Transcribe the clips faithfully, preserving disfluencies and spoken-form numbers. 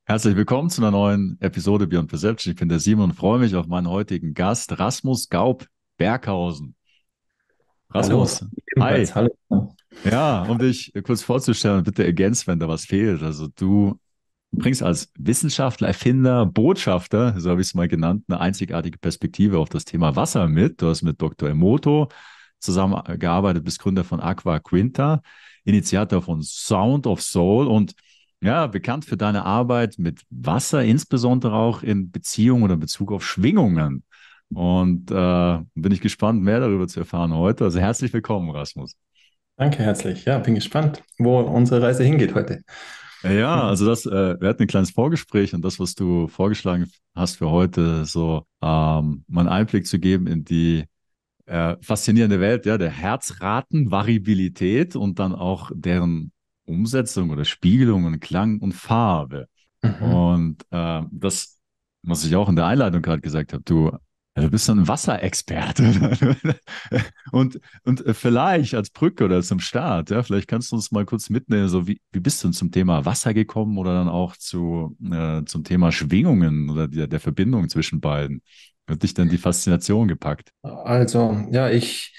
Herzlich willkommen zu einer neuen Episode Beyond Perception. Ich bin der Simon und freue mich auf meinen heutigen Gast, Rasmus Gaub-Berghausen. Hallo, Rasmus, ebenfalls, hi. hallo. Ja, um dich kurz vorzustellen, bitte ergänzt, wenn da was fehlt. Also du bringst als Wissenschaftler, Erfinder, Botschafter, so habe ich es mal genannt, eine einzigartige Perspektive auf das Thema Wasser mit. Du hast mit Doktor Emoto zusammengearbeitet, bist Gründer von Aqua Quinta, Initiator von Sound of Soul und ja, bekannt für deine Arbeit mit Wasser, insbesondere auch in Beziehung oder in Bezug auf Schwingungen. Und äh, bin ich gespannt, mehr darüber zu erfahren heute. Also herzlich willkommen, Rasmus. Danke herzlich. Ja, bin gespannt, wo unsere Reise hingeht heute. Ja, also das, äh, wir hatten ein kleines Vorgespräch und das, was du vorgeschlagen hast für heute, so ähm, mal einen Einblick zu geben in die äh, faszinierende Welt, ja, der Herzratenvariabilität und dann auch deren Umsetzung oder Spiegelung in Klang und Farbe. Mhm. Und äh, das, was ich auch in der Einleitung gerade gesagt habe, du, äh, du bist so ein Wasserexperte. und, und äh, vielleicht als Brücke oder zum Start, ja, vielleicht kannst du uns mal kurz mitnehmen, so wie, wie bist du zum Thema Wasser gekommen oder dann auch zu, äh, zum Thema Schwingungen oder der, der Verbindung zwischen beiden? Hat dich dann die Faszination gepackt? Also, ja, ich,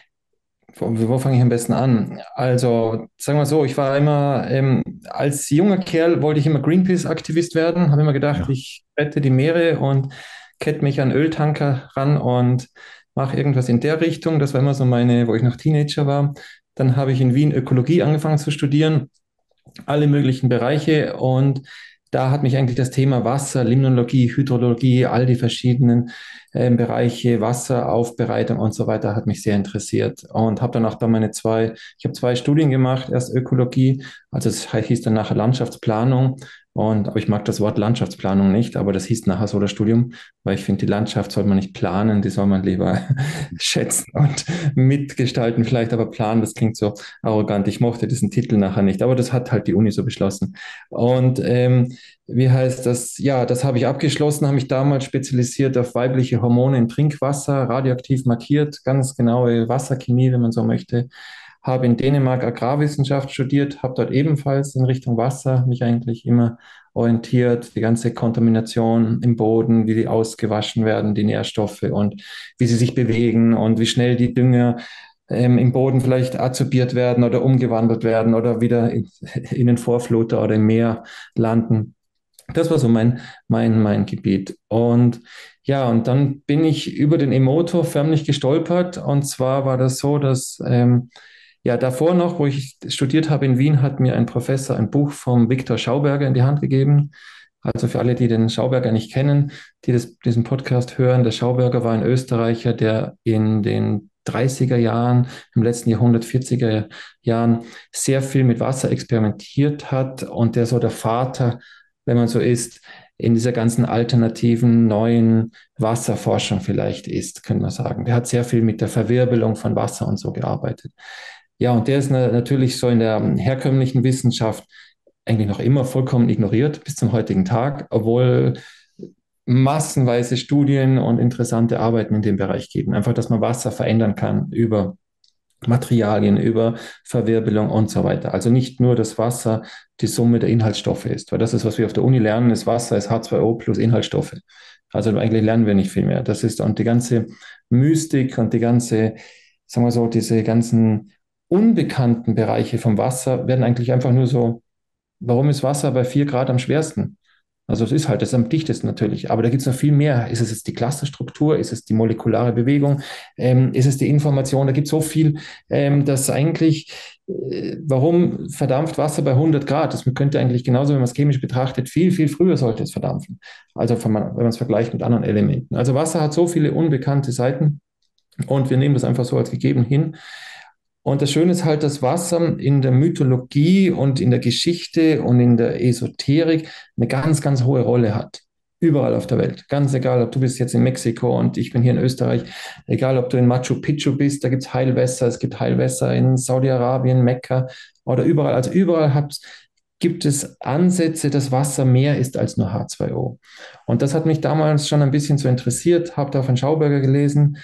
wo, wo fange ich am besten an? Also, sagen wir so, ich war immer, ähm, als junger Kerl wollte ich immer Greenpeace-Aktivist werden, habe immer gedacht, Ja. ich rette die Meere und kette mich an Öltanker ran und mache irgendwas in der Richtung. Das war immer so meine, wo ich noch Teenager war. Dann habe ich in Wien Ökologie angefangen zu studieren, alle möglichen Bereiche. Und da hat mich eigentlich das Thema Wasser, Limnologie, Hydrologie, all die verschiedenen äh, Bereiche, Wasseraufbereitung und so weiter, hat mich sehr interessiert. Und habe dann auch da meine zwei, ich habe zwei Studien gemacht, erst Ökologie, also es hieß dann nachher Landschaftsplanung. Und, aber ich mag das Wort Landschaftsplanung nicht, aber das hieß nachher so das Studium, weil ich finde, die Landschaft soll man nicht planen, die soll man lieber schätzen und mitgestalten vielleicht, aber planen, das klingt so arrogant. Ich mochte diesen Titel nachher nicht, aber das hat halt die Uni so beschlossen. Und ähm, wie heißt das? Ja, das habe ich abgeschlossen, habe mich damals spezialisiert auf weibliche Hormone im Trinkwasser, radioaktiv markiert, ganz genaue Wasserchemie, wenn man so möchte. Habe in Dänemark Agrarwissenschaft studiert, habe dort ebenfalls in Richtung Wasser mich eigentlich immer orientiert, die ganze Kontamination im Boden, wie die ausgewaschen werden, die Nährstoffe und wie sie sich bewegen und wie schnell die Dünger ähm, im Boden vielleicht adsorbiert werden oder umgewandelt werden oder wieder in, in den Vorfluter oder im Meer landen. Das war so mein, mein, mein Gebiet. Und ja, und dann bin ich über den Emoto förmlich gestolpert. Und zwar war das so, dass ähm, ja davor noch, wo ich studiert habe in Wien, hat mir ein Professor ein Buch vom Viktor Schauberger in die Hand gegeben. Also für alle, die den Schauberger nicht kennen, die das, diesen Podcast hören, der Schauberger war ein Österreicher, der in den dreißiger Jahren, im letzten Jahrhundert, vierziger Jahren sehr viel mit Wasser experimentiert hat und der so der Vater, wenn man so ist, in dieser ganzen alternativen neuen Wasserforschung vielleicht ist, könnte man sagen. Der hat sehr viel mit der Verwirbelung von Wasser und so gearbeitet. Ja, und der ist na natürlich so in der herkömmlichen Wissenschaft eigentlich noch immer vollkommen ignoriert bis zum heutigen Tag, obwohl massenweise Studien und interessante Arbeiten in dem Bereich geben. Einfach, dass man Wasser verändern kann über Materialien, über Verwirbelung und so weiter. Also nicht nur das Wasser die Summe der Inhaltsstoffe ist, weil das ist, was wir auf der Uni lernen, ist Wasser ist H zwei O plus Inhaltsstoffe. Also eigentlich lernen wir nicht viel mehr. Das ist und die ganze Mystik und die ganze, sagen wir so, diese ganzen unbekannten Bereiche vom Wasser werden eigentlich einfach nur so, warum ist Wasser bei vier Grad am schwersten? Also es ist halt, das ist am dichtesten natürlich, aber da gibt es noch viel mehr. Ist es jetzt die Clusterstruktur? Ist es die molekulare Bewegung? Ähm, ist es die Information? Da gibt es so viel, ähm, dass eigentlich, äh, warum verdampft Wasser bei hundert Grad? Das könnte eigentlich genauso, wenn man es chemisch betrachtet, viel, viel früher sollte es verdampfen. Also wenn man, wenn man es vergleicht mit anderen Elementen. Also Wasser hat so viele unbekannte Seiten und wir nehmen das einfach so als gegeben hin. Und das Schöne ist halt, dass Wasser in der Mythologie und in der Geschichte und in der Esoterik eine ganz, ganz hohe Rolle hat. Überall auf der Welt. Ganz egal, ob du bist jetzt in Mexiko und ich bin hier in Österreich, egal ob du in Machu Picchu bist, da gibt es Heilwässer, es gibt Heilwässer in Saudi-Arabien, Mekka oder überall. Also überall hat, gibt es Ansätze, dass Wasser mehr ist als nur H zwei O. Und das hat mich damals schon ein bisschen so interessiert, habe da von Schauberger gelesen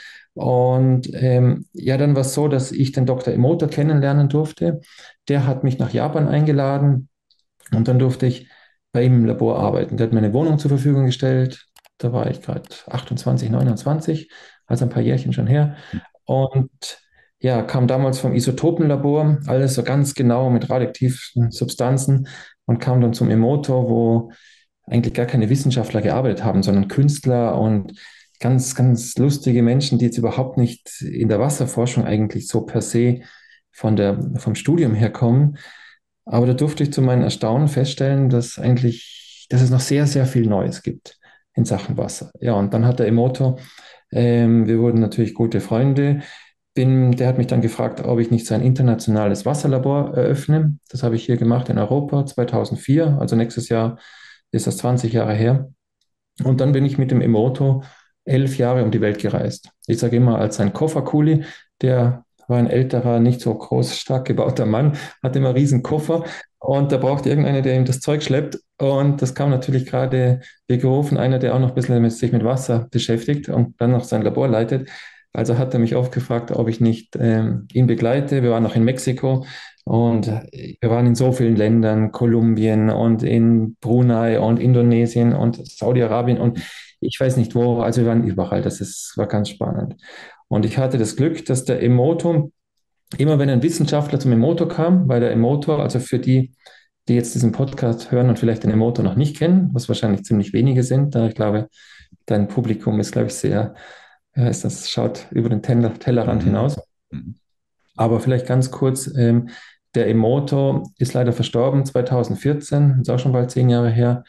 und ähm, ja, dann war es so, dass ich den Doktor Emoto kennenlernen durfte. Der hat mich nach Japan eingeladen und dann durfte ich bei ihm im Labor arbeiten. Der hat mir eine Wohnung zur Verfügung gestellt. Da war ich gerade achtundzwanzig, neunundzwanzig, also ein paar Jährchen schon her. Und ja, kam damals vom Isotopenlabor, alles so ganz genau mit radioaktiven Substanzen und kam dann zum Emoto, wo eigentlich gar keine Wissenschaftler gearbeitet haben, sondern Künstler und ganz, ganz lustige Menschen, die jetzt überhaupt nicht in der Wasserforschung eigentlich so per se von der, vom Studium herkommen. Aber da durfte ich zu meinem Erstaunen feststellen, dass eigentlich, dass es noch sehr, sehr viel Neues gibt in Sachen Wasser. Ja, und dann hat der Emoto, ähm, wir wurden natürlich gute Freunde. Bin, der hat mich dann gefragt, ob ich nicht so ein internationales Wasserlabor eröffne. Das habe ich hier gemacht in Europa zweitausendvier, also nächstes Jahr ist das zwanzig Jahre her. Und dann bin ich mit dem Emoto elf Jahre um die Welt gereist. Ich sage immer, als ein Kofferkuli, der war ein älterer, nicht so groß, stark gebauter Mann, hatte immer riesen Koffer und da brauchte irgendeiner, der ihm das Zeug schleppt. Und das kam natürlich gerade, wie gerufen, einer, der auch noch ein bisschen mit, sich mit Wasser beschäftigt und dann noch sein Labor leitet. Also hat er mich oft gefragt, ob ich nicht ähm, ihn begleite. Wir waren noch in Mexiko und wir waren in so vielen Ländern, Kolumbien und in Brunei und Indonesien und Saudi-Arabien und ich weiß nicht wo. Also wir waren überall. Das ist, war ganz spannend. Und ich hatte das Glück, dass der Emoto, immer wenn ein Wissenschaftler zum Emoto kam, weil der Emoto, also für die, die jetzt diesen Podcast hören und vielleicht den Emoto noch nicht kennen, was wahrscheinlich ziemlich wenige sind, da ich glaube, dein Publikum ist, glaube ich, sehr, wie heißt das, schaut über den Teller, Tellerrand Mhm. hinaus. Mhm. Aber vielleicht ganz kurz, ähm, der Emoto ist leider verstorben zweitausendvierzehn, ist auch schon bald zehn Jahre her.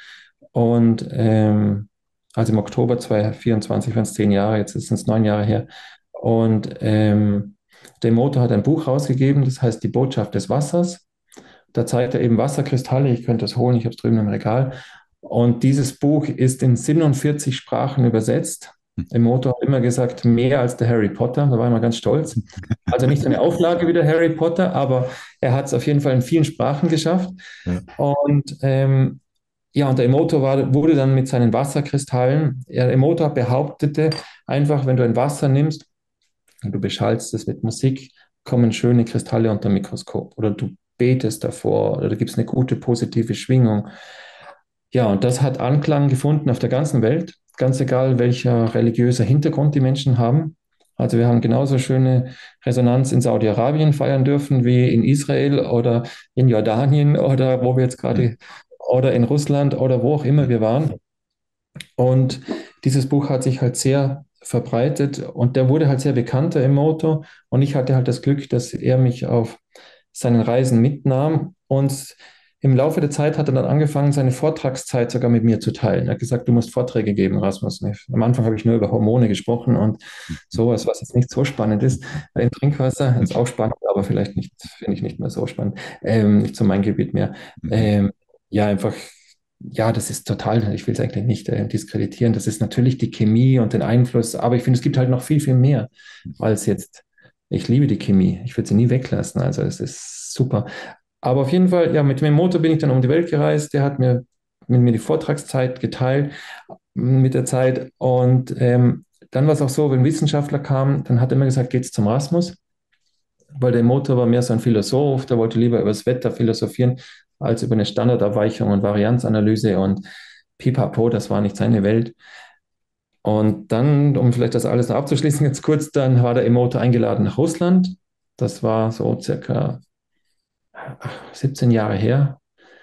Und ähm, also im Oktober zweitausendvierundzwanzig waren es zehn Jahre, jetzt sind es neun Jahre her. Und ähm, der Emoto hat ein Buch rausgegeben, das heißt Die Botschaft des Wassers. Da zeigt er eben Wasserkristalle, ich könnte das holen, ich habe es drüben im Regal. Und dieses Buch ist in siebenundvierzig Sprachen übersetzt. Emoto hat immer gesagt, mehr als der Harry Potter, da war er immer ganz stolz. Also nicht so eine Auflage wie der Harry Potter, aber er hat es auf jeden Fall in vielen Sprachen geschafft. Ja. Und ähm, ja, und der Emoto war, wurde dann mit seinen Wasserkristallen, ja, der Emoto behauptete einfach, wenn du ein Wasser nimmst und du beschallst es mit Musik, kommen schöne Kristalle unter dem Mikroskop. Oder du betest davor oder da gibt es eine gute positive Schwingung. Ja, und das hat Anklang gefunden auf der ganzen Welt, ganz egal welcher religiöser Hintergrund die Menschen haben. Also wir haben genauso schöne Resonanz in Saudi-Arabien feiern dürfen wie in Israel oder in Jordanien oder wo wir jetzt Mhm. gerade oder in Russland oder wo auch immer wir waren. Und dieses Buch hat sich halt sehr verbreitet und der wurde halt sehr bekannt, der Emoto. Und ich hatte halt das Glück, dass er mich auf seinen Reisen mitnahm. Und im Laufe der Zeit hat er dann angefangen, seine Vortragszeit sogar mit mir zu teilen. Er hat gesagt, du musst Vorträge geben, Rasmus. Am Anfang habe ich nur über Hormone gesprochen und sowas, was jetzt nicht so spannend ist. Im Trinkwasser ist auch spannend, aber vielleicht nicht, finde ich nicht mehr so spannend. Ähm, nicht so mein Gebiet mehr. Mhm. Ähm, ja, einfach ja, das ist total, ich will es eigentlich nicht äh, diskreditieren. Das ist natürlich die Chemie und den Einfluss, aber ich finde, es gibt halt noch viel, viel mehr als jetzt. Ich liebe die Chemie. Ich würde sie nie weglassen. Also es ist super. Aber auf jeden Fall, ja, mit dem Motor bin ich dann um die Welt gereist. Der hat mir mit mir die Vortragszeit geteilt mit der Zeit. Und ähm, dann war es auch so, wenn Wissenschaftler kamen, dann hat er immer gesagt, geht's zum Rasmus, weil der Motor war mehr so ein Philosoph, der wollte lieber über das Wetter philosophieren als über eine Standardabweichung und Varianzanalyse und Pipapo, das war nicht seine Welt. Und dann, um vielleicht das alles noch abzuschließen, jetzt kurz, dann war der Emoto eingeladen nach Russland. Das war so circa siebzehn Jahre her.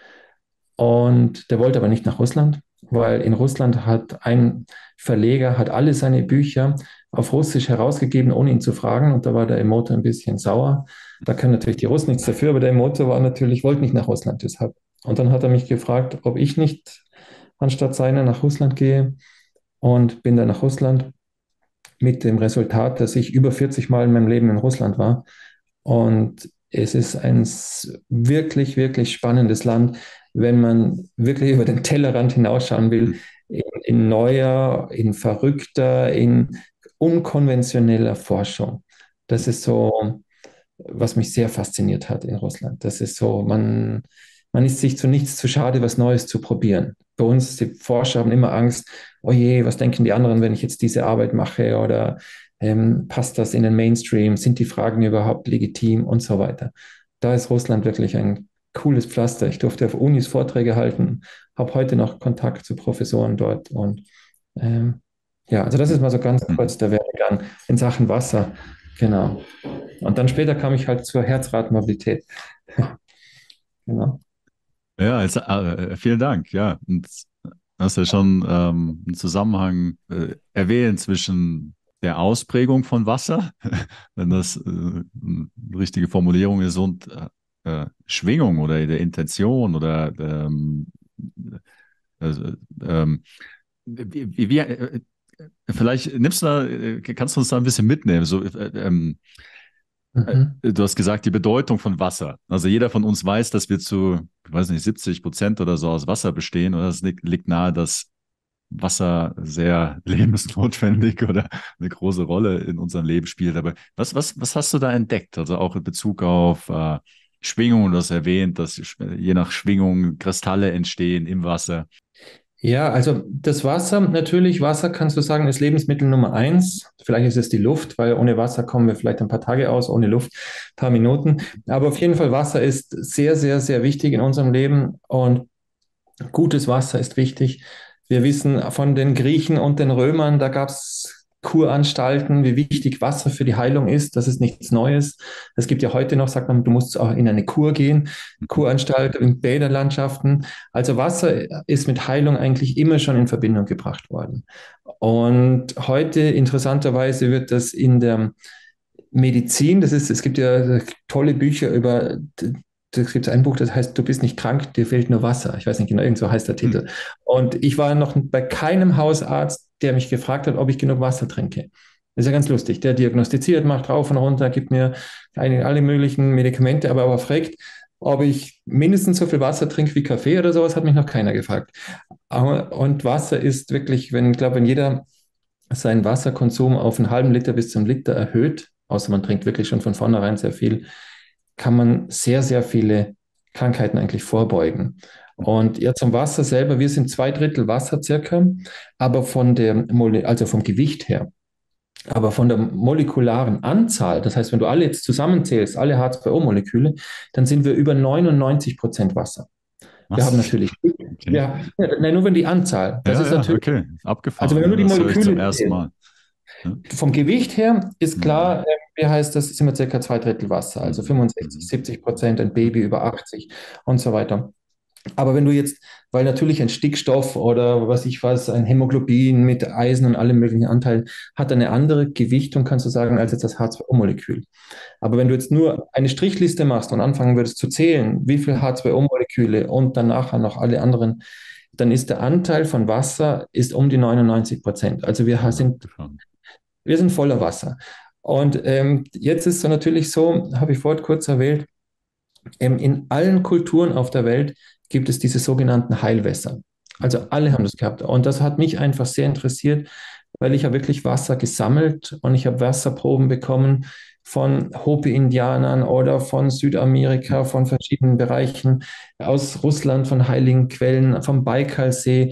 Und der wollte aber nicht nach Russland, weil in Russland hat ein Verleger hat alle seine Bücher auf Russisch herausgegeben, ohne ihn zu fragen. Und da war der Emoto ein bisschen sauer. Da können natürlich die Russen nichts dafür, aber der Emoto war natürlich, wollte nicht nach Russland deshalb. Und dann hat er mich gefragt, ob ich nicht anstatt seiner nach Russland gehe und bin dann nach Russland mit dem Resultat, dass ich über vierzig Mal in meinem Leben in Russland war. Und es ist ein s- wirklich, wirklich spannendes Land, wenn man wirklich über den Tellerrand hinausschauen will, Mhm. in, in neuer, in verrückter, in unkonventioneller Forschung. Das ist so, was mich sehr fasziniert hat in Russland. Das ist so, man, man ist sich zu nichts zu schade, was Neues zu probieren. Bei uns, die Forscher haben immer Angst, oh je, was denken die anderen, wenn ich jetzt diese Arbeit mache oder ähm, passt das in den Mainstream, sind die Fragen überhaupt legitim und so weiter. Da ist Russland wirklich ein cooles Pflaster. Ich durfte auf Unis Vorträge halten, habe heute noch Kontakt zu Professoren dort und ähm, ja, also das ist mal so ganz Mhm. kurz der Werdegang in Sachen Wasser. Genau. Und dann später kam ich halt zur Herzratenmobilität. Genau. Ja, jetzt, äh, vielen Dank. Ja, und hast ja schon ähm, einen Zusammenhang äh, erwähnt zwischen der Ausprägung von Wasser, wenn das äh, eine richtige Formulierung ist, und äh, äh, Schwingung oder der Intention oder ähm, also, ähm, wie, wie, wie, äh, vielleicht nimmst du da, äh, kannst du uns da ein bisschen mitnehmen. So, äh, ähm, äh, Mhm. Du hast gesagt, die Bedeutung von Wasser. Also jeder von uns weiß, dass wir zu, ich weiß nicht, siebzig Prozent oder so aus Wasser bestehen. Und das liegt, liegt nahe, dass Wasser sehr lebensnotwendig oder eine große Rolle in unserem Leben spielt. Aber was, was, was hast du da entdeckt? Also auch in Bezug auf äh, Schwingung, du hast erwähnt, dass je nach Schwingung Kristalle entstehen im Wasser. Ja, also das Wasser, natürlich, Wasser kannst du sagen, ist Lebensmittel Nummer eins. Vielleicht ist es die Luft, weil ohne Wasser kommen wir vielleicht ein paar Tage aus, ohne Luft ein paar Minuten. Aber auf jeden Fall, Wasser ist sehr, sehr, sehr wichtig in unserem Leben und gutes Wasser ist wichtig. Wir wissen von den Griechen und den Römern, da gab es Kuranstalten, wie wichtig Wasser für die Heilung ist. Das ist nichts Neues. Es gibt ja heute noch, sagt man, du musst auch in eine Kur gehen. Kuranstalt in Bäderlandschaften. Also Wasser ist mit Heilung eigentlich immer schon in Verbindung gebracht worden. Und heute interessanterweise wird das in der Medizin, das ist, es gibt ja tolle Bücher über, es gibt ein Buch, das heißt, du bist nicht krank, dir fehlt nur Wasser. Ich weiß nicht genau, irgend so heißt der Hm. Titel. Und ich war noch bei keinem Hausarzt, der mich gefragt hat, ob ich genug Wasser trinke. Das ist ja ganz lustig. Der diagnostiziert, macht rauf und runter, gibt mir eine, alle möglichen Medikamente, aber, aber fragt, ob ich mindestens so viel Wasser trinke wie Kaffee oder sowas, hat mich noch keiner gefragt. Aber, und Wasser ist wirklich, wenn, ich glaube, wenn jeder seinen Wasserkonsum auf einen halben Liter bis zum Liter erhöht, außer man trinkt wirklich schon von vornherein sehr viel, kann man sehr, sehr viele Krankheiten eigentlich vorbeugen. Und ja, zum Wasser selber, wir sind zwei Drittel Wasser circa, aber von der, Mole- also vom Gewicht her, aber von der molekularen Anzahl, das heißt, wenn du alle jetzt zusammenzählst, alle H zwei O-Moleküle, dann sind wir über neunundneunzig Prozent Wasser. Wir haben Was? natürlich, Okay. ja, nein, nur wenn die Anzahl, das Ja, ist ja, natürlich, okay. also wenn Abgefahren. man Ja, nur die das höre ich zum Moleküle ersten zählt, Mal. Ja. vom Gewicht her ist Mhm. klar, äh, wie heißt das, sind wir circa zwei Drittel Wasser, also Mhm. fünfundsechzig, Mhm. siebzig Prozent, ein Mhm. Baby über achtzig und so weiter. Aber wenn du jetzt, weil natürlich ein Stickstoff oder was ich was, ein Hämoglobin mit Eisen und allem möglichen Anteilen hat eine andere Gewichtung, kannst du sagen, als jetzt das H zwei O-Molekül. Aber wenn du jetzt nur eine Strichliste machst und anfangen würdest zu zählen, wie viele H zwei O-Moleküle und dann nachher noch alle anderen, dann ist der Anteil von Wasser ist um die neunundneunzig Prozent. Also wir Ja, sind abgefahren. wir sind voller Wasser. Und ähm, jetzt ist es natürlich so, habe ich vorhin kurz erwähnt, ähm, in allen Kulturen auf der Welt gibt es diese sogenannten Heilwässer. Also alle haben das gehabt. Und das hat mich einfach sehr interessiert, weil ich habe wirklich Wasser gesammelt und ich habe Wasserproben bekommen von Hopi-Indianern oder von Südamerika, von verschiedenen Bereichen, aus Russland, von heiligen Quellen, vom Baikalsee.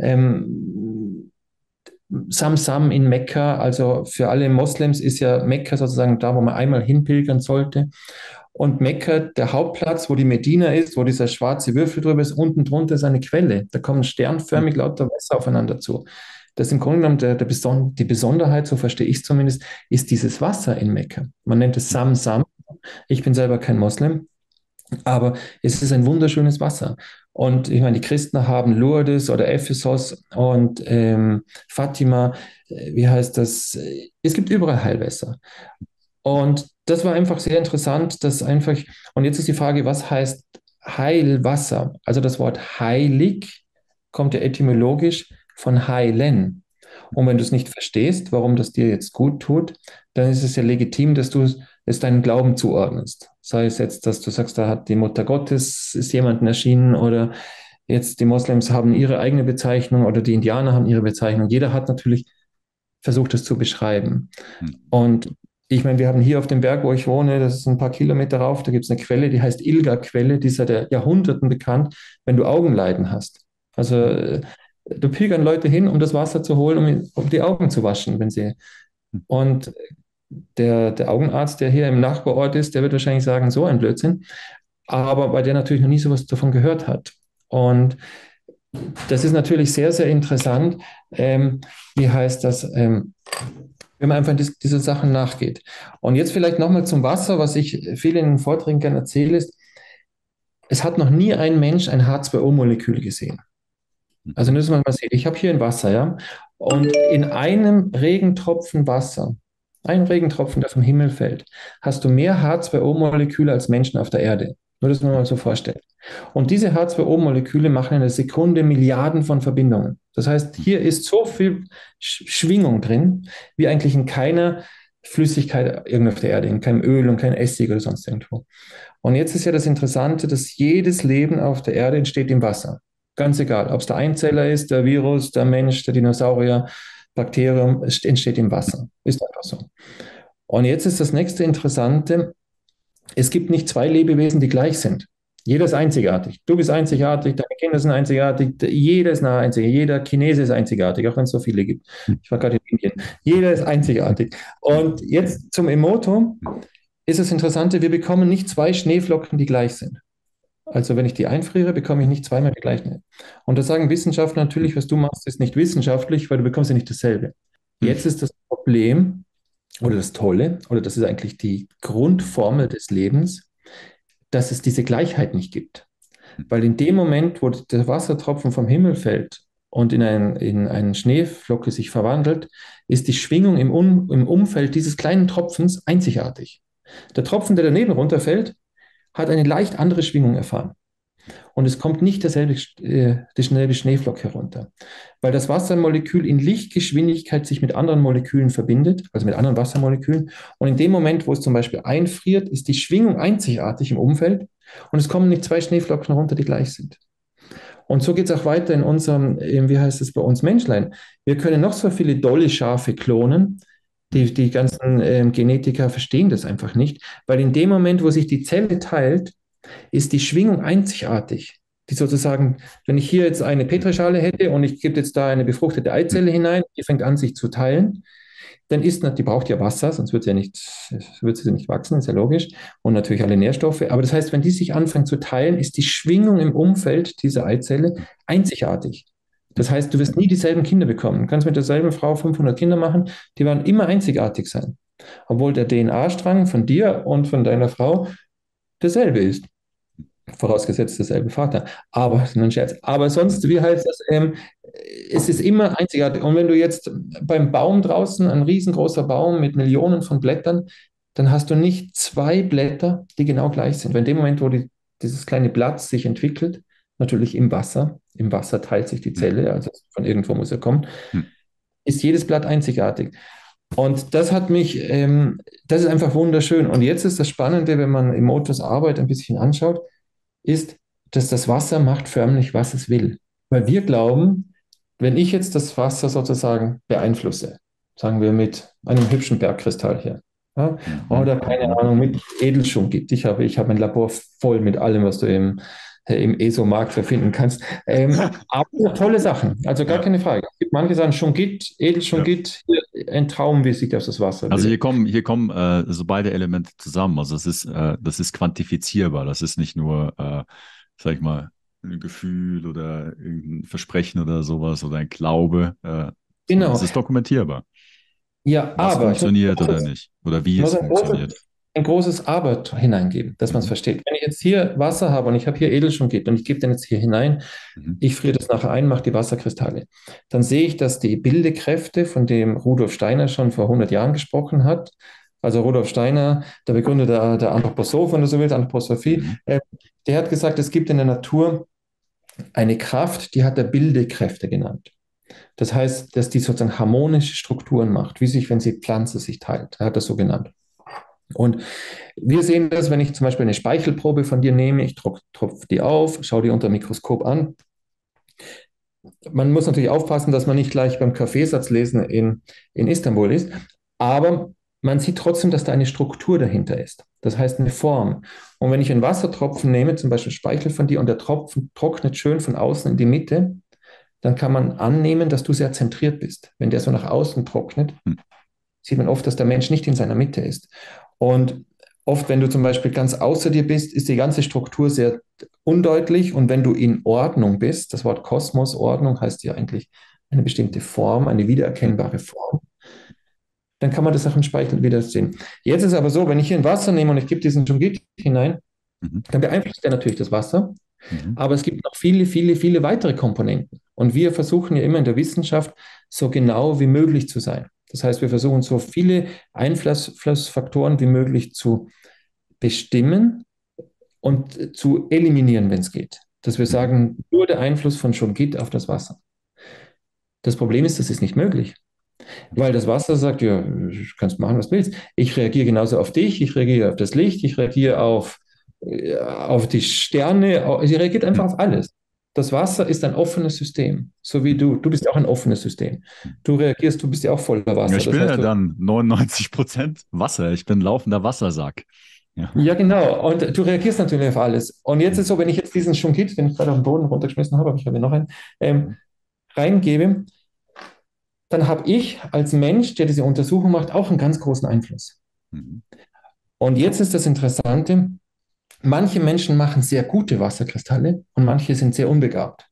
Ähm, Samsam in Mekka, also für alle Moslems ist ja Mekka sozusagen da, wo man einmal hinpilgern sollte. Und Mekka, der Hauptplatz, wo die Medina ist, wo dieser schwarze Würfel drüber ist, unten drunter ist eine Quelle. Da kommen sternförmig lauter Wasser aufeinander zu. Das ist im Grunde genommen der, der Beson die Besonderheit, so verstehe ich es zumindest, ist dieses Wasser in Mekka. Man nennt es Samsam. Ich bin selber kein Moslem, aber es ist ein wunderschönes Wasser. Und ich meine, die Christen haben Lourdes oder Ephesos und ähm, Fatima, äh, wie heißt das? Es gibt überall Heilwässer. Und das war einfach sehr interessant, dass einfach, und jetzt ist die Frage, was heißt Heilwasser? Also das Wort heilig kommt ja etymologisch von heilen. Und wenn du es nicht verstehst, warum das dir jetzt gut tut, dann ist es ja legitim, dass du es deinen Glauben zuordnest. Sei es jetzt, dass du sagst, da hat die Mutter Gottes, ist jemandem erschienen oder jetzt die Moslems haben ihre eigene Bezeichnung oder die Indianer haben ihre Bezeichnung. Jeder hat natürlich versucht, es zu beschreiben. Mhm. Und ich meine, wir haben hier auf dem Berg, wo ich wohne, das ist ein paar Kilometer rauf, da gibt es eine Quelle, die heißt Ilga-Quelle, die ist seit Jahrhunderten bekannt, wenn du Augenleiden hast. Also äh, da pilgern Leute hin, um das Wasser zu holen, um, um die Augen zu waschen, wenn sie. Und der, der Augenarzt, der hier im Nachbarort ist, der wird wahrscheinlich sagen, so ein Blödsinn. aber bei der natürlich noch nie sowas davon gehört hat. Und das ist natürlich sehr, sehr interessant. Ähm, wie heißt das? Ähm, wenn man einfach dies, diese Sachen nachgeht. Und jetzt vielleicht nochmal zum Wasser, was ich vielen in den Vorträgen gerne erzähle, ist, es hat noch nie ein Mensch ein H zwei O-Molekül gesehen. Also Mhm. müssen wir mal sehen. Ich habe hier ein Wasser, ja, und in einem Regentropfen Wasser, ein Regentropfen, der vom Himmel fällt, hast du mehr H zwei O-Moleküle als Menschen auf der Erde. Nur, dass man mal so vorstellt. Und diese H zwei O-Moleküle machen in einer Sekunde Milliarden von Verbindungen. Das heißt, hier ist so viel Sch Schwingung drin, wie eigentlich in keiner Flüssigkeit irgendwo auf der Erde, in keinem Öl und kein Essig oder sonst irgendwo. Und jetzt ist ja das Interessante, dass jedes Leben auf der Erde entsteht im Wasser. Ganz egal, ob es der Einzeller ist, der Virus, der Mensch, der Dinosaurier, Bakterium, es entsteht im Wasser. Ist einfach so. Und jetzt ist das nächste Interessante, es gibt nicht zwei Lebewesen, die gleich sind. Jeder ist einzigartig. Du bist einzigartig, deine Kinder sind einzigartig, jeder ist nah einzigartig, jeder Chinese ist einzigartig, auch wenn es so viele gibt. Ich war gerade in Indien. Jeder ist einzigartig. Und jetzt zum Emoto ist das Interessante, wir bekommen nicht zwei Schneeflocken, die gleich sind. Also wenn ich die einfriere, bekomme ich nicht zweimal die gleichen. Und da sagen Wissenschaftler natürlich, was du machst, ist nicht wissenschaftlich, weil du bekommst ja nicht dasselbe. Jetzt ist das Problem oder das Tolle, oder das ist eigentlich die Grundformel des Lebens, dass es diese Gleichheit nicht gibt. Weil in dem Moment, wo der Wassertropfen vom Himmel fällt und in, ein, in eine Schneeflocke sich verwandelt, ist die Schwingung im, um, im Umfeld dieses kleinen Tropfens einzigartig. Der Tropfen, der daneben runterfällt, hat eine leicht andere Schwingung erfahren. Und es kommt nicht derselbe, äh, dieselbe Schneeflocke herunter, weil das Wassermolekül in Lichtgeschwindigkeit sich mit anderen Molekülen verbindet, also mit anderen Wassermolekülen. Und in dem Moment, wo es zum Beispiel einfriert, ist die Schwingung einzigartig im Umfeld und es kommen nicht zwei Schneeflocken herunter, die gleich sind. Und so geht es auch weiter in unserem, wie heißt es bei uns, Menschlein. Wir können noch so viele dolle Schafe klonen. Die, die ganzen ähm, Genetiker verstehen das einfach nicht, weil in dem Moment, wo sich die Zelle teilt, ist die Schwingung einzigartig. Die sozusagen, wenn ich hier jetzt eine Petrischale hätte und ich gebe jetzt da eine befruchtete Eizelle hinein, die fängt an, sich zu teilen, dann ist, die braucht ja Wasser, sonst wird sie ja nicht, wird sie nicht wachsen, ist ja logisch. Und natürlich alle Nährstoffe. Aber das heißt, wenn die sich anfängt zu teilen, ist die Schwingung im Umfeld dieser Eizelle einzigartig. Das heißt, du wirst nie dieselben Kinder bekommen. Du kannst mit derselben Frau fünfhundert Kinder machen, die werden immer einzigartig sein. Obwohl der D N A-Strang von dir und von deiner Frau derselbe ist. Vorausgesetzt derselbe Vater. Aber, das ist nur ein Scherz. Aber sonst, wie heißt das? Ähm, es ist immer einzigartig. Und wenn du jetzt beim Baum draußen, ein riesengroßer Baum mit Millionen von Blättern, dann hast du nicht zwei Blätter, die genau gleich sind. Weil in dem Moment, wo die, dieses kleine Blatt sich entwickelt, natürlich im Wasser, im Wasser teilt sich die Zelle, also von irgendwo muss er kommen, ist jedes Blatt einzigartig. Und das hat mich, ähm, das ist einfach wunderschön. Und jetzt ist das Spannende, wenn man Emotos Arbeit ein bisschen anschaut, ist, dass das Wasser macht förmlich, was es will. Weil wir glauben, wenn ich jetzt das Wasser sozusagen beeinflusse, sagen wir mit einem hübschen Bergkristall hier, ja, oder keine Ahnung, mit Edelschungit. Ich habe, ich habe ein Labor voll mit allem, was du im, äh, im E S O-Markt verfinden kannst. Ähm, aber tolle Sachen, also gar Ja. keine Frage. Es gibt manche sagen Schungit, Edelschungit, ja. Ein Traum, wie sich das, das Wasser Also hier bildet. kommen, hier kommen äh, so beide Elemente zusammen. Also das ist, äh, das ist quantifizierbar. Das ist nicht nur, äh, sag ich mal, ein Gefühl oder irgendein Versprechen oder sowas oder ein Glaube, äh, sondern es Genau. ist dokumentierbar, Ja, was aber ich muss funktioniert oder nicht oder wie Ich es muss ein großes, funktioniert. ein großes Aber hineingeben, dass man es Mhm. versteht. Wenn ich jetzt hier Wasser habe und ich habe hier Edelschungit und ich gebe den jetzt hier hinein, Mhm. ich friere das nachher ein, mache die Wasserkristalle, dann sehe ich, dass die Bildekräfte, von dem Rudolf Steiner schon vor hundert Jahren gesprochen hat, also Rudolf Steiner, der Begründer der, der Anthroposoph, wenn du so willst, Anthroposophie, Mhm. äh, der hat gesagt, es gibt in der Natur eine Kraft, die hat er Bildekräfte genannt. Das heißt, dass die sozusagen harmonische Strukturen macht, wie sich, wenn sie Pflanze sich teilt. Er hat das so genannt. Und wir sehen das, wenn ich zum Beispiel eine Speichelprobe von dir nehme, ich tropfe tropf die auf, schaue die unter dem Mikroskop an. Man muss natürlich aufpassen, dass man nicht gleich beim Kaffeesatzlesen in, in Istanbul ist, aber man sieht trotzdem, dass da eine Struktur dahinter ist. Das heißt eine Form. Und wenn ich einen Wassertropfen nehme, zum Beispiel Speichel von dir, und der Tropfen trocknet schön von außen in die Mitte, dann kann man annehmen, dass du sehr zentriert bist. Wenn der so nach außen trocknet, Mhm. sieht man oft, dass der Mensch nicht in seiner Mitte ist. Und Oft, wenn du zum Beispiel ganz außer dir bist, ist die ganze Struktur sehr undeutlich. Und wenn du in Ordnung bist, das Wort Kosmos, Ordnung heißt ja eigentlich eine bestimmte Form, eine wiedererkennbare Form, dann kann man das auch im Speichel wieder sehen. Jetzt ist aber so, wenn ich hier ein Wasser nehme und ich gebe diesen Jungit hinein, Mhm. dann beeinflusst er natürlich das Wasser. Mhm. Aber es gibt noch viele, viele, viele weitere Komponenten. Und wir versuchen ja immer in der Wissenschaft so genau wie möglich zu sein. Das heißt, wir versuchen so viele Einflussfaktoren wie möglich zu bestimmen und zu eliminieren, wenn es geht. Dass wir Mhm. sagen, nur der Einfluss von Schongit auf das Wasser. Das Problem ist, das ist nicht möglich. Weil das Wasser sagt, ja, du kannst machen, was du willst. Ich reagiere genauso auf dich, ich reagiere auf das Licht, ich reagiere auf, äh, auf die Sterne, au- sie reagiert einfach auf alles. Das Wasser ist ein offenes System, so wie du. Du bist ja auch ein offenes System. Du reagierst, du bist ja auch voller Ja, Wasser. ich Das bin ja heißt, du, dann neunundneunzig Prozent Wasser. Ich bin laufender Wassersack. Ja. ja, genau. Und du reagierst natürlich auf alles. Und jetzt ist Mhm. so, wenn ich jetzt diesen Schungit, den ich gerade auf den Boden runtergeschmissen habe, aber ich habe hier noch einen, ähm, reingebe, dann habe ich als Mensch, der diese Untersuchung macht, auch einen ganz großen Einfluss. Mhm. Und jetzt ist das Interessante, manche Menschen machen sehr gute Wasserkristalle und manche sind sehr unbegabt.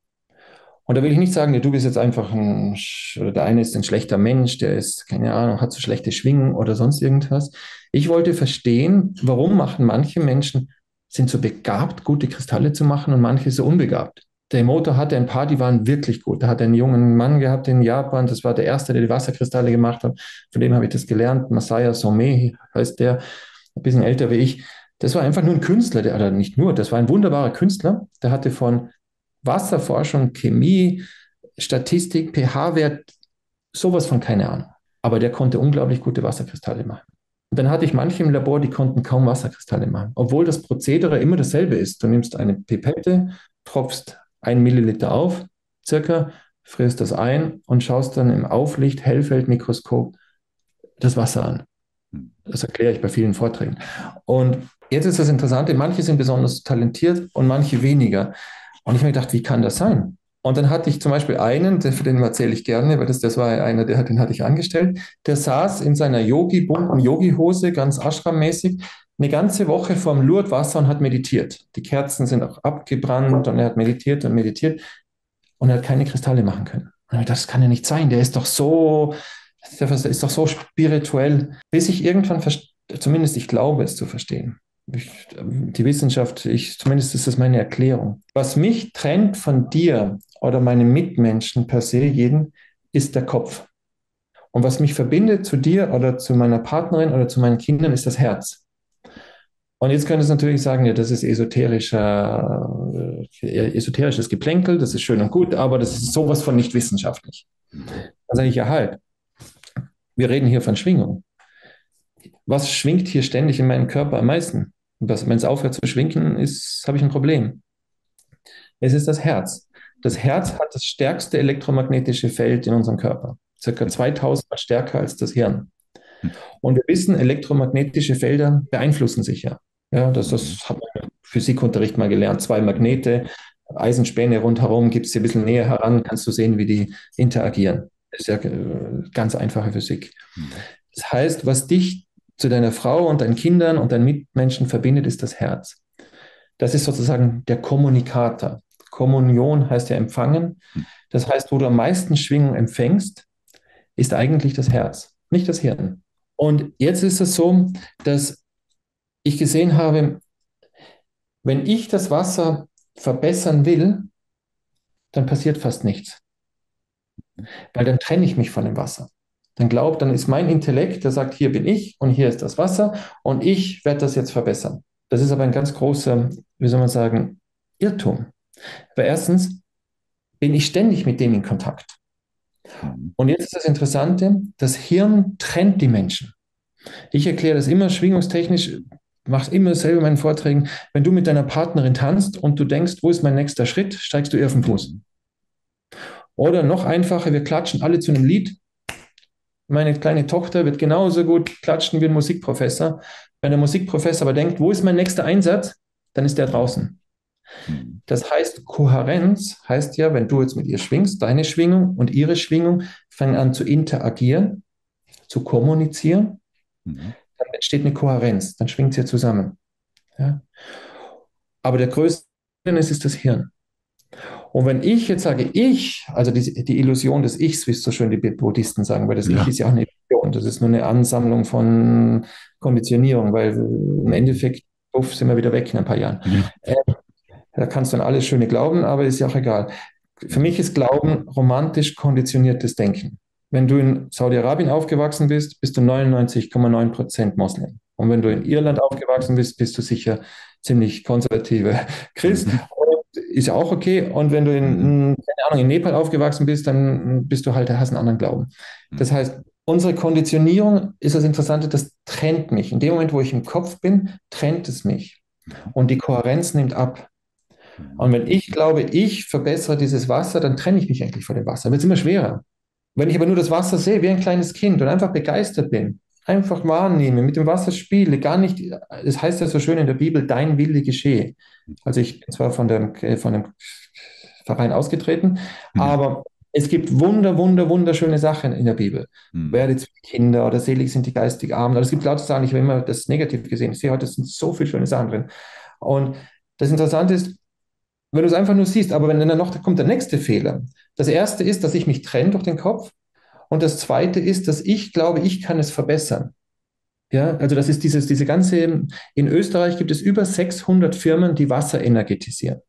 Und da will ich nicht sagen, ja, du bist jetzt einfach ein, oder der eine ist ein schlechter Mensch, der ist, keine Ahnung, hat so schlechte Schwingen oder sonst irgendwas. Ich wollte verstehen, warum machen manche Menschen, sind so begabt, gute Kristalle zu machen und manche so unbegabt. Der Emoto hatte ein paar, die waren wirklich gut. Da hat er einen jungen Mann gehabt in Japan, das war der erste, der die Wasserkristalle gemacht hat. Von dem habe ich das gelernt. Masaya Somei heißt der, ein bisschen älter wie ich. Das war einfach nur ein Künstler, der, oder nicht nur, das war ein wunderbarer Künstler. Der hatte von Wasserforschung, Chemie, Statistik, pH-Wert, sowas von keine Ahnung. Aber der konnte unglaublich gute Wasserkristalle machen. Und dann hatte ich manche im Labor, die konnten kaum Wasserkristalle machen, obwohl das Prozedere immer dasselbe ist. Du nimmst eine Pipette, tropfst ein Milliliter auf, circa, frisst das ein und schaust dann im Auflicht, Hellfeldmikroskop das Wasser an. Das erkläre ich bei vielen Vorträgen. Und jetzt ist das Interessante, manche sind besonders talentiert und manche weniger. Und ich habe mir gedacht, wie kann das sein? Und dann hatte ich zum Beispiel einen, für den erzähle ich gerne, weil das, das war einer, der, den hatte ich angestellt, der saß in seiner Yogi, bunten Yogi-Hose, ganz Ashram-mäßig, eine ganze Woche vorm Lourdes-Wasser und hat meditiert. Die Kerzen sind auch abgebrannt und er hat meditiert und meditiert und er hat keine Kristalle machen können. Und ich dachte, das kann ja nicht sein, der ist doch so, der ist doch so spirituell, bis ich irgendwann, zumindest ich glaube es zu verstehen. Ich, die Wissenschaft, ich, zumindest ist das meine Erklärung. Was mich trennt von dir oder meinen Mitmenschen per se, jeden, ist der Kopf. Und was mich verbindet zu dir oder zu meiner Partnerin oder zu meinen Kindern, ist das Herz. Und jetzt könntest du natürlich sagen, ja, das ist esoterischer, äh, esoterisches Geplänkel, das ist schön und gut, aber das ist sowas von nicht wissenschaftlich. Dann sage ich ja halt, wir reden hier von Schwingung. Was schwingt hier ständig in meinem Körper am meisten? Wenn es aufhört zu schwingen, ist, habe ich ein Problem. Es ist das Herz. Das Herz hat das stärkste elektromagnetische Feld in unserem Körper. Circa zweitausend Mal stärker als das Hirn. Und wir wissen, elektromagnetische Felder beeinflussen sich ja. Ja, das, das hat man im Physikunterricht mal gelernt. Zwei Magnete, Eisenspäne rundherum, gibst sie ein bisschen näher heran, kannst du sehen, wie die interagieren. Das ist ja äh, ganz einfache Physik. Das heißt, was dich zu deiner Frau und deinen Kindern und deinen Mitmenschen verbindet, ist das Herz. Das ist sozusagen der Kommunikator. Kommunion heißt ja empfangen. Das heißt, wo du am meisten Schwingung empfängst, ist eigentlich das Herz, nicht das Hirn. Und jetzt ist es so, dass ich gesehen habe, wenn ich das Wasser verbessern will, dann passiert fast nichts, weil dann trenne ich mich von dem Wasser. Dann glaubt, dann ist mein Intellekt, der sagt, hier bin ich und hier ist das Wasser und ich werde das jetzt verbessern. Das ist aber ein ganz großer, wie soll man sagen, Irrtum. Weil erstens bin ich ständig mit dem in Kontakt. Und jetzt ist das Interessante, das Hirn trennt die Menschen. Ich erkläre das immer schwingungstechnisch, mache immer selber in meinen Vorträgen. Wenn du mit deiner Partnerin tanzt und du denkst, wo ist mein nächster Schritt, steigst du ihr auf den Fuß. Oder noch einfacher, wir klatschen alle zu einem Lied. Meine kleine Tochter wird genauso gut klatschen wie ein Musikprofessor. Wenn der Musikprofessor aber denkt, wo ist mein nächster Einsatz, dann ist der draußen. Das heißt, Kohärenz heißt ja, wenn du jetzt mit ihr schwingst, deine Schwingung und ihre Schwingung fangen an zu interagieren, zu kommunizieren. dann entsteht eine Kohärenz, dann schwingt sie zusammen. Ja? Aber der größte Hindernis ist das Hirn. Und wenn ich jetzt sage, ich, also die, die Illusion des Ichs, wie es so schön die Buddhisten sagen, weil das Ich Ja. ist ja auch eine Illusion, das ist nur eine Ansammlung von Konditionierung, weil im Endeffekt uff, sind wir wieder weg in ein paar Jahren. Ja. Äh, da kannst du an alles Schöne glauben, aber ist ja auch egal. Für mich ist Glauben romantisch konditioniertes Denken. Wenn du in Saudi-Arabien aufgewachsen bist, bist du neunundneunzig Komma neun Prozent Moslem. Und wenn du in Irland aufgewachsen bist, bist du sicher ziemlich konservative Christ. Mhm. Ist ja auch okay. Und wenn du Mhm. in, keine Ahnung, in Nepal aufgewachsen bist, dann bist du halt, hast einen anderen Glauben. Das heißt, unsere Konditionierung ist das Interessante, das trennt mich. In dem Moment, wo ich im Kopf bin, trennt es mich. Und die Kohärenz nimmt ab. Und Mhm. wenn ich glaube, ich verbessere dieses Wasser, dann trenne ich mich eigentlich von dem Wasser. Wird es immer schwerer. Wenn ich aber nur das Wasser sehe, wie ein kleines Kind und einfach begeistert bin, einfach wahrnehme, mit dem Wasser spiele, gar nicht, es heißt ja so schön in der Bibel, dein Wille geschehe. Also ich bin zwar von dem, von dem Verein ausgetreten, Mhm. aber es gibt wunder, wunder, wunderschöne Sachen in der Bibel. Mhm. Werdet wie Kinder oder selig sind die geistig Armen. Oder es gibt lauter Sachen, ich habe immer das negativ gesehen. Ich sehe heute, es sind so viele schöne Sachen drin. Und das Interessante ist, wenn du es einfach nur siehst, aber wenn dann noch, da kommt der nächste Fehler. Das erste ist, dass ich mich trenne durch den Kopf. Und das zweite ist, dass ich glaube, ich kann es verbessern. Ja, also das ist dieses, diese ganze, in Österreich gibt es über sechshundert Firmen, die Wasser energetisieren.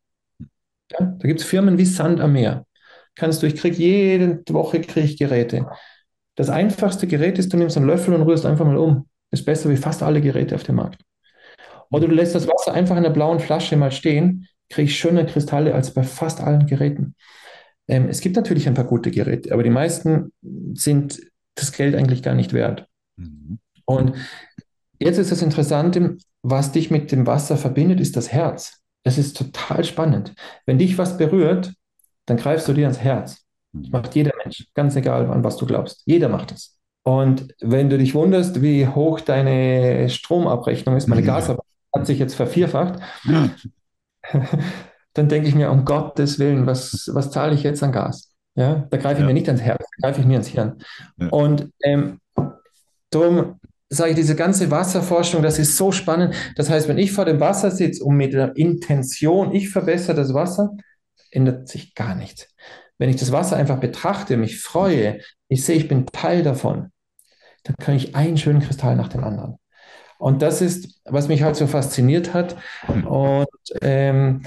Ja, da gibt es Firmen wie Sand am Meer. Kannst du, ich kriege jede Woche kriege ich Geräte. Das einfachste Gerät ist, du nimmst einen Löffel und rührst einfach mal um. Ist besser wie fast alle Geräte auf dem Markt. Oder du lässt das Wasser einfach in der blauen Flasche mal stehen, kriegst schöne Kristalle als bei fast allen Geräten. Ähm, es gibt natürlich ein paar gute Geräte, aber die meisten sind das Geld eigentlich gar nicht wert. Mhm. Und jetzt ist das Interessante, was dich mit dem Wasser verbindet, ist das Herz. Das ist total spannend. Wenn dich was berührt, dann greifst du dir ans Herz. Das Mhm. macht jeder Mensch, ganz egal, an was du glaubst. Jeder macht es. Und wenn du dich wunderst, wie hoch deine Stromabrechnung ist, meine Ja. Gasabrechnung hat sich jetzt vervierfacht, Ja. dann denke ich mir, um Gottes Willen, was, was zahle ich jetzt an Gas? Ja, da greife ich mir Ja. nicht ans Herz, da greife ich mir ans Hirn. Ja. Und ähm, darum sage ich, diese ganze Wasserforschung, das ist so spannend. Das heißt, wenn ich vor dem Wasser sitze und mit der Intention, ich verbessere das Wasser, ändert sich gar nichts. Wenn ich das Wasser einfach betrachte, mich freue, ich sehe, ich bin Teil davon, dann kann ich einen schönen Kristall nach dem anderen. Und das ist, was mich halt so fasziniert hat. Und ähm,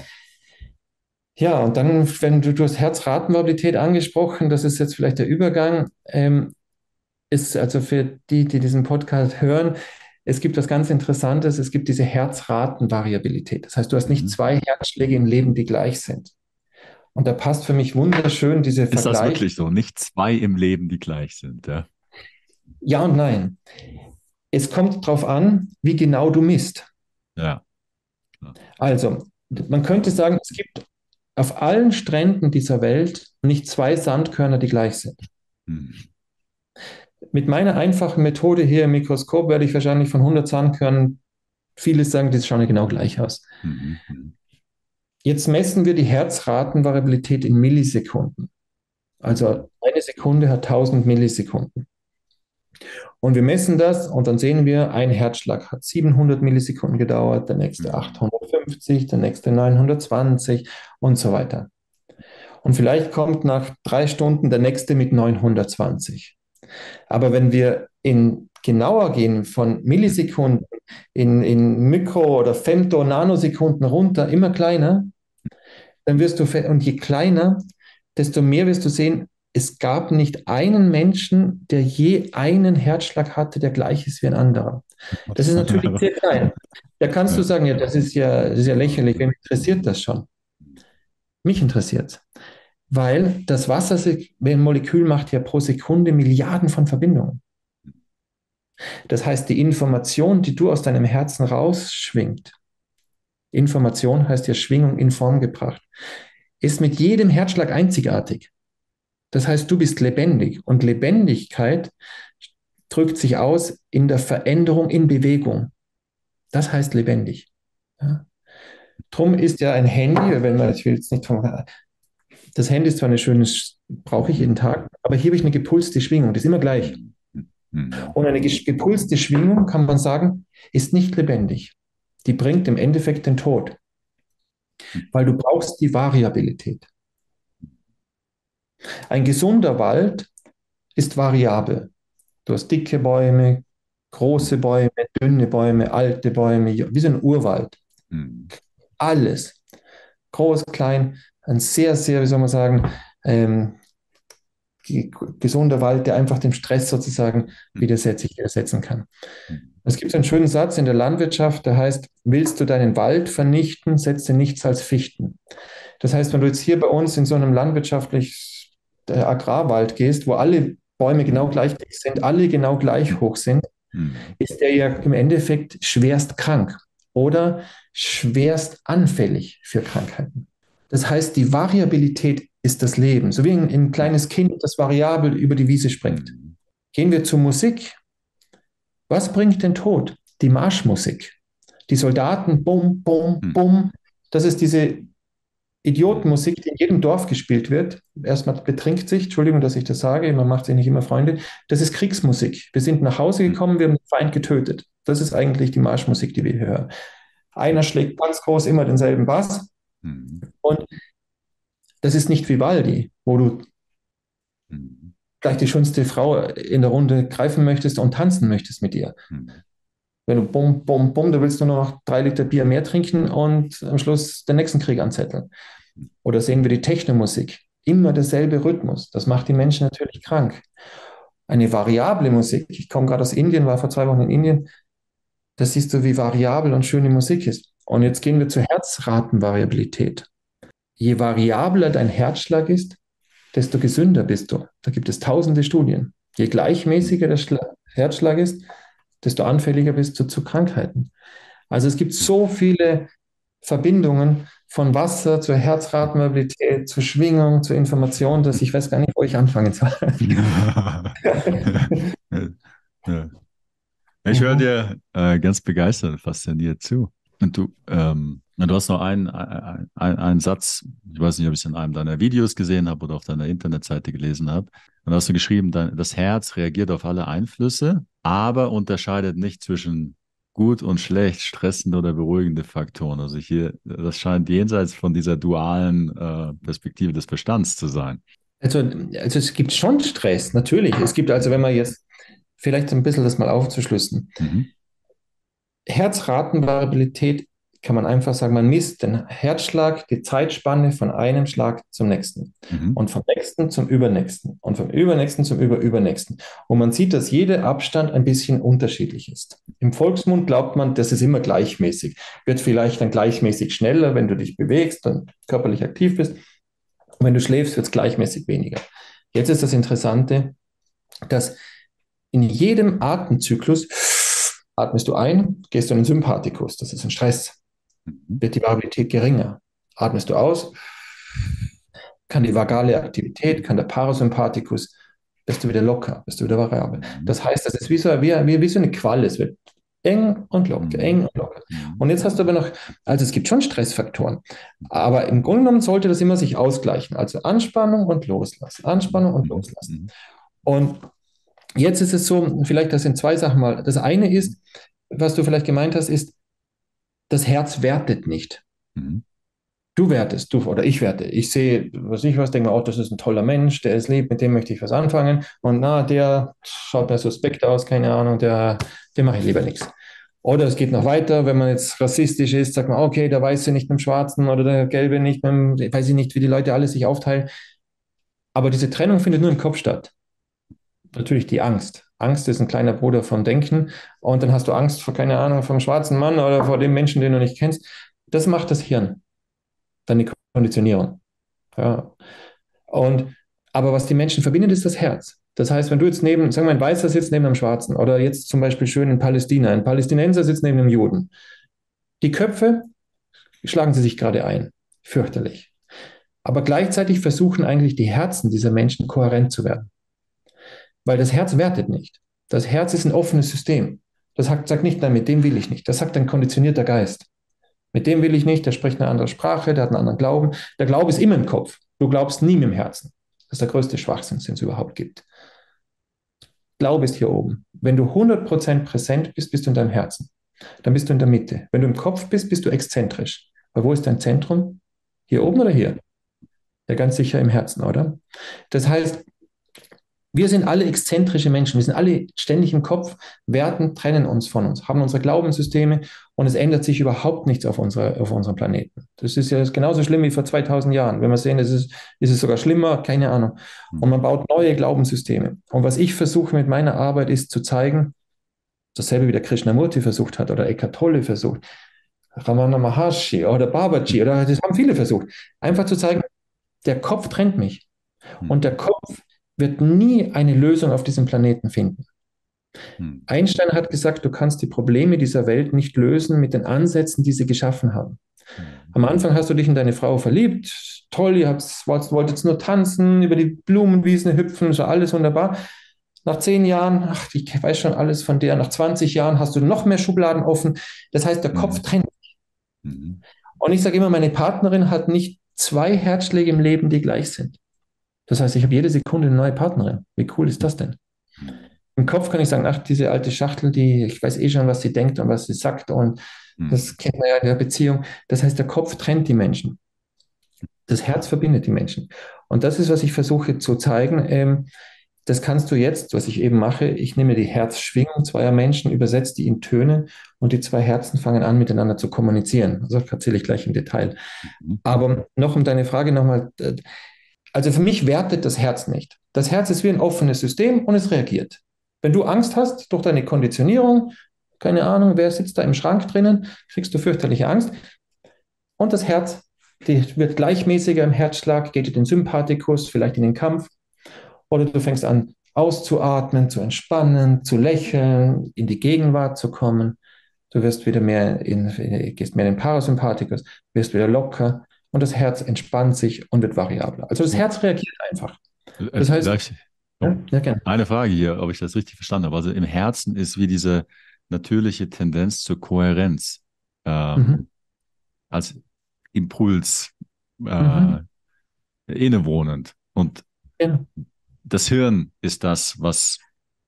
ja, und dann, wenn du, du hast Herzratenvariabilität angesprochen, das ist jetzt vielleicht der Übergang, ähm, ist also für die, die diesen Podcast hören, es gibt was ganz Interessantes, es gibt diese Herzratenvariabilität. Das heißt, du hast nicht Mhm. zwei Herzschläge im Leben, die gleich sind. Und da passt für mich wunderschön dieser Ist das Vergleich. wirklich so? Nicht zwei im Leben, die gleich sind, ja? Ja und nein. Es kommt darauf an, wie genau du misst. Ja, klar. Also, man könnte sagen, es gibt auf allen Stränden dieser Welt nicht zwei Sandkörner, die gleich sind. Mhm. Mit meiner einfachen Methode hier im Mikroskop werde ich wahrscheinlich von hundert Sandkörnern viele sagen, die schauen ja genau gleich aus. Mhm. Mhm. Jetzt messen wir die Herzratenvariabilität in Millisekunden. Mhm. Also eine Sekunde hat tausend Millisekunden. Und wir messen das und dann sehen wir, ein Herzschlag hat siebenhundert Millisekunden gedauert, der nächste Mhm. achthundertfünfzig, der nächste neunhundertzwanzig und so weiter. Und vielleicht kommt nach drei Stunden der nächste mit neunhundertzwanzig. Aber wenn wir in genauer gehen, von Millisekunden in, in Mikro- oder Femto-Nanosekunden runter, immer kleiner, dann wirst du, und je kleiner, desto mehr wirst du sehen, es gab nicht einen Menschen, der je einen Herzschlag hatte, der gleich ist wie ein anderer. Das ist natürlich sehr klein. Da kannst du Ja. sagen, ja, das ist ja, das ist ja lächerlich, wem interessiert das schon? Mich interessiert es, weil das Wassermolekül macht ja pro Sekunde Milliarden von Verbindungen. Das heißt, die Information, die du aus deinem Herzen rausschwingt, Information heißt ja Schwingung in Form gebracht, ist mit jedem Herzschlag einzigartig. Das heißt, du bist lebendig und Lebendigkeit drückt sich aus in der Veränderung in Bewegung. Das heißt lebendig. Ja. Drum ist ja ein Handy, wenn man, ich will jetzt nicht vom, das Handy ist zwar eine schöne, brauche ich jeden Tag, aber hier habe ich eine gepulste Schwingung, die ist immer gleich. Mhm. Mhm. Und eine gepulste Schwingung, kann man sagen, ist nicht lebendig. Die bringt im Endeffekt den Tod, weil du brauchst die Variabilität. Ein gesunder Wald ist variabel. Du hast dicke Bäume, große Bäume, dünne Bäume, alte Bäume, wie so ein Urwald. Mhm. Alles. Groß, klein, ein sehr, sehr, wie soll man sagen, ähm, gesunder Wald, der einfach dem Stress sozusagen widerset sich widersetzen kann. Es gibt so einen schönen Satz in der Landwirtschaft, der heißt, willst du deinen Wald vernichten, setze nichts als Fichten. Das heißt, wenn du jetzt hier bei uns in so einem landwirtschaftlichen äh, Agrarwald gehst, wo alle Bäume genau gleich dick sind, alle genau gleich hoch sind, Mhm. ist der ja im Endeffekt schwerst krank oder schwerst anfällig für Krankheiten. Das heißt, die Variabilität ist das Leben, so wie ein, ein kleines Kind, das variabel über die Wiese springt. Mhm. Gehen wir zur Musik. Was bringt den Tod? Die Marschmusik. Die Soldaten, bum, bum, Mhm. bum. Das ist diese Idiotenmusik, die in jedem Dorf gespielt wird. Erstmal betrinkt sich, Entschuldigung, dass ich das sage, man macht sich nicht immer Freunde. Das ist Kriegsmusik. Wir sind nach Hause gekommen, wir haben den Feind getötet. Das ist eigentlich die Marschmusik, die wir hier hören. Einer schlägt ganz groß immer denselben Bass Mhm. und das ist nicht Vivaldi, wo du Mhm. gleich die schönste Frau in der Runde greifen möchtest und tanzen möchtest mit ihr. Mhm. Wenn du bum, bum, bum, da willst du nur noch drei Liter Bier mehr trinken und am Schluss den nächsten Krieg anzetteln. Oder sehen wir die Technomusik. Immer derselbe Rhythmus. Das macht die Menschen natürlich krank. Eine variable Musik. Ich komme gerade aus Indien, war vor zwei Wochen in Indien. Da siehst du, wie variabel und schön die Musik ist. Und jetzt gehen wir zur Herzratenvariabilität. Je variabler dein Herzschlag ist, desto gesünder bist du. Da gibt es tausende Studien. Je gleichmäßiger der Schla Herzschlag ist, desto anfälliger bist du zu Krankheiten. Also es gibt so viele Verbindungen von Wasser zur Herzratenmobilität, zur Schwingung, zur Information, dass ich weiß gar nicht, wo ich anfangen soll. Ja. Ich höre Mhm. dir äh, ganz begeistert und fasziniert zu. Und du, ähm, du hast noch einen, ein, ein, einen Satz, ich weiß nicht, ob ich es in einem deiner Videos gesehen habe oder auf deiner Internetseite gelesen habe. Und da hast du geschrieben, dein, das Herz reagiert auf alle Einflüsse, aber unterscheidet nicht zwischen gut und schlecht, stressende oder beruhigende Faktoren. Also hier, das scheint jenseits von dieser dualen äh, Perspektive des Verstands zu sein. Also, also es gibt schon Stress, natürlich. Es gibt also, wenn man jetzt vielleicht ein bisschen das mal aufzuschlüssen, Mhm. Herzratenvariabilität kann man einfach sagen, man misst den Herzschlag, die Zeitspanne von einem Schlag zum nächsten Mhm. und vom nächsten zum übernächsten und vom übernächsten zum überübernächsten. Und man sieht, dass jeder Abstand ein bisschen unterschiedlich ist. Im Volksmund glaubt man, das ist immer gleichmäßig. Wird vielleicht dann gleichmäßig schneller, wenn du dich bewegst und körperlich aktiv bist. Und wenn du schläfst, wird es gleichmäßig weniger. Jetzt ist das Interessante, dass in jedem Atemzyklus atmest du ein, gehst du in den Sympathikus, das ist ein Stress, Mhm. wird die Variabilität geringer. Atmest du aus, kann die vagale Aktivität, kann der Parasympathikus, bist du wieder locker, bist du wieder variabel. Mhm. Das heißt, das ist wie so, wie, wie, wie so eine Qualle, es wird eng und locker, Mhm. eng und locker. Mhm. Und jetzt hast du aber noch, also es gibt schon Stressfaktoren, aber im Grunde genommen sollte das immer sich ausgleichen. Also Anspannung und Loslassen, Anspannung und Mhm. Loslassen. Mhm. Und jetzt ist es so, vielleicht das sind zwei Sachen mal. Das eine ist, was du vielleicht gemeint hast, ist, das Herz wertet nicht. Mhm. Du wertest, du oder ich werte. Ich sehe, was ich was, denke mir, oh, das ist ein toller Mensch, der ist lieb, mit dem möchte ich was anfangen. Und na, der schaut mir suspekt aus, keine Ahnung, der, dem mache ich lieber nichts. Oder es geht noch weiter, wenn man jetzt rassistisch ist, sagt man, okay, der Weiße nicht mit dem Schwarzen oder der Gelbe nicht mit dem, weiß ich nicht, wie die Leute alle sich aufteilen. Aber diese Trennung findet nur im Kopf statt. Natürlich die Angst. Angst ist ein kleiner Bruder vom Denken. Und dann hast du Angst vor, keine Ahnung, vom schwarzen Mann oder vor dem Menschen, den du nicht kennst. Das macht das Hirn, dann die Konditionierung. Ja. Und, aber was die Menschen verbindet, ist das Herz. Das heißt, wenn du jetzt neben, sagen wir, ein Weißer sitzt neben einem Schwarzen oder jetzt zum Beispiel schön in Palästina, ein Palästinenser sitzt neben einem Juden. Die Köpfe schlagen sie sich gerade ein. Fürchterlich. Aber gleichzeitig versuchen eigentlich die Herzen dieser Menschen kohärent zu werden. Weil das Herz wertet nicht. Das Herz ist ein offenes System. Das sagt nicht, nein, mit dem will ich nicht. Das sagt ein konditionierter Geist. Mit dem will ich nicht, der spricht eine andere Sprache, der hat einen anderen Glauben. Der Glaube ist immer im Kopf. Du glaubst nie mit dem Herzen. Das ist der größte Schwachsinn, den es überhaupt gibt. Glaube ist hier oben. Wenn du hundert Prozent präsent bist, bist du in deinem Herzen. Dann bist du in der Mitte. Wenn du im Kopf bist, bist du exzentrisch. Weil wo ist dein Zentrum? Hier oben oder hier? Ja, ganz sicher im Herzen, oder? Das heißt, wir sind alle exzentrische Menschen. Wir sind alle ständig im Kopf. Werten trennen uns von uns, haben unsere Glaubenssysteme und es ändert sich überhaupt nichts auf, unserer, auf unserem Planeten. Das ist ja genauso schlimm wie vor zweitausend Jahren. Wenn wir sehen, ist es, ist es sogar schlimmer, keine Ahnung. Und man baut neue Glaubenssysteme. Und was ich versuche mit meiner Arbeit ist zu zeigen, dasselbe wie der Krishnamurti versucht hat oder Eckhart Tolle versucht, Ramana Maharshi oder Babaji, oder das haben viele versucht, einfach zu zeigen, der Kopf trennt mich. Und der Kopf wird nie eine Lösung auf diesem Planeten finden. Hm. Einstein hat gesagt, du kannst die Probleme dieser Welt nicht lösen mit den Ansätzen, die sie geschaffen haben. Am Anfang hast du dich in deine Frau verliebt, toll, ihr habt, wolltet nur tanzen, über die Blumenwiesen hüpfen, so alles wunderbar. Nach zehn Jahren, ach, ich weiß schon alles von der, nach zwanzig Jahren hast du noch mehr Schubladen offen. Das heißt, der Kopf trennt. Mhm. Und ich sage immer, meine Partnerin hat nicht zwei Herzschläge im Leben, die gleich sind. Das heißt, ich habe jede Sekunde eine neue Partnerin. Wie cool ist das denn? Im Kopf kann ich sagen, ach, diese alte Schachtel, die, ich weiß eh schon, was sie denkt und was sie sagt und das kennt man ja in der Beziehung. Das heißt, der Kopf trennt die Menschen. Das Herz verbindet die Menschen. Und das ist, was ich versuche zu zeigen. Ähm, das kannst du jetzt, was ich eben mache, ich nehme die Herzschwingung zweier Menschen, übersetze die in Töne und die zwei Herzen fangen an, miteinander zu kommunizieren. Also das erzähle ich gleich im Detail. Mhm. Aber noch um deine Frage nochmal, also für mich wertet das Herz nicht. Das Herz ist wie ein offenes System und es reagiert. Wenn du Angst hast durch deine Konditionierung, keine Ahnung, wer sitzt da im Schrank drinnen, kriegst du fürchterliche Angst. Und das Herz, die wird gleichmäßiger im Herzschlag, geht in den Sympathikus, vielleicht in den Kampf. Oder du fängst an auszuatmen, zu entspannen, zu lächeln, in die Gegenwart zu kommen. Du wirst wieder mehr in, gehst mehr in den Parasympathikus, wirst wieder locker und das Herz entspannt sich und wird variabler. Also das Oh, Herz reagiert einfach. äh, Das heißt, vielleicht oh, ja, ja, gerne. eine Frage hier, ob ich das richtig verstanden habe. Also im Herzen ist wie diese natürliche Tendenz zur Kohärenz Mhm. ähm, als Impuls äh, Mhm. innewohnend. Und Genau. das Hirn ist das, was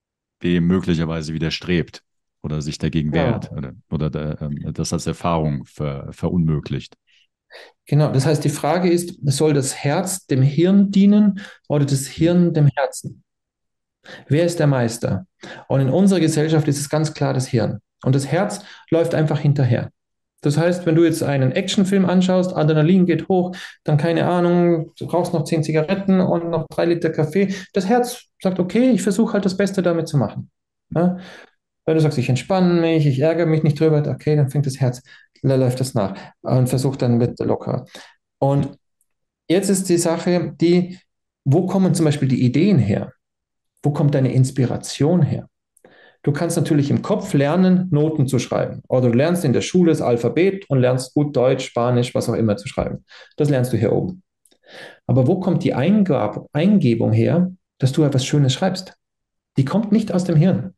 dem möglicherweise widerstrebt oder sich dagegen wehrt Genau. oder, oder der, ähm, das als Erfahrung ver, verunmöglicht. Genau. Das heißt, die Frage ist, soll das Herz dem Hirn dienen oder das Hm. Hirn dem Herzen? Wer ist der Meister? Und in unserer Gesellschaft ist es ganz klar das Hirn. Und das Herz läuft einfach hinterher. Das heißt, wenn du jetzt einen Actionfilm anschaust, Adrenalin geht hoch, dann keine Ahnung, du brauchst noch zehn Zigaretten und noch drei Liter Kaffee. Das Herz sagt, okay, ich versuche halt das Beste damit zu machen. Ja? Wenn du sagst, ich entspanne mich, ich ärgere mich nicht drüber, okay, dann fängt das Herz, da läuft das nach und versucht dann mit locker. Und jetzt ist die Sache, die, wo kommen zum Beispiel die Ideen her? Wo kommt deine Inspiration her? Du kannst natürlich im Kopf lernen, Noten zu schreiben. Oder du lernst in der Schule das Alphabet und lernst gut Deutsch, Spanisch, was auch immer zu schreiben. Das lernst du hier oben. Aber wo kommt die Eingab Eingebung her, dass du etwas Schönes schreibst? Die kommt nicht aus dem Hirn.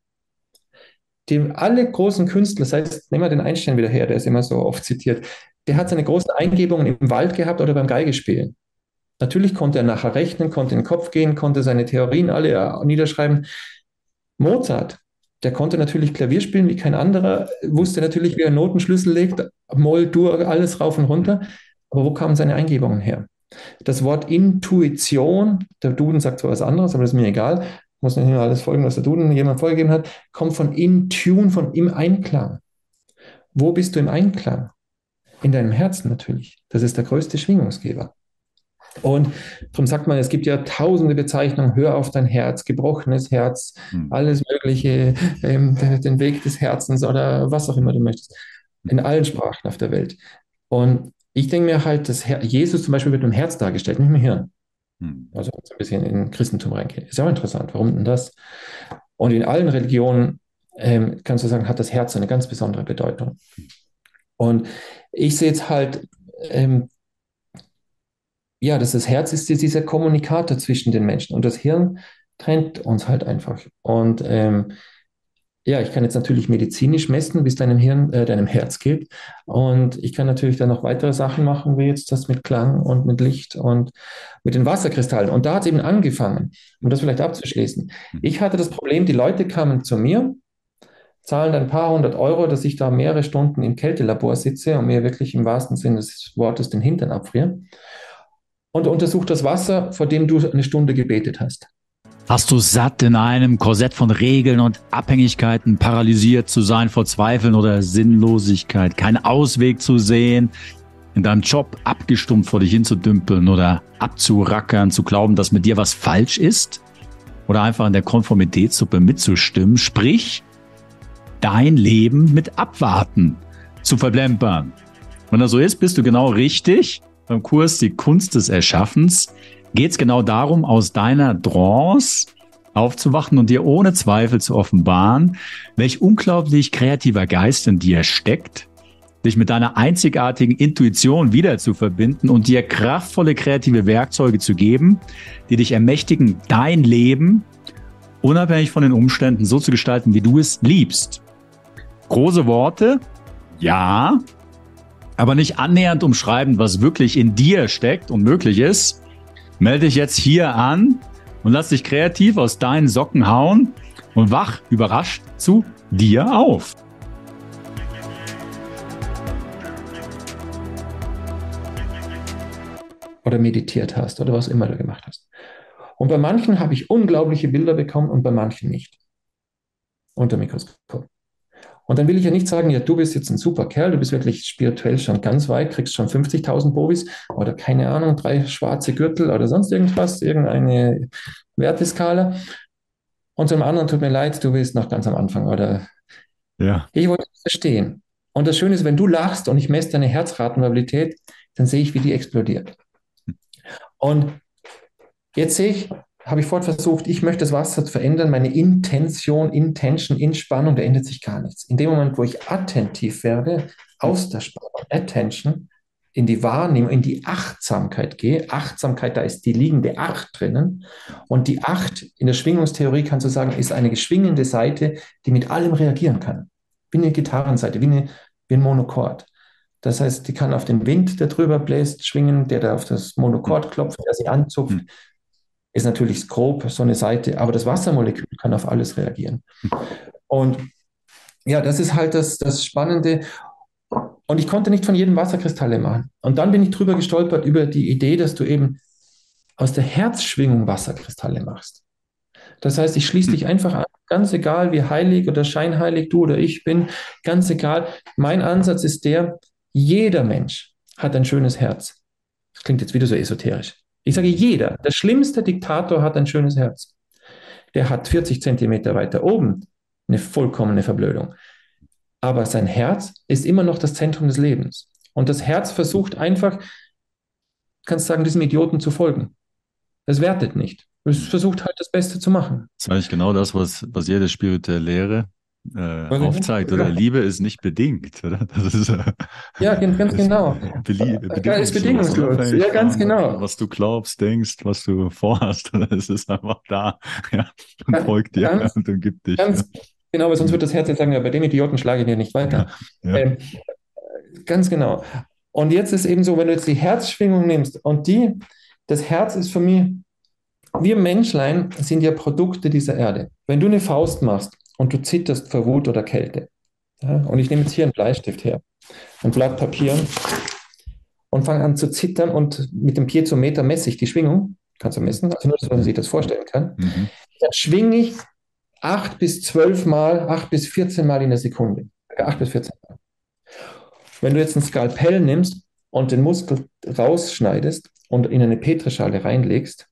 Die, alle großen Künstler, das heißt, nehmen wir den Einstein wieder her, der ist immer so oft zitiert, der hat seine großen Eingebungen im Wald gehabt oder beim Geigespielen. Natürlich konnte er nachher rechnen, konnte in den Kopf gehen, konnte seine Theorien alle äh, niederschreiben. Mozart, der konnte natürlich Klavier spielen wie kein anderer, wusste natürlich, wie er Notenschlüssel legt, Moll, Dur, alles rauf und runter. Aber wo kamen seine Eingebungen her? Das Wort Intuition, der Duden sagt zwar was anderes, aber das ist mir egal, muss nicht immer alles folgen, was der Duden jemand vorgegeben hat, kommt von in Tune, von im Einklang. Wo bist du im Einklang? In deinem Herzen natürlich. Das ist der größte Schwingungsgeber. Und darum sagt man, es gibt ja tausende Bezeichnungen, hör auf dein Herz, gebrochenes Herz, Hm. alles Mögliche, ähm, den Weg des Herzens oder was auch immer du möchtest, in allen Sprachen auf der Welt. Und ich denke mir halt, dass Her Jesus zum Beispiel wird mit dem Herz dargestellt, nicht mit dem Hirn. Hm. Also so ein bisschen in den Christentum reingehen. Ist ja auch interessant, warum denn das? Und in allen Religionen, ähm, kannst du sagen, hat das Herz eine ganz besondere Bedeutung. Und ich sehe jetzt halt, ähm, ja, das, das Herz ist jetzt dieser Kommunikator zwischen den Menschen und das Hirn trennt uns halt einfach. Und ähm, Ja, ich kann jetzt natürlich medizinisch messen, wie es deinem Hirn, äh, deinem Herz geht. Und ich kann natürlich dann noch weitere Sachen machen, wie jetzt das mit Klang und mit Licht und mit den Wasserkristallen. Und da hat es eben angefangen, um das vielleicht abzuschließen. Ich hatte das Problem, die Leute kamen zu mir, zahlen ein paar hundert Euro, dass ich da mehrere Stunden im Kältelabor sitze und mir wirklich im wahrsten Sinne des Wortes den Hintern abfriere und untersucht das Wasser, vor dem du eine Stunde gebetet hast. Hast du satt, in einem Korsett von Regeln und Abhängigkeiten paralysiert zu sein vor Zweifeln oder Sinnlosigkeit, keinen Ausweg zu sehen, in deinem Job abgestumpft vor dich hinzudümpeln oder abzurackern, zu glauben, dass mit dir was falsch ist oder einfach in der Konformitätssuppe mitzustimmen, sprich, dein Leben mit Abwarten zu verblempern. Wenn das so ist, bist du genau richtig. Beim Kurs Die Kunst des Erschaffens geht es genau darum, aus deiner Trance aufzuwachen und dir ohne Zweifel zu offenbaren, welch unglaublich kreativer Geist in dir steckt, dich mit deiner einzigartigen Intuition wieder zu verbinden und dir kraftvolle kreative Werkzeuge zu geben, die dich ermächtigen, dein Leben unabhängig von den Umständen so zu gestalten, wie du es liebst. Große Worte, ja, aber nicht annähernd umschreiben, was wirklich in dir steckt und möglich ist. Melde dich jetzt hier an und lass dich kreativ aus deinen Socken hauen und wach überrascht zu dir auf. Oder meditiert hast oder was immer du gemacht hast. Und bei manchen habe ich unglaubliche Bilder bekommen und bei manchen nicht. Unter Mikroskop. Und dann will ich ja nicht sagen, ja, du bist jetzt ein super Kerl, du bist wirklich spirituell schon ganz weit, kriegst schon fünfzigtausend Bobis oder keine Ahnung, drei schwarze Gürtel oder sonst irgendwas, irgendeine Werteskala. Und zum anderen tut mir leid, du bist noch ganz am Anfang oder Ja. ich wollte es verstehen. Und das Schöne ist, wenn du lachst und ich messe deine Herzratenvariabilität, dann sehe ich, wie die explodiert. Und jetzt sehe ich, habe ich vorhin versucht, ich möchte das Wasser zu verändern, meine Intention, Intention, Inspannung, da ändert sich gar nichts. In dem Moment, wo ich attentiv werde, aus der Spannung, Attention, in die Wahrnehmung, in die Achtsamkeit gehe, Achtsamkeit, da ist die liegende Acht drinnen und die Acht in der Schwingungstheorie, kannst du sagen, ist eine schwingende Seite, die mit allem reagieren kann. Wie eine Gitarrenseite, wie, eine, wie ein Monochord. Das heißt, die kann auf den Wind, der drüber bläst, schwingen, der da auf das Monochord klopft, der sie anzupft. Hm. Ist natürlich grob so eine Seite, aber das Wassermolekül kann auf alles reagieren. Und ja, das ist halt das, das Spannende. Und ich konnte nicht von jedem Wasserkristalle machen. Und dann bin ich drüber gestolpert über die Idee, dass du eben aus der Herzschwingung Wasserkristalle machst. Das heißt, ich schließe dich einfach an, ganz egal, wie heilig oder scheinheilig du oder ich bin, ganz egal. Mein Ansatz ist der, jeder Mensch hat ein schönes Herz. Das klingt jetzt wieder so esoterisch. Ich sage, jeder, der schlimmste Diktator hat ein schönes Herz. Der hat vierzig Zentimeter weiter oben eine vollkommene Verblödung. Aber sein Herz ist immer noch das Zentrum des Lebens. Und das Herz versucht einfach, kannst sagen, diesem Idioten zu folgen. Es wertet nicht. Es versucht halt das Beste zu machen. Das ist eigentlich genau das, was, was jede spirituelle Lehre äh, aufzeigt, oder? Ja. Liebe ist nicht bedingt, oder? Das ist, äh, Ja, ganz, ganz genau. Belie Ja, ist bedingungslos, bedingungslos. unabhängig Ja, ganz von, genau. was du glaubst, denkst, was du vorhast. Oder? Es ist einfach da, ja, und folgt dir Ganz, und umgibt dich. ganz Ja. genau, weil sonst wird das Herz jetzt sagen, ja, bei dem Idioten schlage ich dir nicht weiter. Ja, ja. Ähm, ganz genau. Und jetzt ist eben so, wenn du jetzt die Herzschwingung nimmst und die, das Herz ist für mich, wir Menschlein sind ja Produkte dieser Erde. Wenn du eine Faust machst und du zitterst vor Wut oder Kälte, ja, und ich nehme jetzt hier einen Bleistift her, ein Blatt Papier und fange an zu zittern und mit dem Piezometer messe ich die Schwingung, kannst du messen, also nur, dass man sich das vorstellen kann, Mhm. dann schwinge ich acht bis zwölf Mal, acht bis vierzehn Mal in der Sekunde. acht bis vierzehn Mal. Wenn du jetzt ein Skalpell nimmst und den Muskel rausschneidest und in eine Petrischale reinlegst,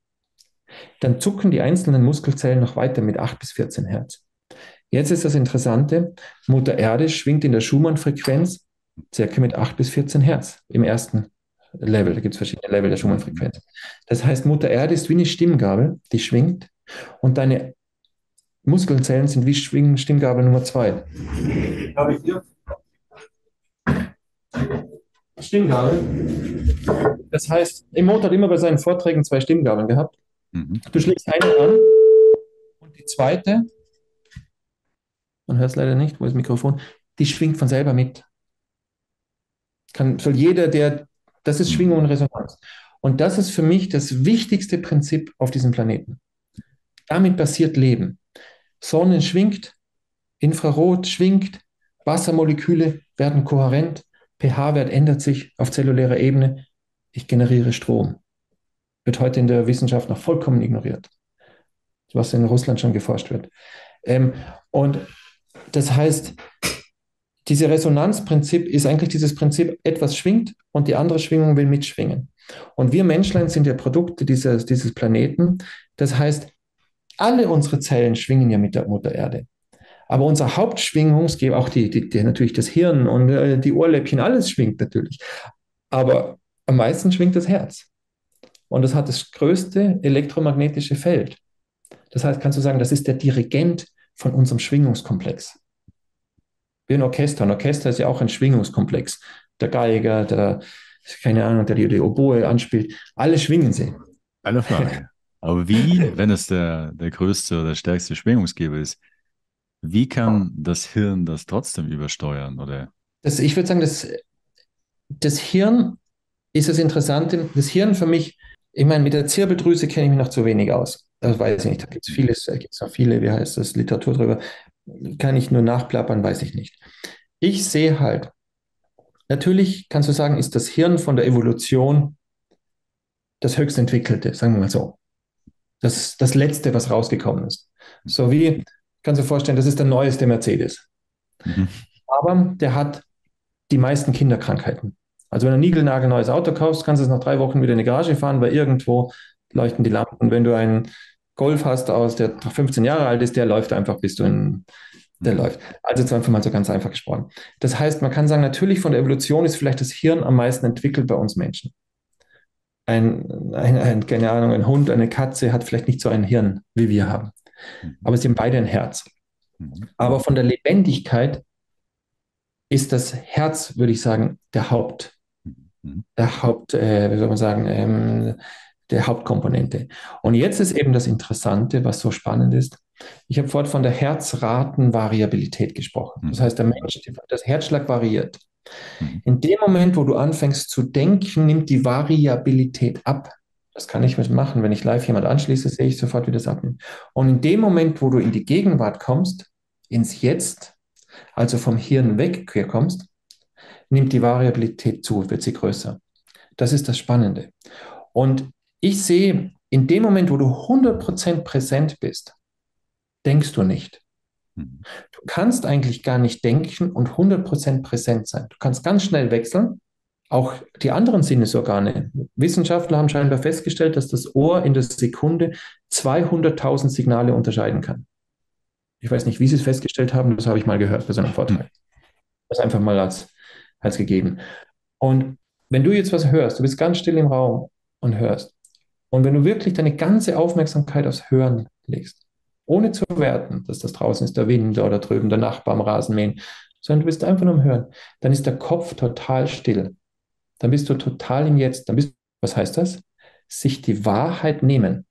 dann zucken die einzelnen Muskelzellen noch weiter mit acht bis vierzehn Hertz. Jetzt ist das Interessante, Mutter Erde schwingt in der Schumann-Frequenz circa mit acht bis vierzehn Hertz im ersten Level. Da gibt es verschiedene Level der Schumann-Frequenz. Das heißt, Mutter Erde ist wie eine Stimmgabel, die schwingt und deine Muskelzellen sind wie Schwing Stimmgabel Nummer zwei. Habe ich hier? Stimmgabel. Das heißt, Emo hat immer bei seinen Vorträgen zwei Stimmgabeln gehabt. Mhm. Du schlägst eine an und die zweite man hört es leider nicht, wo ist das Mikrofon, die schwingt von selber mit. Kann, soll jeder, der, das ist Schwingung und Mhm. Resonanz. Und das ist für mich das wichtigste Prinzip auf diesem Planeten. Damit passiert Leben. Sonne schwingt, Infrarot schwingt, Wassermoleküle werden kohärent, pH-Wert ändert sich auf zellulärer Ebene, ich generiere Strom. Wird heute in der Wissenschaft noch vollkommen ignoriert, was in Russland schon geforscht wird. Ähm, und das heißt, dieses Resonanzprinzip ist eigentlich dieses Prinzip, etwas schwingt und die andere Schwingung will mitschwingen. Und wir Menschlein sind ja Produkte dieses, dieses Planeten. Das heißt, alle unsere Zellen schwingen ja mit der Mutter Erde. Aber unser Hauptschwingungsgeber, auch die, die, die, natürlich das Hirn und äh, die Ohrläppchen, alles schwingt natürlich. Aber am meisten schwingt das Herz. Und das hat das größte elektromagnetische Feld. Das heißt, kannst du sagen, das ist der Dirigent von unserem Schwingungskomplex. Wie ein Orchester. Ein Orchester ist ja auch ein Schwingungskomplex. Der Geiger, der, keine Ahnung, der die, die Oboe anspielt, alle schwingen sie. Keine Frage. Aber wie, wenn es der, der größte oder stärkste Schwingungsgeber ist, wie kann das Hirn das trotzdem übersteuern? Oder? Das, ich würde sagen, das, das Hirn ist das Interessante. Das Hirn für mich, ich meine, mit der Zirbeldrüse kenne ich mich noch zu wenig aus. Das weiß ich nicht. Da gibt es vieles, da gibt es noch viele, wie heißt das, Literatur drüber. Kann ich nur nachplappern, weiß ich nicht. Ich sehe halt, natürlich kannst du sagen, ist das Hirn von der Evolution das höchst entwickelte, sagen wir mal so. Das, das Letzte, was rausgekommen ist. So wie, kannst du dir vorstellen, das ist der neueste Mercedes. Mhm. Aber der hat die meisten Kinderkrankheiten. Also wenn du ein niegelnagelneues Auto kaufst, kannst du es nach drei Wochen wieder in die Garage fahren, weil irgendwo leuchten die Lampen. Wenn du einen Golf hast, aus der fünfzehn Jahre alt ist, der läuft einfach, bis du in, der Mhm. läuft. Also jetzt einfach mal so ganz einfach gesprochen. Das heißt, man kann sagen, natürlich von der Evolution ist vielleicht das Hirn am meisten entwickelt bei uns Menschen. Ein, ein, ein, keine Ahnung, ein Hund, eine Katze hat vielleicht nicht so ein Hirn, wie wir haben. Mhm. Aber sie haben beide ein Herz. Mhm. Aber von der Lebendigkeit ist das Herz, würde ich sagen, der Haupt, Mhm. der Haupt, äh, wie soll man sagen, ähm, der Hauptkomponente. Und jetzt ist eben das Interessante, was so spannend ist. Ich habe vorhin von der Herzratenvariabilität gesprochen. Das Mhm. heißt, der Mensch, das Herzschlag variiert. Mhm. In dem Moment, wo du anfängst zu denken, nimmt die Variabilität ab. Das kann ich machen. Wenn ich live jemand anschließe, sehe ich sofort, wie das abnimmt. Und in dem Moment, wo du in die Gegenwart kommst, ins Jetzt, also vom Hirn wegkommst, nimmt die Variabilität zu, wird sie größer. Das ist das Spannende. Und ich sehe, in dem Moment, wo du hundert Prozent präsent bist, denkst du nicht. Mhm. Du kannst eigentlich gar nicht denken und hundert Prozent präsent sein. Du kannst ganz schnell wechseln. Auch die anderen Sinnesorgane. Wissenschaftler haben scheinbar festgestellt, dass das Ohr in der Sekunde zweihunderttausend Signale unterscheiden kann. Ich weiß nicht, wie sie es festgestellt haben, das habe ich mal gehört bei so einem Mhm. Vortrag. Das einfach mal als, als gegeben. Und wenn du jetzt was hörst, du bist ganz still im Raum und hörst, und wenn du wirklich deine ganze Aufmerksamkeit aufs Hören legst, ohne zu werten, dass das draußen ist der Wind oder drüben der Nachbar am Rasenmähen, sondern du bist einfach nur am Hören, dann ist der Kopf total still. Dann bist du total im Jetzt. Dann bist, was heißt das? Sich die Wahrheit nehmen.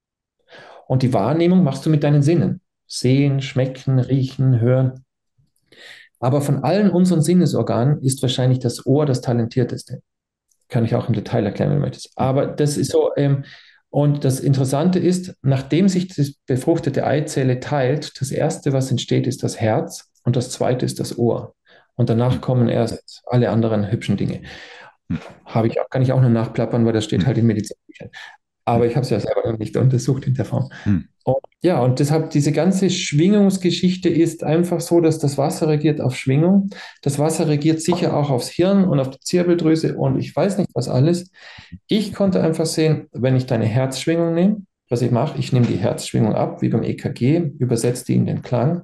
Und die Wahrnehmung machst du mit deinen Sinnen. Sehen, schmecken, riechen, hören. Aber von allen unseren Sinnesorganen ist wahrscheinlich das Ohr das talentierteste. Kann ich auch im Detail erklären, wenn du möchtest. Aber das ist so, ähm, und das Interessante ist, nachdem sich die befruchtete Eizelle teilt, das erste, was entsteht, ist das Herz und das zweite ist das Ohr. Und danach Mhm. kommen erst alle anderen hübschen Dinge. Mhm. Habe ich auch, kann ich auch nur nachplappern, weil das steht halt Mhm. in Medizinbüchern. Aber ich habe es ja selber noch nicht untersucht in der Form. Mhm. Und ja, und deshalb diese ganze Schwingungsgeschichte ist einfach so, dass das Wasser reagiert auf Schwingung. Das Wasser reagiert sicher auch aufs Hirn und auf die Zirbeldrüse und ich weiß nicht was alles. Ich konnte einfach sehen, wenn ich deine Herzschwingung nehme, was ich mache, ich nehme die Herzschwingung ab, wie beim E K G, übersetze die in den Klang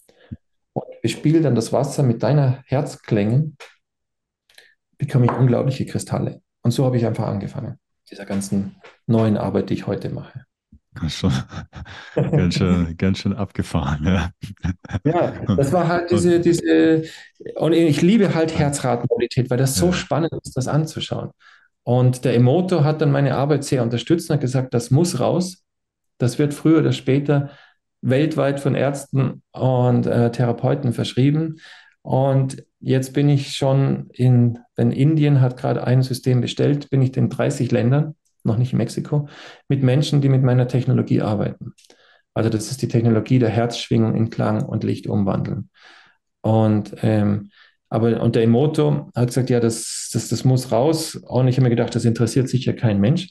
und bespiele dann das Wasser mit deiner Herzklängen, bekomme ich unglaubliche Kristalle. Und so habe ich einfach angefangen, dieser ganzen neuen Arbeit, die ich heute mache. Das ist schon ganz schön, ganz schön abgefahren, ja. Ja, Und, das war halt diese, und, diese, und ich liebe halt Herzratenmobilität, weil das so ja. spannend ist, das anzuschauen. Und der Emoto hat dann meine Arbeit sehr unterstützt und hat gesagt, das muss raus, das wird früher oder später weltweit von Ärzten und äh, Therapeuten verschrieben. Und jetzt bin ich schon in, wenn Indien hat gerade ein System bestellt, bin ich in dreißig Ländern, noch nicht in Mexiko, mit Menschen, die mit meiner Technologie arbeiten. Also das ist die Technologie der Herzschwingung in Klang und Licht umwandeln. Und ähm, aber und der Emoto hat gesagt, ja, das, das, das muss raus. Und ich habe mir gedacht, das interessiert sicher kein Mensch.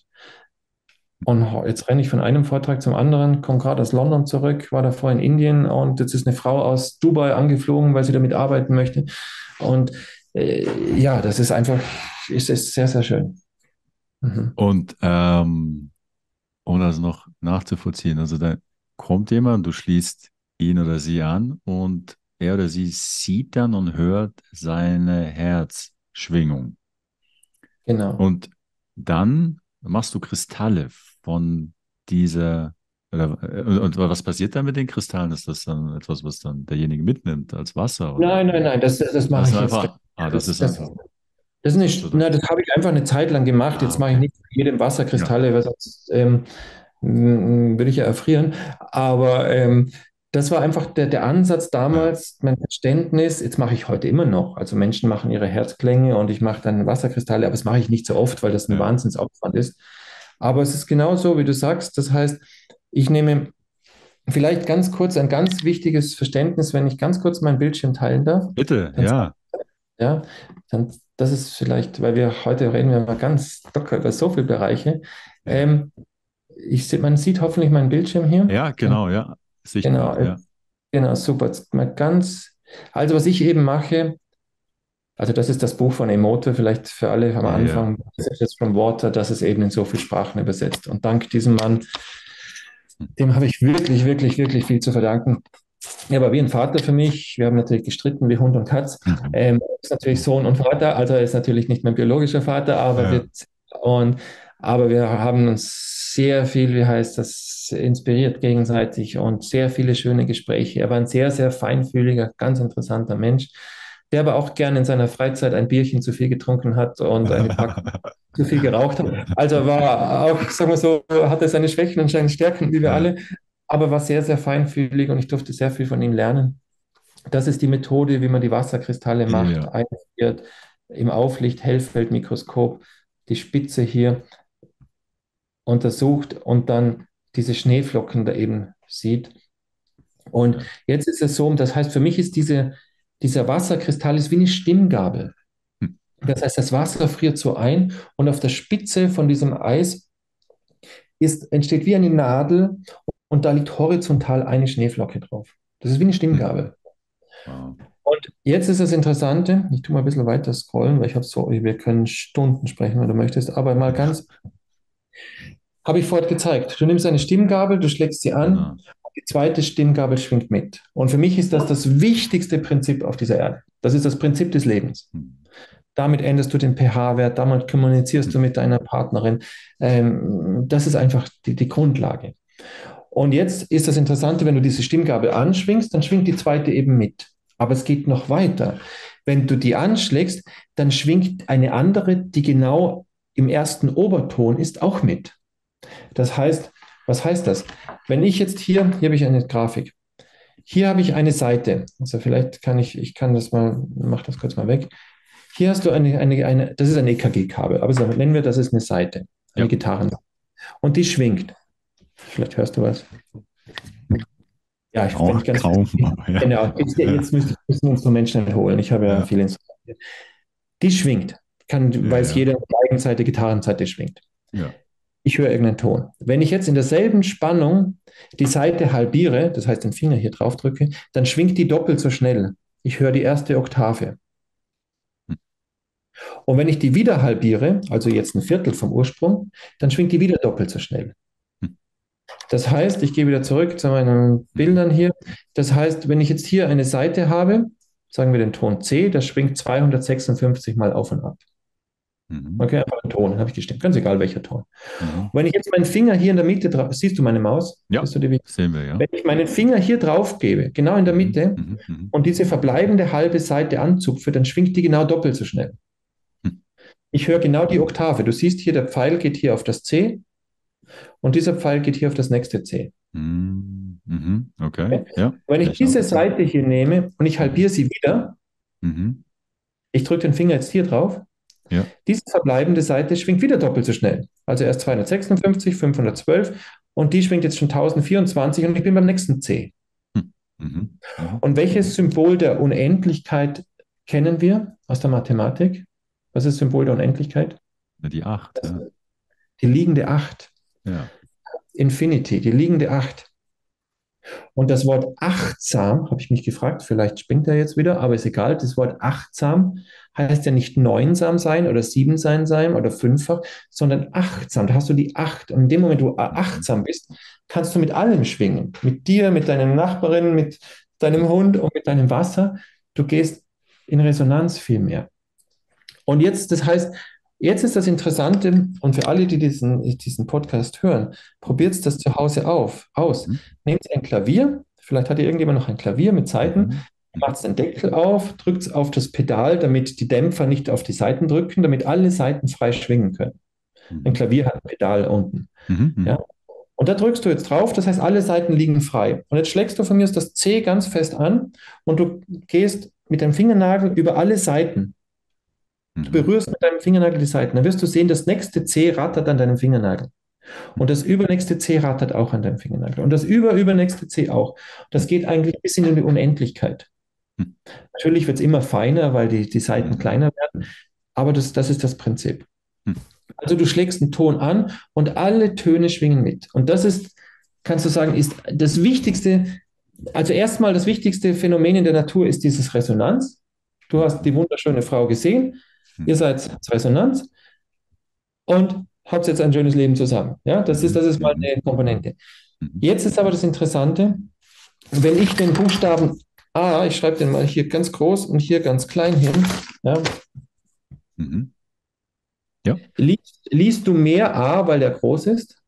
Und jetzt renne ich von einem Vortrag zum anderen, komme gerade aus London zurück, war davor in Indien und jetzt ist eine Frau aus Dubai angeflogen, weil sie damit arbeiten möchte. Und äh, ja, das ist einfach, ist, ist sehr, sehr schön. Mhm. Und ähm, um das noch nachzuvollziehen, also da kommt jemand, du schließt ihn oder sie an und er oder sie sieht dann und hört seine Herzschwingung. Genau. Und dann machst du Kristalle von dieser, oder, und, und was passiert dann mit den Kristallen? Ist das dann etwas, was dann derjenige mitnimmt als Wasser? Oder? Nein, nein, nein, das, das Das mache ist ich jetzt. einfach, ah, das Das, ist das, einfach. das ist So nicht, na, das. das habe ich einfach eine Zeit lang gemacht. Ah, Jetzt mache ich okay. nicht mit jedem Ja. Wasserkristalle, weil sonst ähm, m- würde ich ja erfrieren. Aber ähm, das war einfach der, der Ansatz Ja. damals, mein Verständnis. Jetzt mache ich heute immer noch. Also Menschen machen ihre Herzklänge und ich mache dann Wasserkristalle, aber das mache ich nicht so oft, weil das ein Ja. Wahnsinnsaufwand ist. Aber es ist genau so, wie du sagst. Das heißt, ich nehme vielleicht ganz kurz ein ganz wichtiges Verständnis, wenn ich ganz kurz meinen Bildschirm teilen darf. Bitte, Dann ja. ja, dann, das ist vielleicht, weil wir heute reden wir mal ganz locker über so viele Bereiche. Ja. Ähm, ich, seh- man sieht hoffentlich meinen Bildschirm hier. Ja, genau, ja. Genau, Sichtbar, äh, ja. genau, super. Jetzt mal ganz, also was ich eben mache, also das ist das Buch von Emoto, vielleicht für alle am Ja. Anfang, Messages from Water, das ist eben in so viele Sprachen übersetzt. Und dank diesem Mann, dem habe ich wirklich, wirklich, wirklich viel zu verdanken. Er war wie ein Vater für mich. Wir haben natürlich gestritten wie Hund und Katz. Mhm. Ähm, er ist natürlich Sohn und Vater, also er ist natürlich nicht mein biologischer Vater, aber Ja. wir, und, aber wir haben uns sehr viel, wie heißt das, inspiriert gegenseitig und sehr viele schöne Gespräche. Er war ein sehr, sehr feinfühliger, ganz interessanter Mensch, der aber auch gern in seiner Freizeit ein Bierchen zu viel getrunken hat und eine Packung zu viel geraucht hat. Also war auch, sagen wir so, hatte seine Schwächen und seine Stärken, wie wir Ja. alle, aber war sehr, sehr feinfühlig und ich durfte sehr viel von ihm lernen. Das ist die Methode, wie man die Wasserkristalle macht, Ja. einfriert, im Auflicht-Hellfeldmikroskop die Spitze hier untersucht und dann diese Schneeflocken da eben sieht. Und Ja. jetzt ist es so, das heißt, für mich ist diese, dieser Wasserkristall ist wie eine Stimmgabel. Hm. Das heißt, das Wasser friert so ein und auf der Spitze von diesem Eis ist, entsteht wie eine Nadel und da liegt horizontal eine Schneeflocke drauf. Das ist wie eine Hm. Stimmgabel. Wow. Und jetzt ist das Interessante, ich tue mal ein bisschen weiter scrollen, weil ich habe so, wir können Stunden sprechen, wenn du möchtest, aber mal Ja. ganz, habe ich vorhin gezeigt. Du nimmst eine Stimmgabel, du schlägst sie an, Genau. die zweite Stimmgabel schwingt mit. Und für mich ist das das wichtigste Prinzip auf dieser Erde. Das ist das Prinzip des Lebens. Hm. Damit änderst du den pH-Wert, damit kommunizierst Hm. du mit deiner Partnerin. Ähm, das ist einfach die, die Grundlage. Und jetzt ist das Interessante, wenn du diese Stimmgabel anschwingst, dann schwingt die zweite eben mit. Aber es geht noch weiter. Wenn du die anschlägst, dann schwingt eine andere, die genau im ersten Oberton ist, auch mit. Das heißt, was heißt das? Wenn ich jetzt hier, hier habe ich eine Grafik. Hier habe ich eine Seite. Also vielleicht kann ich, ich kann das mal, mach das kurz mal weg. Hier hast du eine, eine, eine das ist ein E K G-Kabel, aber so, nennen wir das ist eine Seite, eine Ja. Gitarren. Und die schwingt. Vielleicht hörst du was. Ja, ich, wenn Kaum, ich ganz kaum, aber ja. genau, jetzt, Ja. jetzt müsste ich ein Instrument schnell holen. Ich habe ja Ja. viele Instrumente. Die schwingt. Kann, Ja. weiß Ja. jeder, die Eigenseite, Gitarrenseite schwingt. Ja. Ich höre irgendeinen Ton. Wenn ich jetzt in derselben Spannung die Seite halbiere, das heißt den Finger hier drauf drücke, dann schwingt die doppelt so schnell. Ich höre die erste Oktave. Hm. Und wenn ich die wieder halbiere, also jetzt ein Viertel vom Ursprung, dann schwingt die wieder doppelt so schnell. Hm. Das heißt, ich gehe wieder zurück zu meinen Mhm. Bildern hier. Das heißt, wenn ich jetzt hier eine Seite habe, sagen wir den Ton C, das schwingt zweihundertsechsundfünfzig mal auf und ab. Mhm. Okay, einfach ein Ton, habe ich gestimmt. Ganz egal welcher Ton. Mhm. Und wenn ich jetzt meinen Finger hier in der Mitte drauf, siehst du meine Maus? Ja, Siehst du die? sehen wir, ja. Wenn ich meinen Finger hier drauf gebe, genau in der Mhm. Mitte, Mhm. Mhm. und diese verbleibende halbe Seite anzupfe, dann schwingt die genau doppelt so schnell. Hm. Ich höre genau die Oktave. Du siehst hier, der Pfeil geht hier auf das C und dieser Pfeil geht hier auf das nächste C. Mhm. Mhm. Okay. Okay? Ja. Wenn Kann ich ich diese nachvollziehen. Seite hier nehme und ich Mhm. halbiere sie wieder, Mhm. ich drücke den Finger jetzt hier drauf, Ja. diese verbleibende Seite schwingt wieder doppelt so schnell. Also erst zweihundertsechsundfünfzig, fünfhundertzwölf und die schwingt jetzt schon tausendvierundzwanzig und ich bin beim nächsten C. Hm. Mhm. Mhm. Und welches Symbol der Unendlichkeit kennen wir aus der Mathematik? Was ist das Symbol der Unendlichkeit? Ja, die acht, Das, ja. die liegende Acht. Ja. Infinity, die liegende Acht. Und das Wort achtsam, habe ich mich gefragt, vielleicht spinnt er jetzt wieder, aber ist egal. Das Wort achtsam heißt ja nicht neunsam sein oder siebensam sein oder fünffach, sondern achtsam. Da hast du die Acht. Und in dem Moment, wo du Mhm. achtsam bist, kannst du mit allem schwingen. Mit dir, mit deinen Nachbarin, mit deinem Hund und mit deinem Wasser. Du gehst in Resonanz viel mehr. Und jetzt, das heißt, jetzt ist das Interessante, und für alle, die diesen, diesen Podcast hören, probiert das zu Hause auf, aus. Mhm. Nehmt ein Klavier, vielleicht hat ihr irgendjemand noch ein Klavier mit Saiten, Mhm. Mhm. macht den Deckel auf, drückt auf das Pedal, damit die Dämpfer nicht auf die Saiten drücken, damit alle Saiten frei schwingen können. Ein Mhm. Klavier hat ein Pedal unten. Mhm. Ja? Mhm. Und da drückst du jetzt drauf, das heißt, alle Saiten liegen frei. Und jetzt schlägst du von mir aus das C ganz fest an und du gehst mit dem Fingernagel über alle Saiten. Du Mhm. berührst mit deinem Fingernagel die Seiten. Dann wirst du sehen, das nächste C rattert an deinem Fingernagel. Und das übernächste C rattert auch an deinem Fingernagel. Und das überübernächste C auch. Das geht eigentlich bis in die Unendlichkeit. Mhm. Natürlich wird es immer feiner, weil die, die Seiten Mhm. kleiner werden. Aber das, das ist das Prinzip. Mhm. Also du schlägst einen Ton an und alle Töne schwingen mit. Und das ist, kannst du sagen, ist das Wichtigste. Also erstmal das wichtigste Phänomen in der Natur ist dieses Resonanz. Du hast die wunderschöne Frau gesehen. Ihr Mhm. seid als Resonanz und habt jetzt ein schönes Leben zusammen. Ja, das ist, Mhm. das ist mal Mhm. eine Komponente. Mhm. Jetzt ist aber das Interessante, wenn ich den Buchstaben A, ich schreibe den mal hier ganz groß und hier ganz klein hin, ja, Mhm. Ja. liest, liest du mehr A, weil der groß ist?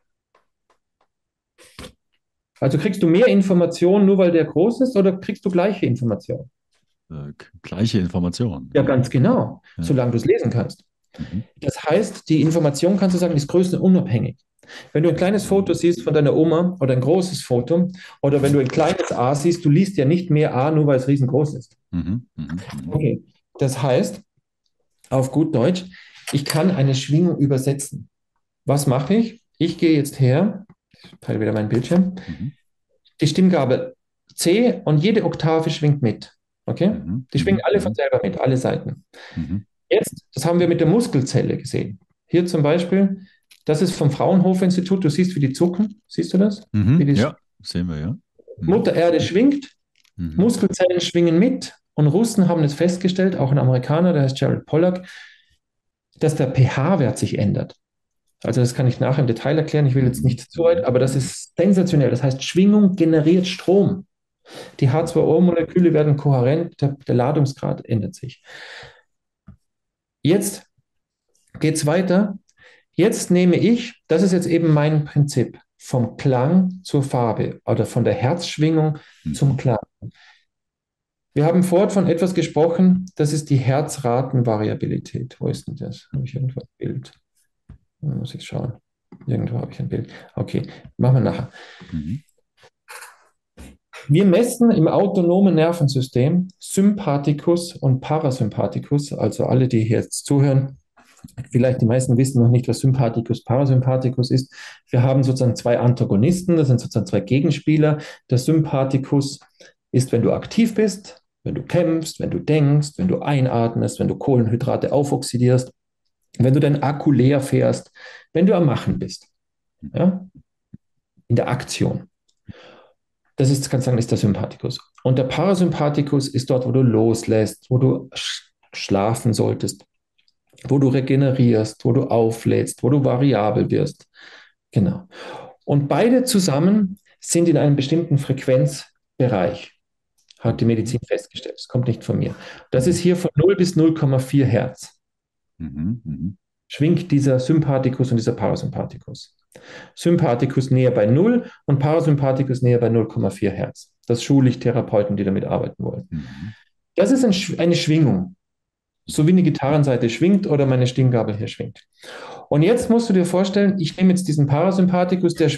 Also kriegst du mehr Informationen nur weil der groß ist oder kriegst du gleiche Informationen? Äh, k- gleiche Information. Ja, Ja. ganz genau, Ja. solange du es lesen kannst. Mhm. Das heißt, die Information, kannst du sagen, ist größenunabhängig. Wenn du ein kleines Foto Mhm. siehst von deiner Oma oder ein großes Foto oder wenn du ein kleines A siehst, du liest ja nicht mehr A, nur weil es riesengroß ist. Mhm. Mhm. Mhm. Okay, das heißt, auf gut Deutsch, ich kann eine Schwingung übersetzen. Was mache ich? Ich gehe jetzt her, ich teile wieder meinen Bildschirm, Mhm. die Stimmgabel C und jede Oktave schwingt mit. Okay? Mhm. Die schwingen Mhm. alle von Mhm. selber mit, alle Seiten. Mhm. Jetzt, das haben wir mit der Muskelzelle gesehen. Hier zum Beispiel, das ist vom Fraunhofer-Institut. Du siehst, wie die zucken. Siehst du das? Wie Mhm. die Ja, sehen wir, ja. Mhm. Mutter Erde schwingt, Mhm. Muskelzellen schwingen mit. Und Russen haben jetzt festgestellt, auch ein Amerikaner, der heißt Jared Pollack, dass der pH-Wert sich ändert. Also das kann ich nachher im Detail erklären. Ich will jetzt Mhm. nicht zu weit, Mhm. aber das Mhm. ist sensationell. Das heißt, Schwingung generiert Strom. Die H zwei O-Moleküle werden kohärent, der, der Ladungsgrad ändert sich. Jetzt geht es weiter. Jetzt nehme ich, das ist jetzt eben mein Prinzip, vom Klang zur Farbe oder von der Herzschwingung zum Mhm. Klang. Wir haben vorhin von etwas gesprochen, das ist die Herzratenvariabilität. Wo ist denn das? Habe ich irgendwo ein Bild? Da muss ich schauen. Irgendwo habe ich ein Bild. Okay, machen wir nachher. Mhm. Wir messen im autonomen Nervensystem Sympathikus und Parasympathikus, also alle, die hier jetzt zuhören. Vielleicht die meisten wissen noch nicht, was Sympathikus, Parasympathikus ist. Wir haben sozusagen zwei Antagonisten, das sind sozusagen zwei Gegenspieler. Der Sympathikus ist, wenn du aktiv bist, wenn du kämpfst, wenn du denkst, wenn du einatmest, wenn du Kohlenhydrate aufoxidierst, wenn du deinen Akku leer fährst, wenn du am Machen bist, ja? In der Aktion. Das ist, kannst du sagen, ist der Sympathikus. Und der Parasympathikus ist dort, wo du loslässt, wo du sch schlafen solltest, wo du regenerierst, wo du auflädst, wo du variabel wirst. Genau. Und beide zusammen sind in einem bestimmten Frequenzbereich, hat die Mhm. Medizin festgestellt. Das kommt nicht von mir. Das ist Mhm. hier von null bis null Komma vier Hertz. Mhm. Mhm. Schwingt dieser Sympathikus und dieser Parasympathikus. Sympathikus näher bei null und Parasympathikus näher bei null Komma vier Hertz. Das schule ich Therapeuten, die damit arbeiten wollen. Mhm. Das ist ein, eine Schwingung, so wie eine Gitarrenseite schwingt oder meine Stimmgabel hier schwingt. Und jetzt musst du dir vorstellen, ich nehme jetzt diesen Parasympathikus, der schwingt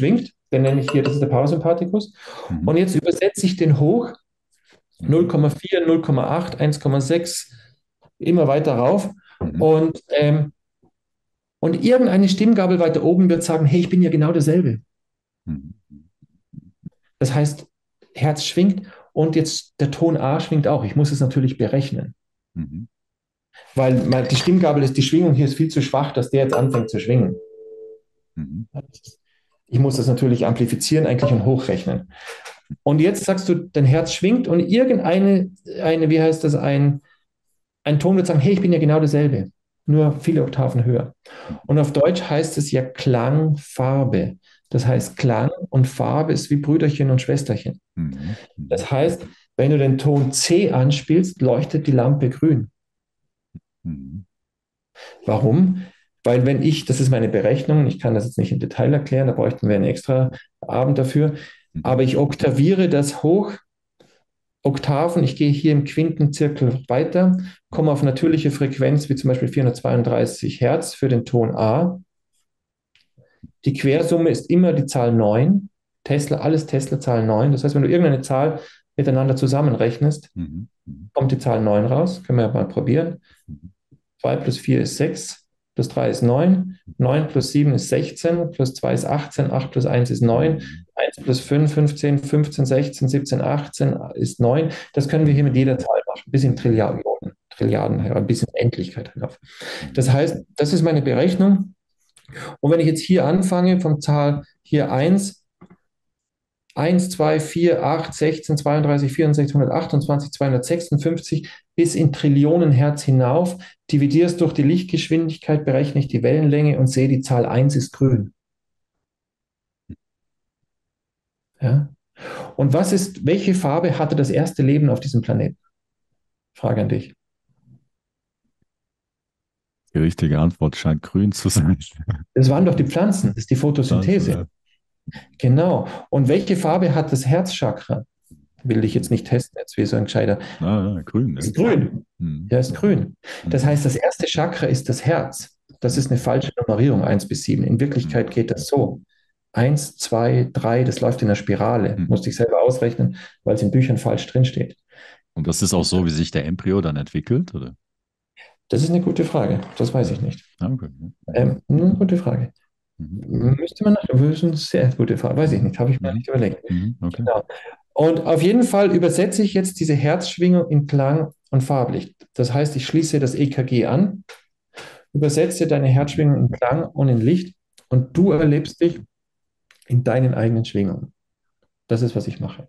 Den nenne ich hier, das ist der Parasympathikus. Mhm. Und jetzt übersetze ich den hoch, Mhm. null Komma vier, null Komma acht, eins Komma sechs, immer weiter rauf. Mhm. Und, ähm, und irgendeine Stimmgabel weiter oben wird sagen, hey, ich bin ja genau derselbe. Mhm. Das heißt, Herz schwingt und jetzt der Ton A schwingt auch. Ich muss es natürlich berechnen, Mhm. weil mal- die Stimmgabel ist, die Schwingung hier ist viel zu schwach, dass der jetzt anfängt zu schwingen. Mhm. Ich muss das natürlich amplifizieren eigentlich und hochrechnen. Und jetzt sagst du, dein Herz schwingt und irgendeine, eine, wie heißt das, ein, ein Ton wird sagen, hey, ich bin ja genau dasselbe, nur viele Oktaven höher. Und auf Deutsch heißt es ja Klangfarbe. Das heißt, Klang und Farbe ist wie Brüderchen und Schwesterchen. Mhm. Mhm. Das heißt, wenn du den Ton C anspielst, leuchtet die Lampe grün. Mhm. Warum? Weil wenn ich, das ist meine Berechnung, ich kann das jetzt nicht im Detail erklären, da bräuchten wir einen extra Abend dafür, Mhm. aber ich oktaviere das hoch, Oktaven, ich gehe hier im Quintenzirkel weiter, komme auf natürliche Frequenz wie zum Beispiel vierhundertzweiunddreißig Hertz für den Ton A. Die Quersumme ist immer die Zahl neun. Tesla, alles Tesla-Zahl neun. Das heißt, wenn du irgendeine Zahl miteinander zusammenrechnest, Mhm. Mhm. kommt die Zahl neun raus. Können wir ja mal probieren. Mhm. zwei plus vier ist sechs, plus drei ist neun, neun plus sieben ist sechzehn, plus zwei ist achtzehn, acht plus eins ist neun, Mhm. eins plus fünf, fünfzehn, fünfzehn, sechzehn, siebzehn, achtzehn ist neun. Das können wir hier mit Mhm. jeder Zahl machen, bis in Mhm. Trilliarden, Trilliarden, bis in Endlichkeit hinauf. Das Mhm. heißt, das ist meine Berechnung. Und wenn ich jetzt hier anfange, vom Zahl hier eins, eins, zwei, vier, acht, sechzehn, zweiunddreißig, vierundsechzig, hundertachtundzwanzig, zweihundertsechsundfünfzig bis in Trillionen Hertz hinauf, dividiere es durch die Lichtgeschwindigkeit, berechne ich die Wellenlänge und sehe, die Zahl eins ist grün. Ja? Und was ist, welche Farbe hatte das erste Leben auf diesem Planeten? Frage an dich. Die richtige Antwort scheint grün zu sein. Das waren doch die Pflanzen, das ist die Wahnsinn, Photosynthese. ja. Genau. Und welche Farbe hat das Herzchakra? Will ich jetzt nicht testen, jetzt wie so ein Gescheiter. Ah, ja, grün, ja. Ist grün. Mhm. Ja, ist grün. Das Mhm. heißt, das erste Chakra ist das Herz. Das ist Mhm. eine falsche Nummerierung, eins bis sieben. In Wirklichkeit Mhm. geht das so. Eins, zwei, drei, das läuft in der Spirale. Mhm. Musste ich selber ausrechnen, weil es in Büchern falsch drinsteht. Und das ist auch so, wie sich der Embryo dann entwickelt, oder? Das ist eine gute Frage. Das weiß ich Ja. nicht. Ah, okay. Ja. Mhm. Ähm, eine gute Frage. Mhm. Müsste man nach, das ist eine sehr gute Frage. Weiß ich Mhm. nicht, habe ich mir Mhm. nicht überlegt. Mhm. Okay. Genau. Und auf jeden Fall übersetze ich jetzt diese Herzschwingung in Klang und Farblicht. Das heißt, ich schließe das E K G an, übersetze deine Mhm. Herzschwingung in Klang und in Licht und du erlebst dich in deinen eigenen Schwingungen. Das ist, was ich mache.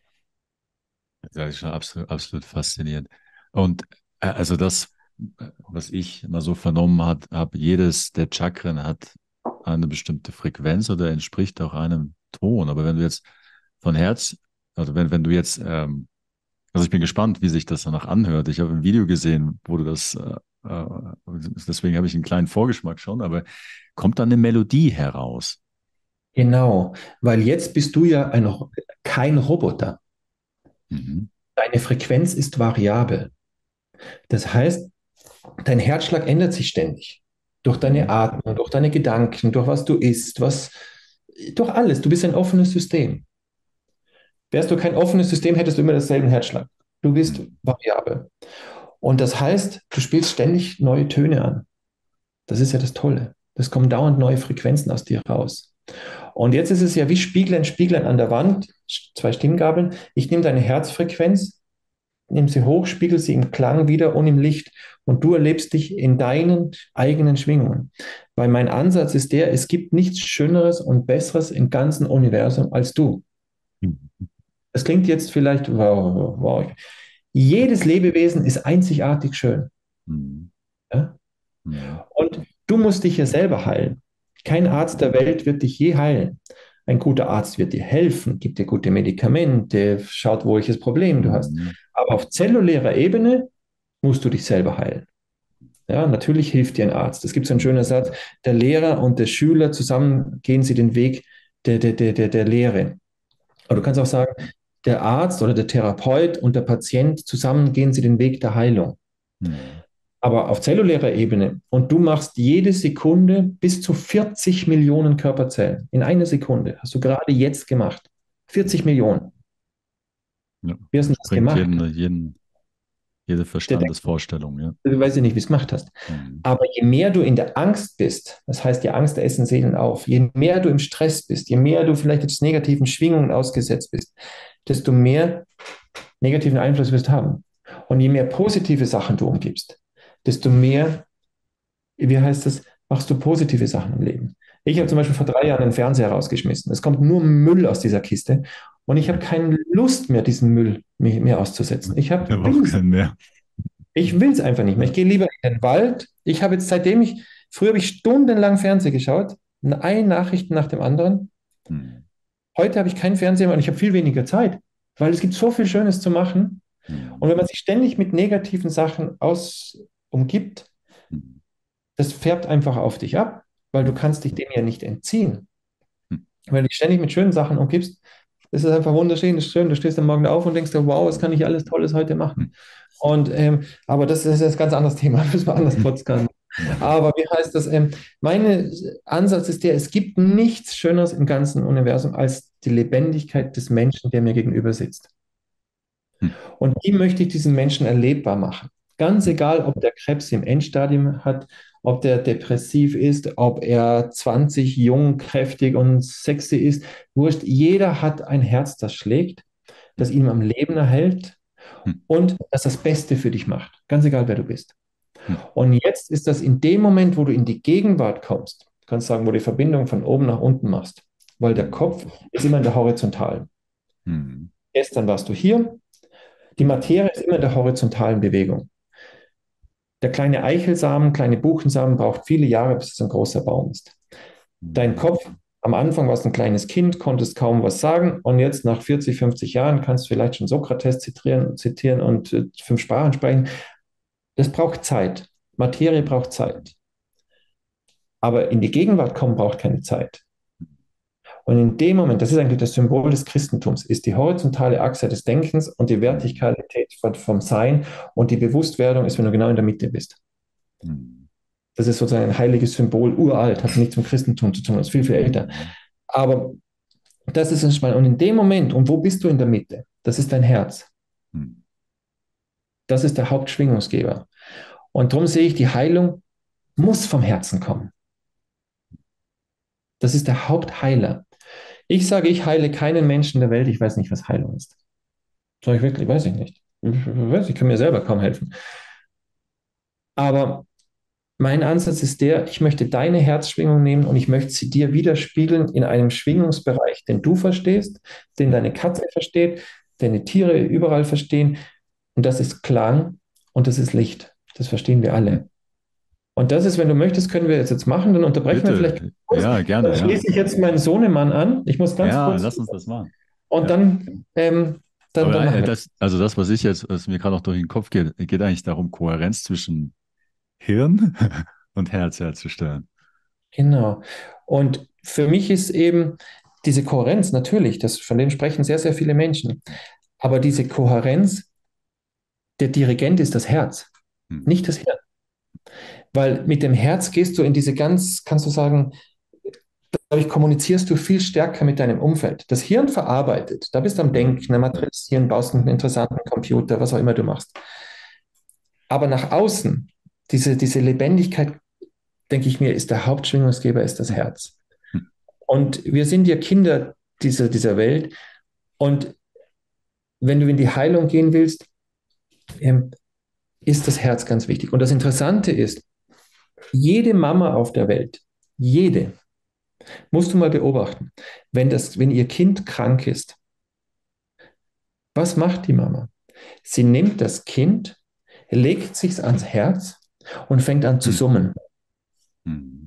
Das ist schon absolut, absolut faszinierend. Und äh, also das, äh, was ich mal so vernommen hat, habe, jedes der Chakren hat eine bestimmte Frequenz oder entspricht auch einem Ton. Aber wenn du jetzt von Herz, also wenn, wenn du jetzt, ähm, also ich bin gespannt, wie sich das danach anhört. Ich habe ein Video gesehen, wo du das, äh, äh, deswegen habe ich einen kleinen Vorgeschmack schon, aber kommt dann eine Melodie heraus? Genau, weil jetzt bist du ja ein, kein Roboter. Mhm. Deine Frequenz ist variabel. Das heißt, dein Herzschlag ändert sich ständig. Durch deine Mhm. Atmung, durch deine Gedanken, durch was du isst, was, durch alles. Du bist ein offenes System. Wärst du kein offenes System, hättest du immer denselben Herzschlag. Du bist Mhm. variabel. Und das heißt, du spielst ständig neue Töne an. Das ist ja das Tolle. Es kommen dauernd neue Frequenzen aus dir raus. Und jetzt ist es ja wie Spieglein, Spieglein an der Wand, zwei Stimmgabeln. Ich nehme deine Herzfrequenz, nehme sie hoch, spiegel sie im Klang wieder und im Licht. Und du erlebst dich in deinen eigenen Schwingungen. Weil mein Ansatz ist der, es gibt nichts Schöneres und Besseres im ganzen Universum als du. Mhm. Das klingt jetzt vielleicht, wow, wow. Jedes Lebewesen ist einzigartig schön. Mhm. Ja? Mhm. Und du musst dich ja selber heilen. Kein Arzt der Welt wird dich je heilen. Ein guter Arzt wird dir helfen, gibt dir gute Medikamente, schaut, welches Problem du hast. Mhm. Aber auf zellulärer Ebene musst du dich selber heilen. Ja, natürlich hilft dir ein Arzt. Es gibt so einen schönen Mhm. Satz, der Lehrer und der Schüler zusammen gehen sie den Weg der, der, der, der, der Lehre. Aber du kannst auch sagen, der Arzt oder der Therapeut und der Patient zusammen gehen sie den Weg der Heilung. Mhm. aber auf zellulärer Ebene. Und du machst jede Sekunde bis zu vierzig Millionen Körperzellen. In einer Sekunde hast du gerade jetzt gemacht. vierzig Millionen. Ja. Wie hast du das Sprengt gemacht? jeden, jeden, jede Der denkt, Verstandesvorstellung, ja. ich weiß ja nicht, wie du es gemacht hast. Mhm. Aber je mehr du in der Angst bist, das heißt, die Angst essen Seelen auf, je mehr du im Stress bist, je mehr du vielleicht jetzt negativen Schwingungen ausgesetzt bist, desto mehr negativen Einfluss wirst du haben. Und je mehr positive Sachen du umgibst, desto mehr, wie heißt das, machst du positive Sachen im Leben. Ich habe zum Beispiel vor drei Jahren einen Fernseher rausgeschmissen. Es kommt nur Müll aus dieser Kiste und ich habe keine Lust mehr, diesen Müll mir, mir auszusetzen. Ich Ich habe habe auch keinen mehr. ich will es einfach nicht mehr. Ich gehe lieber in den Wald. Ich habe jetzt, seitdem ich, früher habe ich stundenlang Fernsehen geschaut, eine Nachricht nach dem anderen. Mhm. Heute habe ich keinen Fernseher mehr und ich habe viel weniger Zeit, weil es gibt so viel Schönes zu machen. Und Mhm. wenn man sich ständig mit negativen Sachen aus umgibt, Mhm. das färbt einfach auf dich ab, weil du Mhm. kannst dich dem ja nicht entziehen. Mhm. Wenn du dich ständig mit schönen Sachen umgibst, das ist einfach wunderschön, das ist schön. Du stehst am Morgen auf und denkst dir, wow, was kann ich alles Tolles heute machen? Und, ähm, aber das ist jetzt ein ganz anderes Thema, müssen wir anders Podcast. Mhm. Aber wie heißt das? Ähm, mein Ansatz ist der, es gibt nichts Schöneres im ganzen Universum als die Lebendigkeit des Menschen, der mir gegenüber sitzt. Mhm. Und die möchte ich diesen Menschen erlebbar machen. Ganz Mhm. egal, ob der Krebs im Endstadium hat, ob der depressiv ist, ob er zwanzig, jung, kräftig und sexy ist. Wurscht, jeder hat ein Herz, das schlägt, das ihn am Leben erhält Mhm. und das das Beste für dich macht. Ganz egal, wer du bist. Mhm. Und jetzt ist das in dem Moment, wo du in die Gegenwart kommst, du kannst sagen, wo du die Verbindung von oben nach unten machst, weil der Mhm. Kopf ist immer in der Horizontalen. Mhm. Gestern warst du hier, die Materie ist immer in der horizontalen Bewegung. Der kleine Eichelsamen, kleine Buchensamen braucht viele Jahre, bis es ein großer Baum ist. Dein Mhm. Kopf, am Anfang warst du ein kleines Kind, konntest kaum was sagen und jetzt nach vierzig, fünfzig Jahren kannst du vielleicht schon Sokrates zitieren, zitieren und äh, fünf Sprachen sprechen. Das braucht Zeit. Materie braucht Zeit. Aber in die Gegenwart kommen braucht keine Zeit. Und in dem Moment, das ist eigentlich das Symbol des Christentums, ist die horizontale Achse des Denkens und die Mhm. Vertikalität von, vom Sein und die Bewusstwerdung ist, wenn du genau in der Mitte bist. Mhm. Das ist sozusagen ein heiliges Symbol, uralt, hat nichts mit Christentum zu tun, ist viel, viel älter. Mhm. Aber das ist entspannend. Und in dem Moment, und wo bist du in der Mitte? Das ist dein Herz. Mhm. Das ist der Hauptschwingungsgeber. Und darum sehe ich, die Heilung muss vom Herzen kommen. Das ist der Hauptheiler. Ich sage, ich heile keinen Menschen der Welt, ich weiß nicht, was Heilung ist. Sag ich wirklich, weiß ich nicht. Ich, weiß, ich kann mir selber kaum helfen. Aber mein Ansatz ist der, ich möchte deine Herzschwingung nehmen und ich möchte sie dir widerspiegeln in einem Schwingungsbereich, den du verstehst, den deine Katze versteht, deine Tiere überall verstehen. Und das ist Klang und das ist Licht. Das verstehen wir Mhm. alle. Und das ist, wenn du möchtest, können wir es jetzt machen, dann unterbrechen wir vielleicht Bitte. kurz. Ja, Dann gerne, ja. schließe ich jetzt meinen Sohnemann an. Ich muss ganz Ja, kurz lass uns das machen. und Ja. dann, ähm, dann, Aber dann machen äh, wir. das, also das, was ich jetzt, was mir gerade noch durch den Kopf geht, geht eigentlich darum, Kohärenz zwischen Hirn und Herz herzustellen. Genau. Und für mich ist eben diese Kohärenz natürlich, das, von dem sprechen sehr, sehr viele Menschen. Aber diese Kohärenz, der Dirigent ist das Herz, Mhm. nicht das Hirn. Weil mit dem Herz gehst du in diese ganz, kannst du sagen, dadurch kommunizierst du viel stärker mit deinem Umfeld. Das Hirn verarbeitet, da bist du am Denken, Mhm. am Materialisieren, baust einen interessanten Computer, was auch immer du machst. Aber nach außen, diese, diese Lebendigkeit, denke ich mir, ist der Hauptschwingungsgeber, ist das Herz. Mhm. Und wir sind ja Kinder dieser, dieser Welt. Und wenn du in die Heilung gehen willst, ähm, ist das Herz ganz wichtig. Und das Interessante ist, jede Mama auf der Welt, jede, musst du mal beobachten, wenn, das, wenn ihr Kind krank ist, was macht die Mama? Sie nimmt das Kind, legt sich's ans Herz und fängt an zu Mhm. summen. Mhm.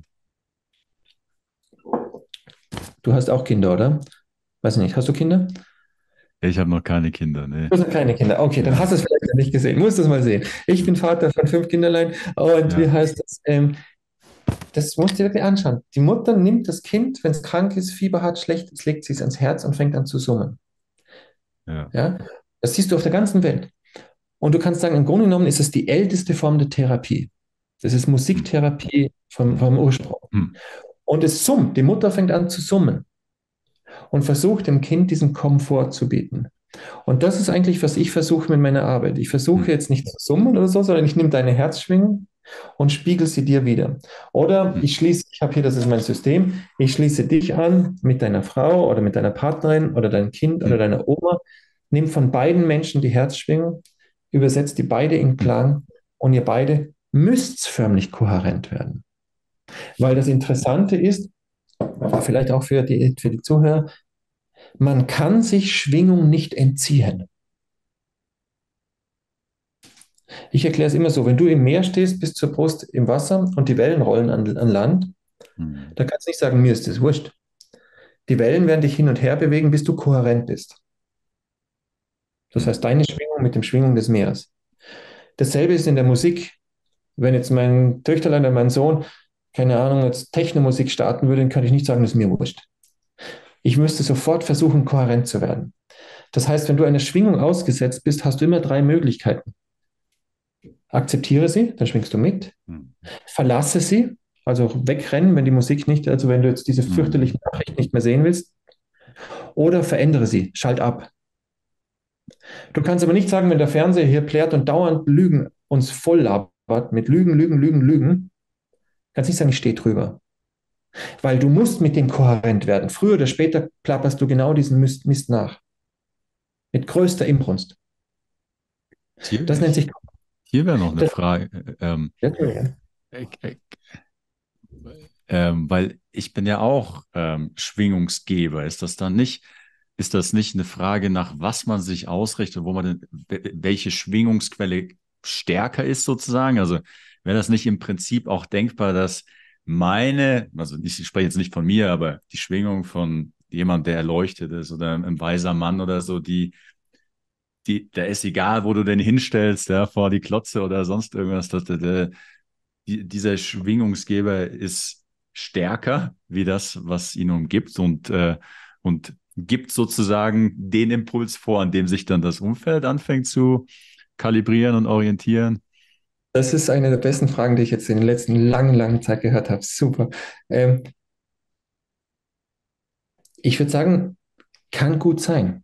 Du hast auch Kinder, oder? Weiß nicht, hast du Kinder? Ich habe noch keine Kinder, ne? Du hast keine Kinder. Okay, dann Ja, hast du es vielleicht noch nicht gesehen. Musst du es mal sehen. Ich bin Vater von fünf Kinderlein und wie ja, heißt das? Ähm, das musst du dir wirklich anschauen. Die Mutter nimmt das Kind, wenn es krank ist, Fieber hat, schlecht ist, legt sie es ans Herz und fängt an zu summen. ja. Ja? Das siehst du auf der ganzen Welt. Und du kannst sagen, im Grunde genommen ist es die älteste Form der Therapie. Das ist Hm. Musiktherapie vom, vom Ursprung. Hm. Und es summt, die Mutter fängt an zu summen und versucht dem Kind diesen Komfort zu bieten. Und das ist eigentlich, was ich versuche mit meiner Arbeit. Ich Hm. versuche jetzt nicht zu summen oder so, sondern ich nehme deine Herzschwingung und spiegel sie dir wieder. Oder Hm. ich schließe, ich habe hier, das ist mein System, ich schließe dich an mit deiner Frau oder mit deiner Partnerin oder deinem Kind oder Hm. deiner Oma. Nimm von beiden Menschen die Herzschwingung, übersetzt die beide in Hm. Klang und ihr beide müsst förmlich kohärent werden. Weil das Interessante ist, vielleicht auch für die, für die Zuhörer, man kann sich Schwingung nicht entziehen. Ich erkläre es immer so, wenn du im Meer stehst, bis zur Brust im Wasser und die Wellen rollen an, an Land, Hm. da kannst du nicht sagen, mir ist das wurscht. Die Wellen werden dich hin und her bewegen, bis du kohärent bist. Das Hm. heißt, deine Schwingung mit dem Schwingung des Meeres. Dasselbe ist in der Musik. Wenn jetzt mein Töchterlein oder mein Sohn, keine Ahnung, jetzt Techno-Musik starten würde, dann könnte ich nicht sagen, das ist mir wurscht. Ich müsste sofort versuchen, kohärent zu werden. Das heißt, wenn du einer Schwingung ausgesetzt bist, hast du immer drei Möglichkeiten. Akzeptiere sie, dann schwingst du mit. Hm. Verlasse sie, also wegrennen, wenn die Musik nicht, also wenn du jetzt diese Hm. fürchterlichen Nachrichten nicht mehr sehen willst. Oder verändere sie, schalt ab. Du kannst aber nicht sagen, wenn der Fernseher hier plärt und dauernd Lügen uns voll labert mit Lügen, Lügen, Lügen, Lügen, kannst nicht sagen, ich stehe drüber. Weil du musst mit dem kohärent werden. Früher oder später plapperst du genau diesen Mist, Mist nach. Mit größter Inbrunst. Hier, Das nennt sich. hier wäre noch eine Das, Frage. Ähm, ja, äh, äh, ähm, weil ich bin ja auch ähm, Schwingungsgeber. Ist das dann nicht, ist das nicht eine Frage, nach was man sich ausrichtet, wo man denn, welche Schwingungsquelle stärker ist sozusagen? Also wäre das nicht im Prinzip auch denkbar, dass meine, also ich spreche jetzt nicht von mir, aber die Schwingung von jemand, der erleuchtet ist oder ein weiser Mann oder so, die, die, da ist egal, wo du den hinstellst, ja, vor die Klotze oder sonst irgendwas, dass der, der, die, dieser Schwingungsgeber ist stärker wie das, was ihn umgibt und, äh, und gibt sozusagen den Impuls vor, an dem sich dann das Umfeld anfängt zu kalibrieren und orientieren. das ist eine der besten Fragen, die ich jetzt in der letzten langen, langen Zeit gehört habe. Super. Ähm, ich würde sagen, kann gut sein.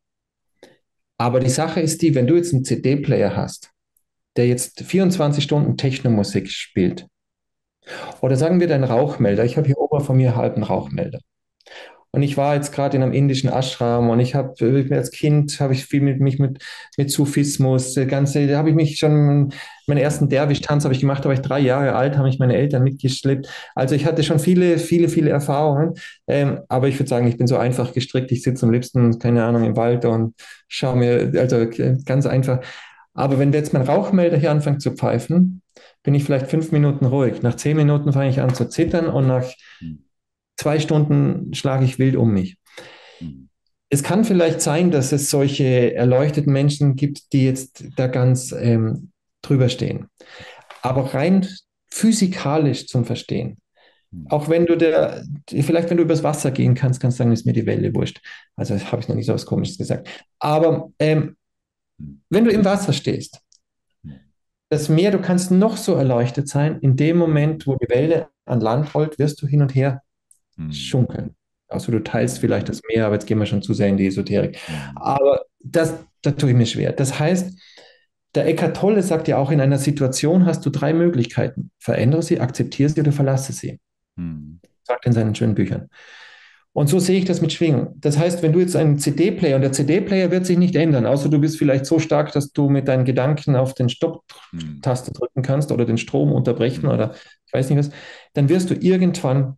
Aber die Sache ist die, wenn du jetzt einen C D-Player hast, der jetzt vierundzwanzig Stunden Techno-Musik spielt, oder sagen wir deinen Rauchmelder, ich habe hier oben von mir halt einen Rauchmelder. Und ich war jetzt gerade in einem indischen Ashram und ich habe als Kind habe ich viel mit mich mit mit Sufismus, der ganze, da habe ich mich schon meinen ersten Derwisch-Tanz habe ich gemacht, da war ich drei Jahre alt, habe mich meine Eltern mitgeschleppt. Also ich hatte schon viele, viele, viele Erfahrungen. Ähm, aber ich würde sagen, ich bin so einfach gestrickt. Ich sitze am liebsten, keine Ahnung, im Wald und schaue mir, also äh, ganz einfach. Aber wenn jetzt mein Rauchmelder hier anfängt zu pfeifen, bin ich vielleicht fünf Minuten ruhig. Nach zehn Minuten fange ich an zu zittern und nach Hm. zwei Stunden schlage ich wild um mich. Hm. Es kann vielleicht sein, dass es solche erleuchteten Menschen gibt, die jetzt da ganz ähm, drüber stehen. Aber rein physikalisch zum Verstehen, Hm. auch wenn du der, vielleicht wenn du übers Wasser gehen kannst, kannst du sagen, ist mir die Welle wurscht. Also habe ich noch nicht so was Komisches gesagt. Aber ähm, Hm. wenn du im Wasser stehst, Hm. das Meer, du kannst noch so erleuchtet sein, in dem Moment, wo die Welle an Land rollt, wirst du hin und her Hm. schunkeln. Also du teilst Hm. vielleicht das Meer, aber jetzt gehen wir schon zu sehr in die Esoterik. Hm. Aber das, das tue ich mir schwer. Das heißt, der Eckhart Tolle sagt ja auch, in einer Situation hast du drei Möglichkeiten. Verändere sie, akzeptiere sie oder verlasse sie. Hm. Sagt er in seinen schönen Büchern. Und so sehe ich das mit Schwingung. Das heißt, wenn du jetzt einen C D-Player, und der C D-Player wird sich nicht ändern, außer du bist vielleicht so stark, dass du mit deinen Gedanken auf den Hm. Stopp-Taste drücken kannst oder den Strom unterbrechen Hm. oder ich weiß nicht was, dann wirst du irgendwann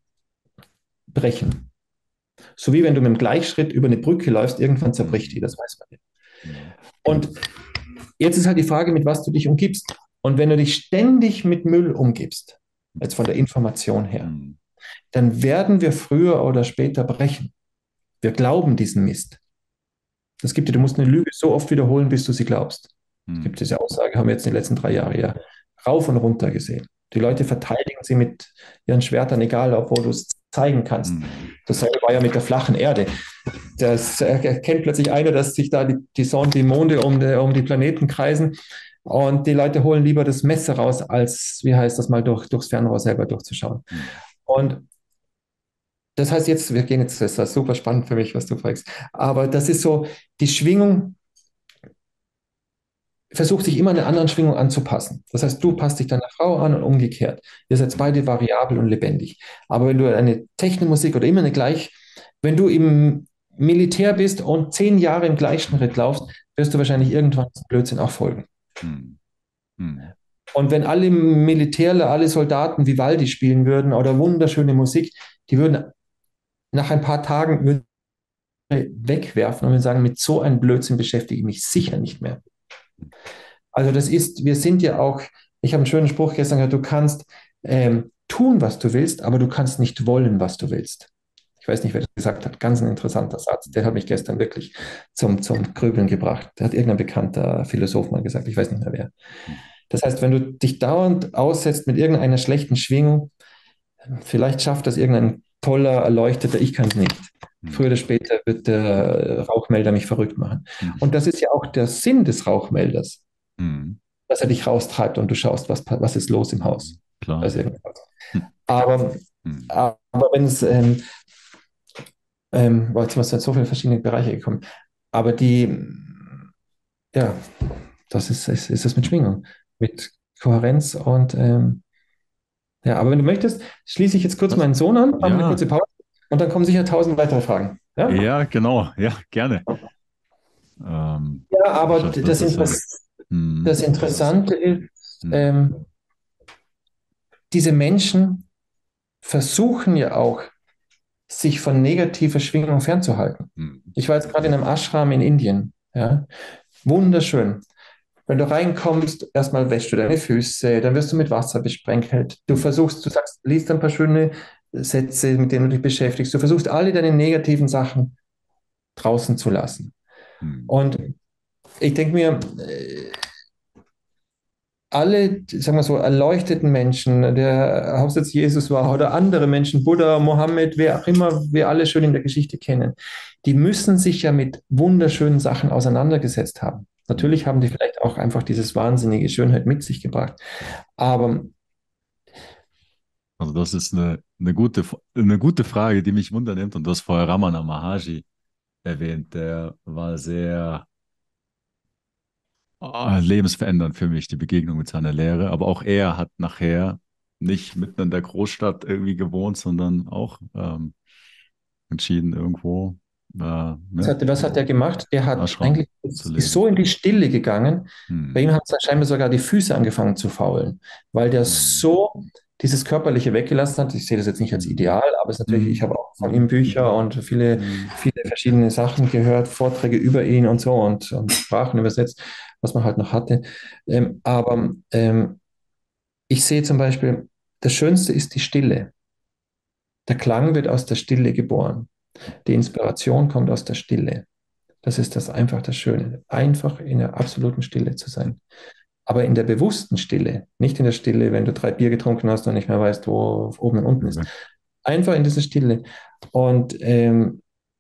brechen. So wie wenn du mit dem Gleichschritt über eine Brücke läufst, irgendwann zerbricht die, Hm. das weiß man nicht. Hm. Und jetzt ist halt die Frage, mit was du dich umgibst. Und wenn du dich ständig mit Müll umgibst, jetzt von der Information her, Hm. dann werden wir früher oder später brechen. Wir glauben diesen Mist. Es gibt ja, du musst eine Lüge so oft wiederholen, bis du sie glaubst. Es gibt Hm. diese Aussage, haben wir jetzt in den letzten drei Jahren ja rauf und runter gesehen. Die Leute Hm. verteidigen sie mit ihren Schwertern, egal, obwohl du es zeigen kannst. Hm. Dasselbe war ja mit der flachen Erde. Das erkennt plötzlich einer, dass sich da die, die Sonne, die Monde um die, um die Planeten kreisen. Und die Leute holen lieber das Messer raus, als, wie heißt das mal, durch, durchs Fernrohr selber durchzuschauen. Hm. Und das heißt jetzt, wir gehen jetzt, das ist super spannend für mich, was du fragst. Aber das ist so, die Schwingung versucht sich immer einer anderen Schwingung anzupassen. Das heißt, du passt dich deiner Frau an und umgekehrt. Ihr seid beide variabel und lebendig. Aber wenn du eine Technomusik oder immer eine gleich, wenn du im Militär bist und zehn Jahre im Gleichschritt laufst, wirst du wahrscheinlich irgendwann zum Blödsinn auch folgen. Hm. Hm. Und wenn alle Militärler, alle Soldaten Vivaldi spielen würden oder wunderschöne Musik, die würden nach ein paar Tagen würden wegwerfen und würden sagen, mit so einem Blödsinn beschäftige ich mich sicher nicht mehr. Also das ist, wir sind ja auch, ich habe einen schönen Spruch gestern gehört, du kannst ähm, tun, was du willst, aber du kannst nicht wollen, was du willst. Ich weiß nicht, wer das gesagt hat. Ganz ein interessanter Satz. Der hat mich gestern wirklich zum, zum Grübeln gebracht. Der hat irgendein bekannter Philosoph mal gesagt. Ich weiß nicht mehr wer. Das heißt, wenn du dich dauernd aussetzt mit irgendeiner schlechten Schwingung, vielleicht schafft das irgendein toller, erleuchteter, ich kann es nicht. Hm. Früher oder später wird der Rauchmelder mich verrückt machen. Hm. Und das ist ja auch der Sinn des Rauchmelders, Hm. dass er dich raustreibt und du schaust, was, was ist los im Haus. Klar. Also irgendwas. Hm. Aber, Hm. aber wenn es, ähm, ähm, boah, jetzt sind wir in so viele verschiedene Bereiche gekommen, aber die, ja, das ist, ist, ist das mit Schwingung, mit Kohärenz und, ähm, ja, aber wenn du möchtest, schließe ich jetzt kurz Was? meinen Sohn an, machen wir eine Ja, kurze Pause und dann kommen sicher tausend weitere Fragen. Ja, ja, genau. Ja, gerne. Ähm, ja, ich aber glaube, das das, ist ja. Interess Hm. das Das ist. Interessante ist, Hm. ähm, diese Menschen versuchen ja auch, sich von negativer Schwingung fernzuhalten. Hm. Ich war jetzt gerade in einem Ashram in Indien. Ja, wunderschön. Wenn du reinkommst, erstmal wäschst du deine Füße, dann wirst du mit Wasser besprenkelt. Du Hm. versuchst, du sagst, liest ein paar schöne Sätze, mit denen du dich beschäftigst. Du versuchst, alle deine negativen Sachen draußen zu lassen. Hm. Und ich denke mir, äh, alle, sagen wir so, erleuchteten Menschen, der ob es jetzt Jesus war oder andere Menschen, Buddha, Mohammed, wer auch immer wir alle schon in der Geschichte kennen, die müssen sich ja mit wunderschönen Sachen auseinandergesetzt haben. Hm. Natürlich haben die vielleicht auch einfach dieses wahnsinnige Schönheit mit sich gebracht. Aber Also das ist eine, eine gute, eine gute Frage, die mich wundernimmt. Und du hast vorher Ramana Maharshi erwähnt. Der war sehr ah, lebensverändernd für mich, die Begegnung mit seiner Lehre. Aber auch er hat nachher nicht mitten in der Großstadt irgendwie gewohnt, sondern auch ähm, entschieden, irgendwo äh, was ne, hat, was hat er gemacht? Der im hat Ashram eigentlich zu ist leben. so in die Stille gegangen. Bei Hm. ihm hat es scheinbar sogar die Füße angefangen zu faulen, weil der Hm. so dieses Körperliche weggelassen hat. Ich sehe das jetzt nicht als Hm. Ideal, aber es ist natürlich, ich Hm. habe auch von Hm. ihm Bücher und viele, Hm. viele verschiedene Sachen gehört, Vorträge über ihn und so und, und Sprachen übersetzt, was man halt noch hatte. Ähm, aber ähm, ich sehe zum Beispiel, das Schönste ist die Stille. Der Klang wird aus der Stille geboren. Die Inspiration kommt aus der Stille. Das ist das einfach das Schöne. Einfach in der absoluten Stille zu sein. Aber in der bewussten Stille, nicht in der Stille, wenn du drei Bier getrunken hast und nicht mehr weißt, wo oben und unten ist. Okay. Einfach in dieser Stille. Und ähm,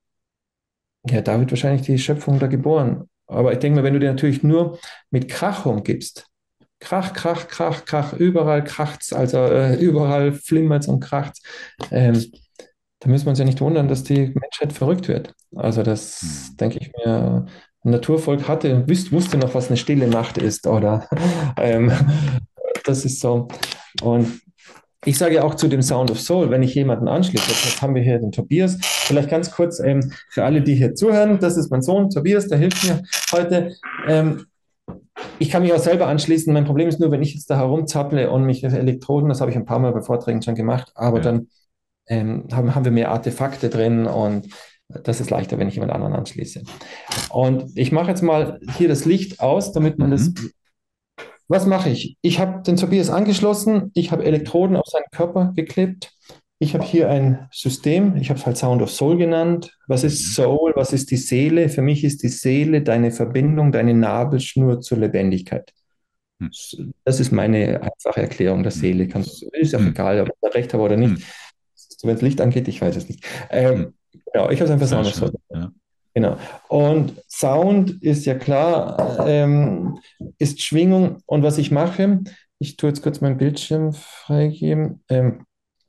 ja, da wird wahrscheinlich die Schöpfung da geboren. Aber ich denke mal, wenn du dir natürlich nur mit Krach umgibst, Krach, Krach, Krach, Krach, überall kracht's, also äh, überall flimmert's und kracht's, ähm, da müssen wir uns ja nicht wundern, dass die Menschheit verrückt wird. Also das Hm. denke ich mir, ein Naturvolk hatte, wüs wusste noch, was eine stille Nacht ist, oder ähm, das ist so. Und ich sage ja auch zu dem Sound of Soul, wenn ich jemanden anschließe, jetzt haben wir hier den Tobias, vielleicht ganz kurz ähm, für alle, die hier zuhören, das ist mein Sohn Tobias, der hilft mir heute. Ähm, ich kann mich auch selber anschließen. Mein Problem ist nur, wenn ich jetzt da herumzapple und mich Elektroden, das habe ich ein paar Mal bei Vorträgen schon gemacht, aber Ja. dann ähm, haben, haben wir mehr Artefakte drin und das ist leichter, wenn ich jemand anderen anschließe. Und ich mache jetzt mal hier das Licht aus, damit man das. Mhm. Was mache ich? Ich habe den Tobias angeschlossen, ich habe Elektroden auf seinen Körper geklebt. Ich habe hier ein System, ich habe es halt Sound of Soul genannt. Was ist Mhm. Soul? Was ist die Seele? Für mich ist die Seele deine Verbindung, deine Nabelschnur zur Lebendigkeit. Hm. Das ist meine einfache Erklärung der Hm. Seele. Kannst, ist auch Hm. egal, ob ich da recht habe oder nicht. Hm. Wenn es Licht angeht, ich weiß es nicht. Hm. Ähm, genau, ich habe es einfach Sehr Sound of Soul. schön. Ja. Genau. Und Sound ist ja klar, ähm, ist Schwingung. Und was ich mache, ich tue jetzt kurz meinen Bildschirm freigeben. Ähm,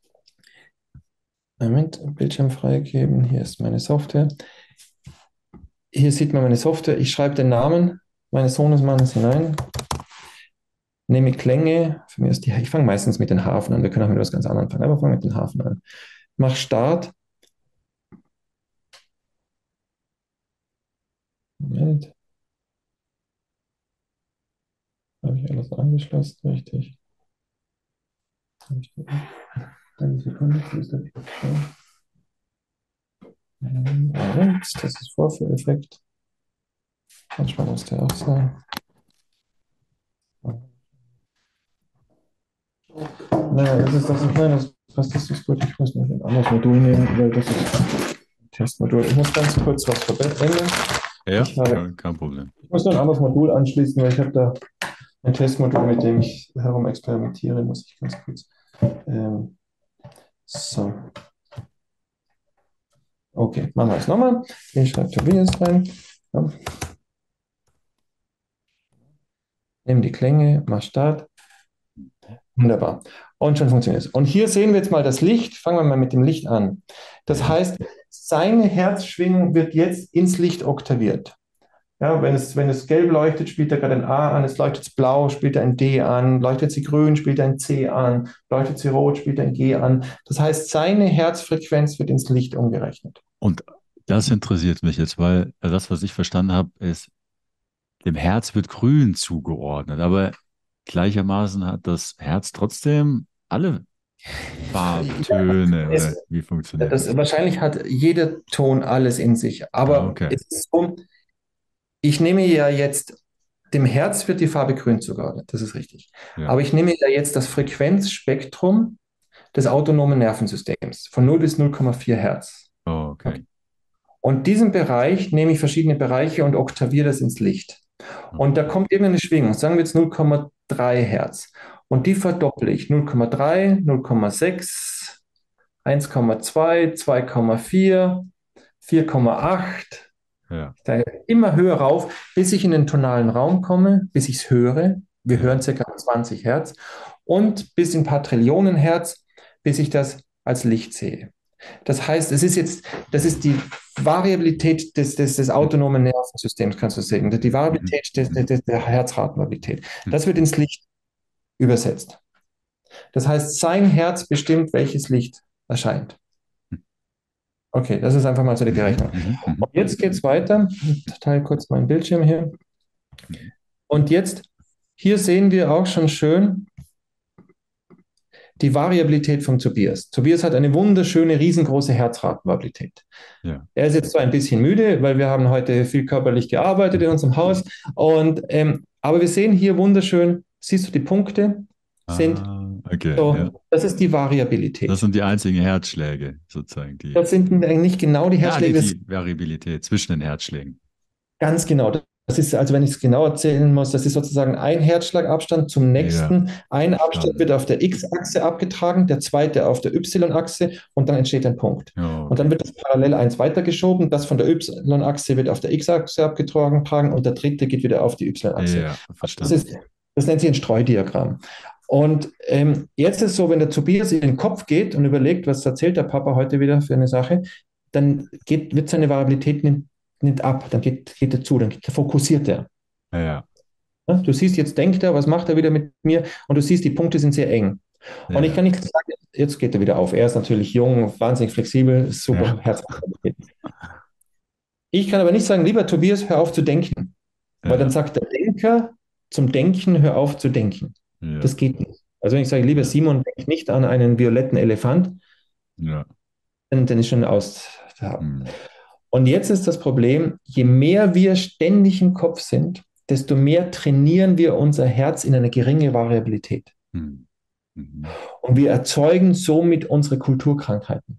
Moment, Bildschirm freigeben. Hier ist meine Software. Hier sieht man meine Software. Ich schreibe den Namen meines Sohnesmannes hinein, nehme Klänge. Für mich ist die, ich fange meistens mit den Hafen an. Wir können auch mit etwas ganz anderem fangen, aber fange mit den Hafen an. Mach Start. Moment, habe ich alles angeschlossen, richtig? Habe ich eine Sekunde, wo ist der Bildschirm? Moment, das ist Vorführeffekt. Manchmal muss der auch sein. Nein, das ist das nicht. Nein, das passt, das ist gut. Ich muss noch ein anderes Modul nehmen, weil das ist ein Testmodul. Ich muss ganz kurz was verbessern. Ja, Ich habe, kein, kein Problem. ich muss noch ein anderes Modul anschließen, weil ich habe da ein Testmodul, mit dem ich herum experimentiere, muss ich ganz kurz. Ähm, so. Okay, machen wir es nochmal. Ich schreibe Tobias rein. Ja. Nimm die Klänge, mach Start. Wunderbar. Und schon funktioniert es. Und hier sehen wir jetzt mal das Licht. Fangen wir mal mit dem Licht an. Das Ja. heißt, seine Herzschwingung wird jetzt ins Licht oktaviert. Ja, wenn es, wenn es gelb leuchtet, spielt er gerade ein A an, es leuchtet blau, spielt er ein D an, leuchtet sie grün, spielt er ein C an, leuchtet sie rot, spielt er ein G an. Das heißt, seine Herzfrequenz wird ins Licht umgerechnet. Und das interessiert mich jetzt, weil das, was ich verstanden habe, ist, dem Herz wird grün zugeordnet, aber gleichermaßen hat das Herz trotzdem alle Farbtöne oder Es, wie funktioniert das, das? wahrscheinlich hat jeder Ton alles in sich, Ah, aber okay. es ist so, ich nehme ja jetzt, dem Herz wird die Farbe grün zugeordnet, das ist richtig. Ja. Aber ich nehme ja jetzt das Frequenzspektrum des autonomen Nervensystems von null bis null Komma vier Hertz. Oh, okay. Okay. Und diesen Bereich nehme ich verschiedene Bereiche und oktaviere das ins Licht. Und da Mhm. kommt irgendeine Schwingung, sagen wir jetzt null Komma drei Hertz. Und die verdopple ich. null Komma drei, null Komma sechs, eins Komma zwei, zwei Komma vier, vier Komma acht. Ja, Da immer höher rauf, bis ich in den tonalen Raum komme, bis ich es höre. Wir hören ja. ca. zwanzig Hertz. Und bis in ein paar Trillionen Hertz, bis ich das als Licht sehe. Das heißt, es ist jetzt, das ist die Variabilität des, des, des Mhm. autonomen Nervensystems, kannst du sagen. Die Mhm. Variabilität des, Mhm. des, der Herzratenvariabilität. Mhm. Das wird ins Licht übersetzt. Das heißt, sein Herz bestimmt, welches Licht erscheint. Okay, das ist einfach mal so die Mhm. Berechnung. Mhm. Und Mhm. jetzt geht es weiter. Ich teile kurz meinen Bildschirm hier. Mhm. Und jetzt, hier sehen wir auch schon schön die Variabilität von Tobias. Tobias hat eine wunderschöne, riesengroße Herzratenvariabilität. Ja. Er ist jetzt zwar ein bisschen müde, weil wir haben heute viel körperlich gearbeitet in unserem Haus. Und, ähm, aber wir sehen hier wunderschön, siehst du, die Punkte sind Ah, okay, ja. so, das ist die Das Variabilität. sind die einzigen Herzschläge, sozusagen, die. Das sind nicht genau die Ja, die, Herzschläge, das die Variabilität zwischen den Herzschlägen. ganz genau. Das ist, also wenn ich es genau erzählen muss, das ist sozusagen ein Herzschlagabstand zum Ja, nächsten. Ein Abstand wird verstanden. auf der X-Achse abgetragen, der zweite auf der Y-Achse und dann entsteht ein Punkt. Ja, Und dann okay. wird das parallel eins weitergeschoben, das von der Y-Achse wird auf der X-Achse abgetragen tragen, und der dritte geht wieder auf die Y-Achse. Ja, Das verstanden. ist, das nennt sich ein Streudiagramm. Und ähm, jetzt ist es so, wenn der Tobias in den Kopf geht und überlegt, was erzählt der Papa heute wieder für eine Sache, dann geht, wird seine Variabilität nimmt, nimmt ab, dann geht, geht er zu, dann geht, fokussiert er. Ja, ja, Ja, du siehst, jetzt denkt er, was macht er wieder mit mir? Und du siehst, die Punkte sind sehr eng. Und ich ja, kann nicht sagen, jetzt geht er wieder auf. Er ist natürlich jung, wahnsinnig flexibel, super ja, Herzqualität. Ich kann aber nicht sagen, lieber Tobias, hör auf zu denken. Weil dann ja, sagt der Denker zum Denken, hör auf zu denken. ja, Das geht nicht. Also wenn ich sage, lieber ja, Simon, denk nicht an einen violetten Elefant, ja. dann, dann ist schon aus. Hm, Und jetzt ist das Problem, je mehr wir ständig im Kopf sind, desto mehr trainieren wir unser Herz in eine geringe Variabilität. hm, mhm, Und wir erzeugen somit unsere Kulturkrankheiten.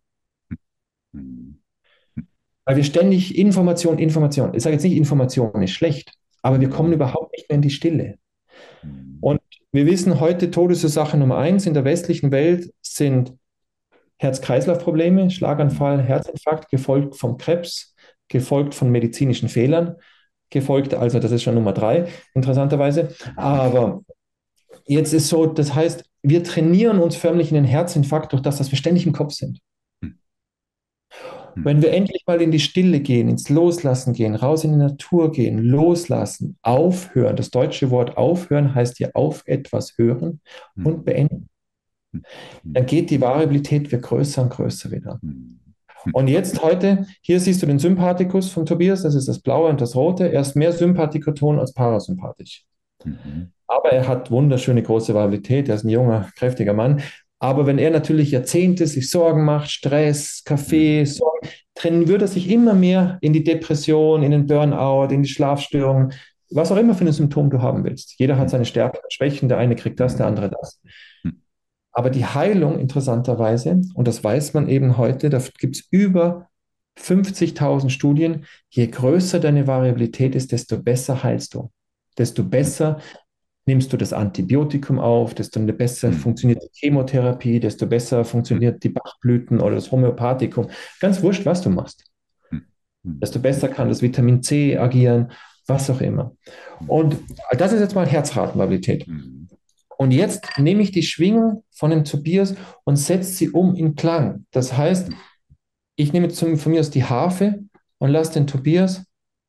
hm, Weil wir ständig Information, Information, ich sage jetzt nicht, Information ist schlecht, aber wir kommen hm, überhaupt nicht mehr in die Stille. hm, Und wir wissen heute, Todesursache Nummer eins in der westlichen Welt sind Herz-Kreislauf-Probleme, hm, Schlaganfall, Herzinfarkt, gefolgt vom Krebs, gefolgt von medizinischen Fehlern, gefolgt, also das ist schon Nummer drei, interessanterweise. Aber jetzt ist so, das heißt, wir trainieren uns förmlich in den Herzinfarkt durch das, dass wir ständig im Kopf sind. Hm. Hm. Wenn wir endlich mal in die Stille gehen, ins Loslassen gehen, raus in die Natur gehen, loslassen, aufhören. Das deutsche Wort aufhören heißt ja auf etwas hören und Hm. beenden. Hm. Dann Hm. geht die Variabilität wird größer und größer wieder. Hm. Und jetzt heute, hier siehst du den Sympathikus von Tobias, das ist das Blaue und das Rote. Er ist mehr Sympathikoton als parasympathisch. Mhm. Aber er hat wunderschöne große Variabilität. Er ist ein junger, kräftiger Mann. Aber wenn er natürlich Jahrzehnte sich Sorgen macht, Stress, Kaffee, Hm. Sorgen, dann würde er sich immer mehr in die Depression, in den Burnout, in die Schlafstörungen, was auch immer für ein Symptom du haben willst. Jeder hat Hm. seine Stärken und Schwächen. Der eine kriegt das, der andere das. Hm. Aber die Heilung, interessanterweise, und das weiß man eben heute, da gibt es über fünfzigtausend Studien, je größer deine Variabilität ist, desto besser heilst du. Desto Hm. besser nimmst du das Antibiotikum auf, desto besser Hm. funktioniert die Chemotherapie, desto besser Hm. funktioniert die Bachblüten oder das Homöopathikum. Ganz wurscht, was du machst. Hm. Hm. Desto besser kann das Vitamin C agieren, was auch immer. Und das ist jetzt mal Herzratenvariabilität. Hm. Und jetzt nehme ich die Schwingung von dem Tobias und setze sie um in Klang. Das heißt, ich nehme zum, von mir aus die Harfe und lasse den Tobias,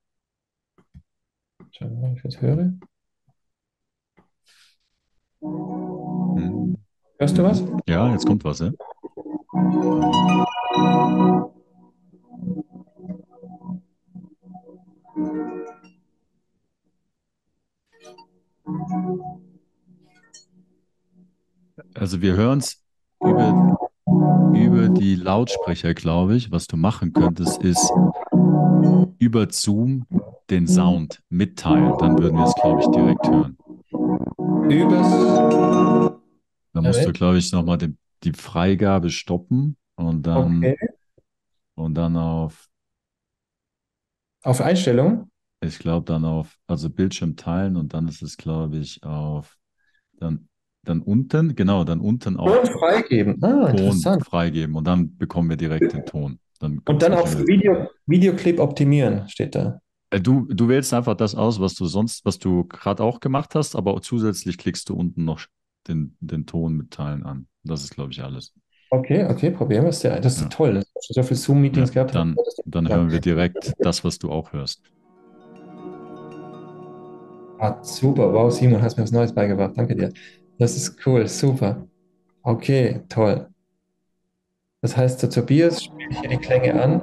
schauen wir mal, ob ich das höre. Hm. Hörst du was? Mhm. Ja, jetzt kommt was, ja? Also wir hören es über, über die Lautsprecher, glaube ich. Was du machen könntest, ist über Zoom den Sound mitteilen. Dann würden wir es, glaube ich, direkt hören. Übers. Da musst du, Moment. glaube ich, nochmal die, die Freigabe stoppen und dann, Okay. und dann auf, Auf Einstellung. ich glaube, dann auf, also Bildschirm teilen und dann ist es, glaube ich, auf, dann, dann unten, genau, dann unten auf Ton freigeben. Ah, Ton interessant. freigeben und dann bekommen wir direkt den Ton. Dann Und kommt es dann nicht auf über. Video, Videoclip optimieren, steht da. Äh, Du, du wählst einfach das aus, was du sonst, was du gerade auch gemacht hast, aber zusätzlich klickst du unten noch den, den Ton mitteilen an. Das ist, glaube ich, alles. Okay, okay, probieren wir es. Ja, das ist Ja, toll. Ich habe schon so viele ja. Zoom-Meetings gehabt. Dann, dann Ja. hören wir direkt das, was du auch hörst. Ah, super. Wow, Simon, hast mir was Neues beigebracht. Danke dir. Das ist cool. Super. Okay, toll. Das heißt, der Tobias spielt hier die Klänge an.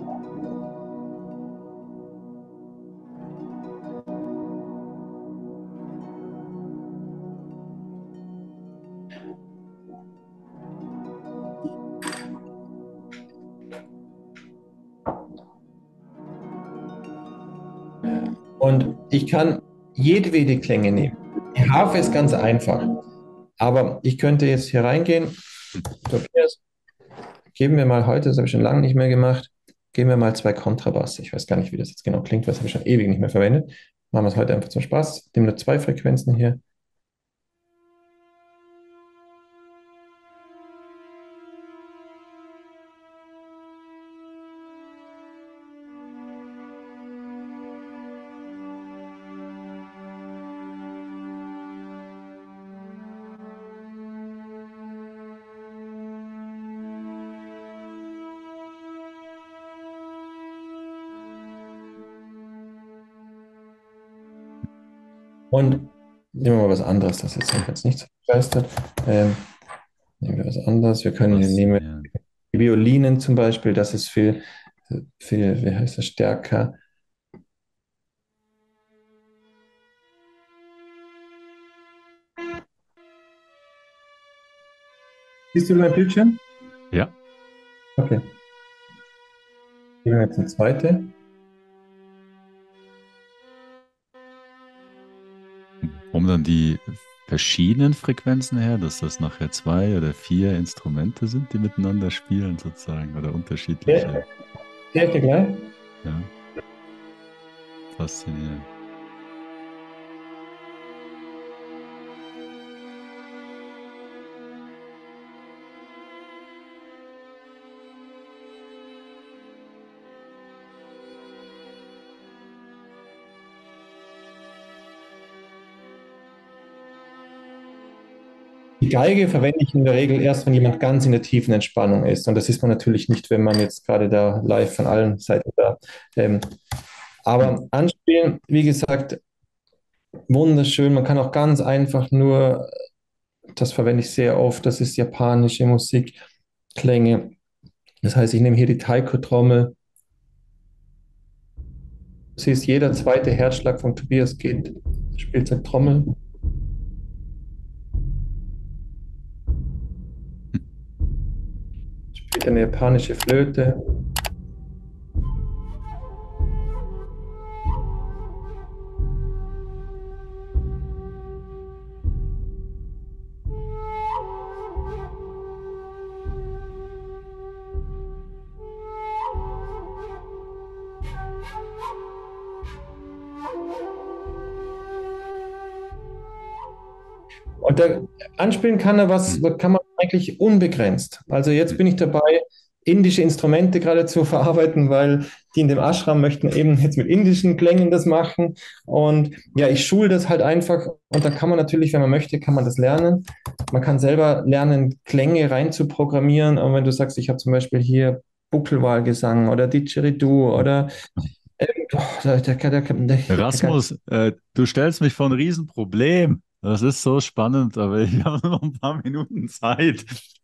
Und ich kann jedwede Klänge nehmen. Die Harfe ist ganz einfach. Aber ich könnte jetzt hier reingehen. Hm. Tobias, geben wir mal heute, das habe ich schon lange nicht mehr gemacht, geben wir mal zwei Kontrabass. Ich weiß gar nicht, wie das jetzt genau klingt, weil das habe ich schon ewig nicht mehr verwendet. Machen wir es heute einfach zum Spaß. Nehmen nur zwei Frequenzen hier. Und nehmen wir mal was anderes, das ist mich jetzt nicht so begeistert. Ähm, nehmen wir was anderes. Wir können Was nehmen hier? die Violinen zum Beispiel, das ist viel, viel, wie heißt das, stärker. Siehst du mein Bildschirm? Ja. Okay. Nehmen wir jetzt eine zweite. Um dann die verschiedenen Frequenzen her, dass das nachher zwei oder vier Instrumente sind, die miteinander spielen sozusagen oder Ja, unterschiedliche. sehe ich dir gleich. Ja, faszinierend. Die Geige verwende ich in der Regel erst, wenn jemand ganz in der tiefen Entspannung ist. Und das ist man natürlich nicht, wenn man jetzt gerade da live von allen Seiten da. Ähm, aber anspielen, wie gesagt, wunderschön. Man kann auch ganz einfach nur, das verwende ich sehr oft, das ist japanische Musikklänge. Das heißt, ich nehme hier die Taiko-Trommel. Du siehst, jeder zweite Herzschlag von Tobias geht, spielt seine Trommel. Spielt eine japanische Flöte. Und da anspielen kann er was, kann man eigentlich unbegrenzt. Also jetzt bin ich dabei, indische Instrumente gerade zu verarbeiten, weil die in dem Ashram möchten eben jetzt mit indischen Klängen das machen. Und ja, ich schule das halt einfach. Und da kann man natürlich, wenn man möchte, kann man das lernen. Man kann selber lernen, Klänge rein zu programmieren. Und wenn du sagst, ich habe zum Beispiel hier Buckelwalgesang oder Didgeridoo oder äh, oh, der, der, der, der, der, Rasmus, äh, du stellst mich vor ein Riesenproblem. Das ist so spannend, aber ich habe nur noch ein paar Minuten Zeit.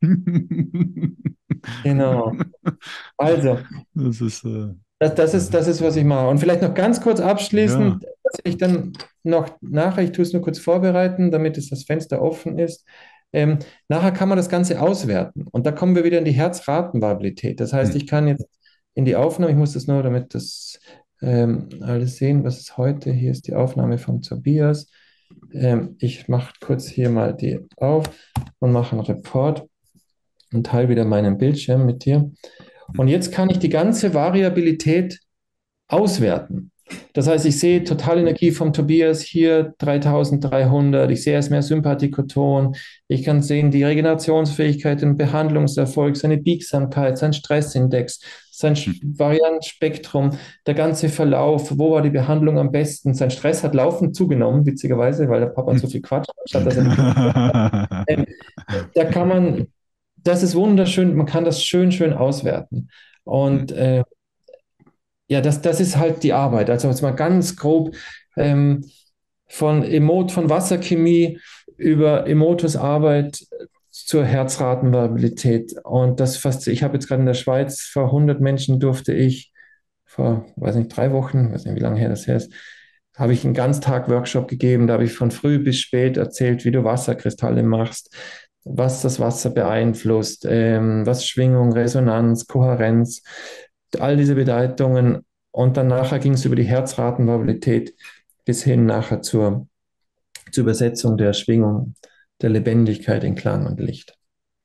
genau. Also, Das ist, äh, Das, das ist, das ist, was ich mache. Und vielleicht noch ganz kurz ja. abschließend, dass ich dann noch nachher, ich tue es nur kurz vorbereiten, damit es das Fenster offen ist. Ähm, nachher kann man das Ganze auswerten. Und da kommen wir wieder in die Herzratenvariabilität. Das heißt, Hm. ich kann jetzt in die Aufnahme, ich muss das nur, damit das ähm, alles sehen, was ist heute. Hier ist die Aufnahme von Tobias. Ähm, ich mache kurz hier mal die auf und mache einen Report und teile wieder meinen Bildschirm mit dir. Und jetzt kann ich die ganze Variabilität auswerten. Das heißt, ich sehe Totalenergie vom Tobias hier dreitausenddreihundert, ich sehe, er ist mehr Sympathikoton, ich kann sehen die Regenerationsfähigkeit, den Behandlungserfolg, seine Biegsamkeit, sein Stressindex, sein Hm. Variantenspektrum, der ganze Verlauf, wo war die Behandlung am besten. Sein Stress hat laufend zugenommen, witzigerweise, weil der Papa zu viel quatscht, statt dass er die Kinder. Ähm, Da kann man, das ist wunderschön, man kann das schön, schön auswerten. Und äh, ja, das, das ist halt die Arbeit. Also jetzt mal ganz grob ähm, von Emot, von Wasserchemie über Emotos Arbeit zur Herzratenvariabilität. Und das fast, ich habe jetzt gerade in der Schweiz vor hundert Menschen durfte ich vor, weiß nicht, drei Wochen, weiß nicht, wie lange her das her ist, habe ich einen Ganztag-Workshop gegeben. Da habe ich von früh bis spät erzählt, wie du Wasserkristalle machst, was das Wasser beeinflusst, ähm, was Schwingung, Resonanz, Kohärenz, all diese Bedeutungen. Und dann nachher ging es über die Herzratenvariabilität bis hin nachher zur, zur Übersetzung der Schwingung, der Lebendigkeit in Klang und Licht.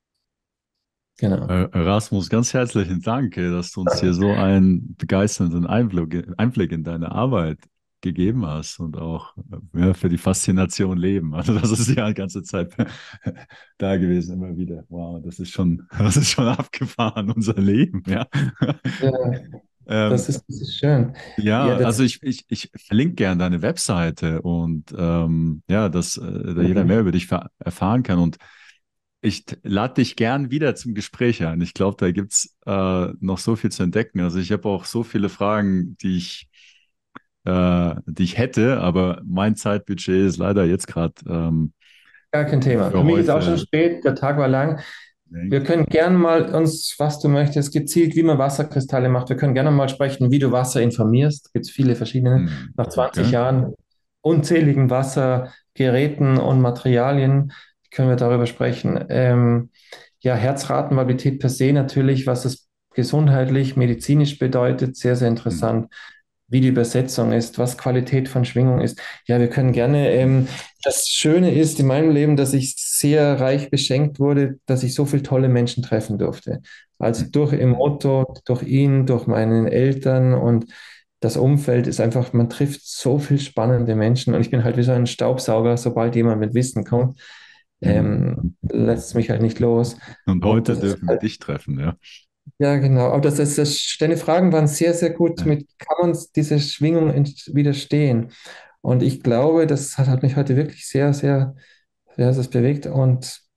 Genau. Äh, Rasmus, ganz herzlichen Dank, äh, dass du uns hier so einen begeisternden Einblick, Einblick in deine Arbeit gegeben hast und auch äh, ja, für die Faszination Leben. Also das ist ja die ganze Zeit da gewesen, immer wieder. Wow, das ist schon, das ist schon abgefahren, unser Leben, ja. Ja, Ähm, das ist, das ist schön. Ja, ja, das, also ich, ich, ich verlinke gerne deine Webseite und ähm, ja, dass äh, da jeder mehr über dich ver- erfahren kann. Und ich t- lade dich gern wieder zum Gespräch ein. Ich glaube, da gibt's äh, noch so viel zu entdecken. Also ich habe auch so viele Fragen, die ich, äh, die ich hätte, aber mein Zeitbudget ist leider jetzt gerade ähm, gar kein Thema. für Für mich ist auch schon heute. spät, der Tag war lang. Wir Denkt. können gerne mal uns, was du möchtest, gezielt, wie man Wasserkristalle macht. Wir können gerne mal sprechen, wie du Wasser informierst. Gibt es viele verschiedene. Hm, Nach zwanzig okay. Jahren unzähligen Wassergeräten und Materialien können wir darüber sprechen. Ähm, ja, Herzratenvariabilität per se natürlich, was es gesundheitlich, medizinisch bedeutet, sehr, sehr Hm. interessant, wie die Übersetzung ist, was Qualität von Schwingung ist. Ja, wir können gerne, ähm, das Schöne ist in meinem Leben, dass ich sehr reich beschenkt wurde, dass ich so viele tolle Menschen treffen durfte. Also Hm. durch Emoto, durch ihn, durch meine Eltern und das Umfeld ist einfach, man trifft so viel spannende Menschen und ich bin halt wie so ein Staubsauger, sobald jemand mit Wissen kommt, Hm. ähm, lässt es mich halt nicht los. Und Und heute das ist dürfen wir halt, dich treffen, ja. ja, genau. Aber das ist, das, deine Fragen waren sehr, sehr gut Ja. mit, kann man diese Schwingung ent- widerstehen? Und ich glaube, das hat, hat mich heute wirklich sehr, sehr, sehr, sehr bewegt. Und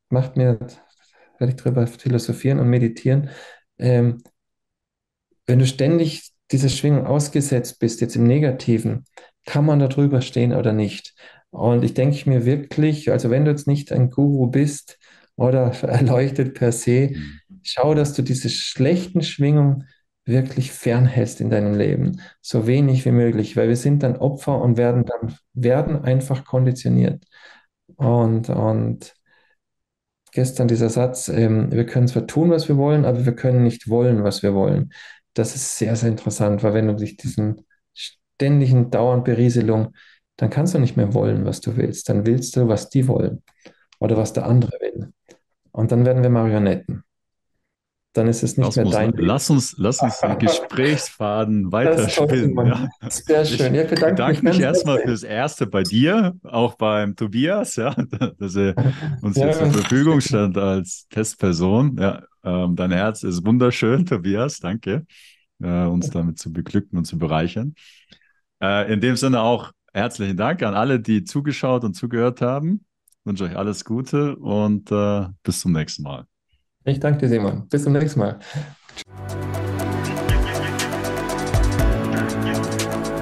macht mir, werde ich drüber philosophieren und meditieren. Ähm, Wenn du ständig dieser Schwingung ausgesetzt bist, jetzt im Negativen, kann man da drüber stehen oder nicht? Und ich denke mir wirklich, also wenn du jetzt nicht ein Guru bist oder erleuchtet per se, Mhm. schau, dass du diese schlechten Schwingungen wirklich fernhältst in deinem Leben, so wenig wie möglich, weil wir sind dann Opfer und werden dann werden einfach konditioniert. Und, und gestern dieser Satz, ähm, wir können zwar tun, was wir wollen, aber wir können nicht wollen, was wir wollen. Das ist sehr, sehr interessant, weil wenn du dich diesen ständigen, dauernden Berieselung, dann kannst du nicht mehr wollen, was du willst. Dann willst du, was die wollen oder was der andere will. Und dann werden wir Marionetten. Dann ist es nicht Das mehr muss, dein Leben. lass uns, lass uns den Gesprächsfaden Das weiter ist toll, spinnen. Simon. Ja. Sehr schön. Ich Ja, ich bedanke mich bedanke mich ganz erstmal herzlich. fürs Erste bei dir, auch beim Tobias, ja, dass er uns hier zur Ja, Verfügung stand als Testperson. Ja, ähm, dein Herz ist wunderschön, Tobias. Danke, äh, uns damit zu beglücken und zu bereichern. Äh, in dem Sinne auch herzlichen Dank an alle, die zugeschaut und zugehört haben. Ich wünsche euch alles Gute und äh, bis zum nächsten Mal. ich danke dir, Simon. Bis zum nächsten Mal.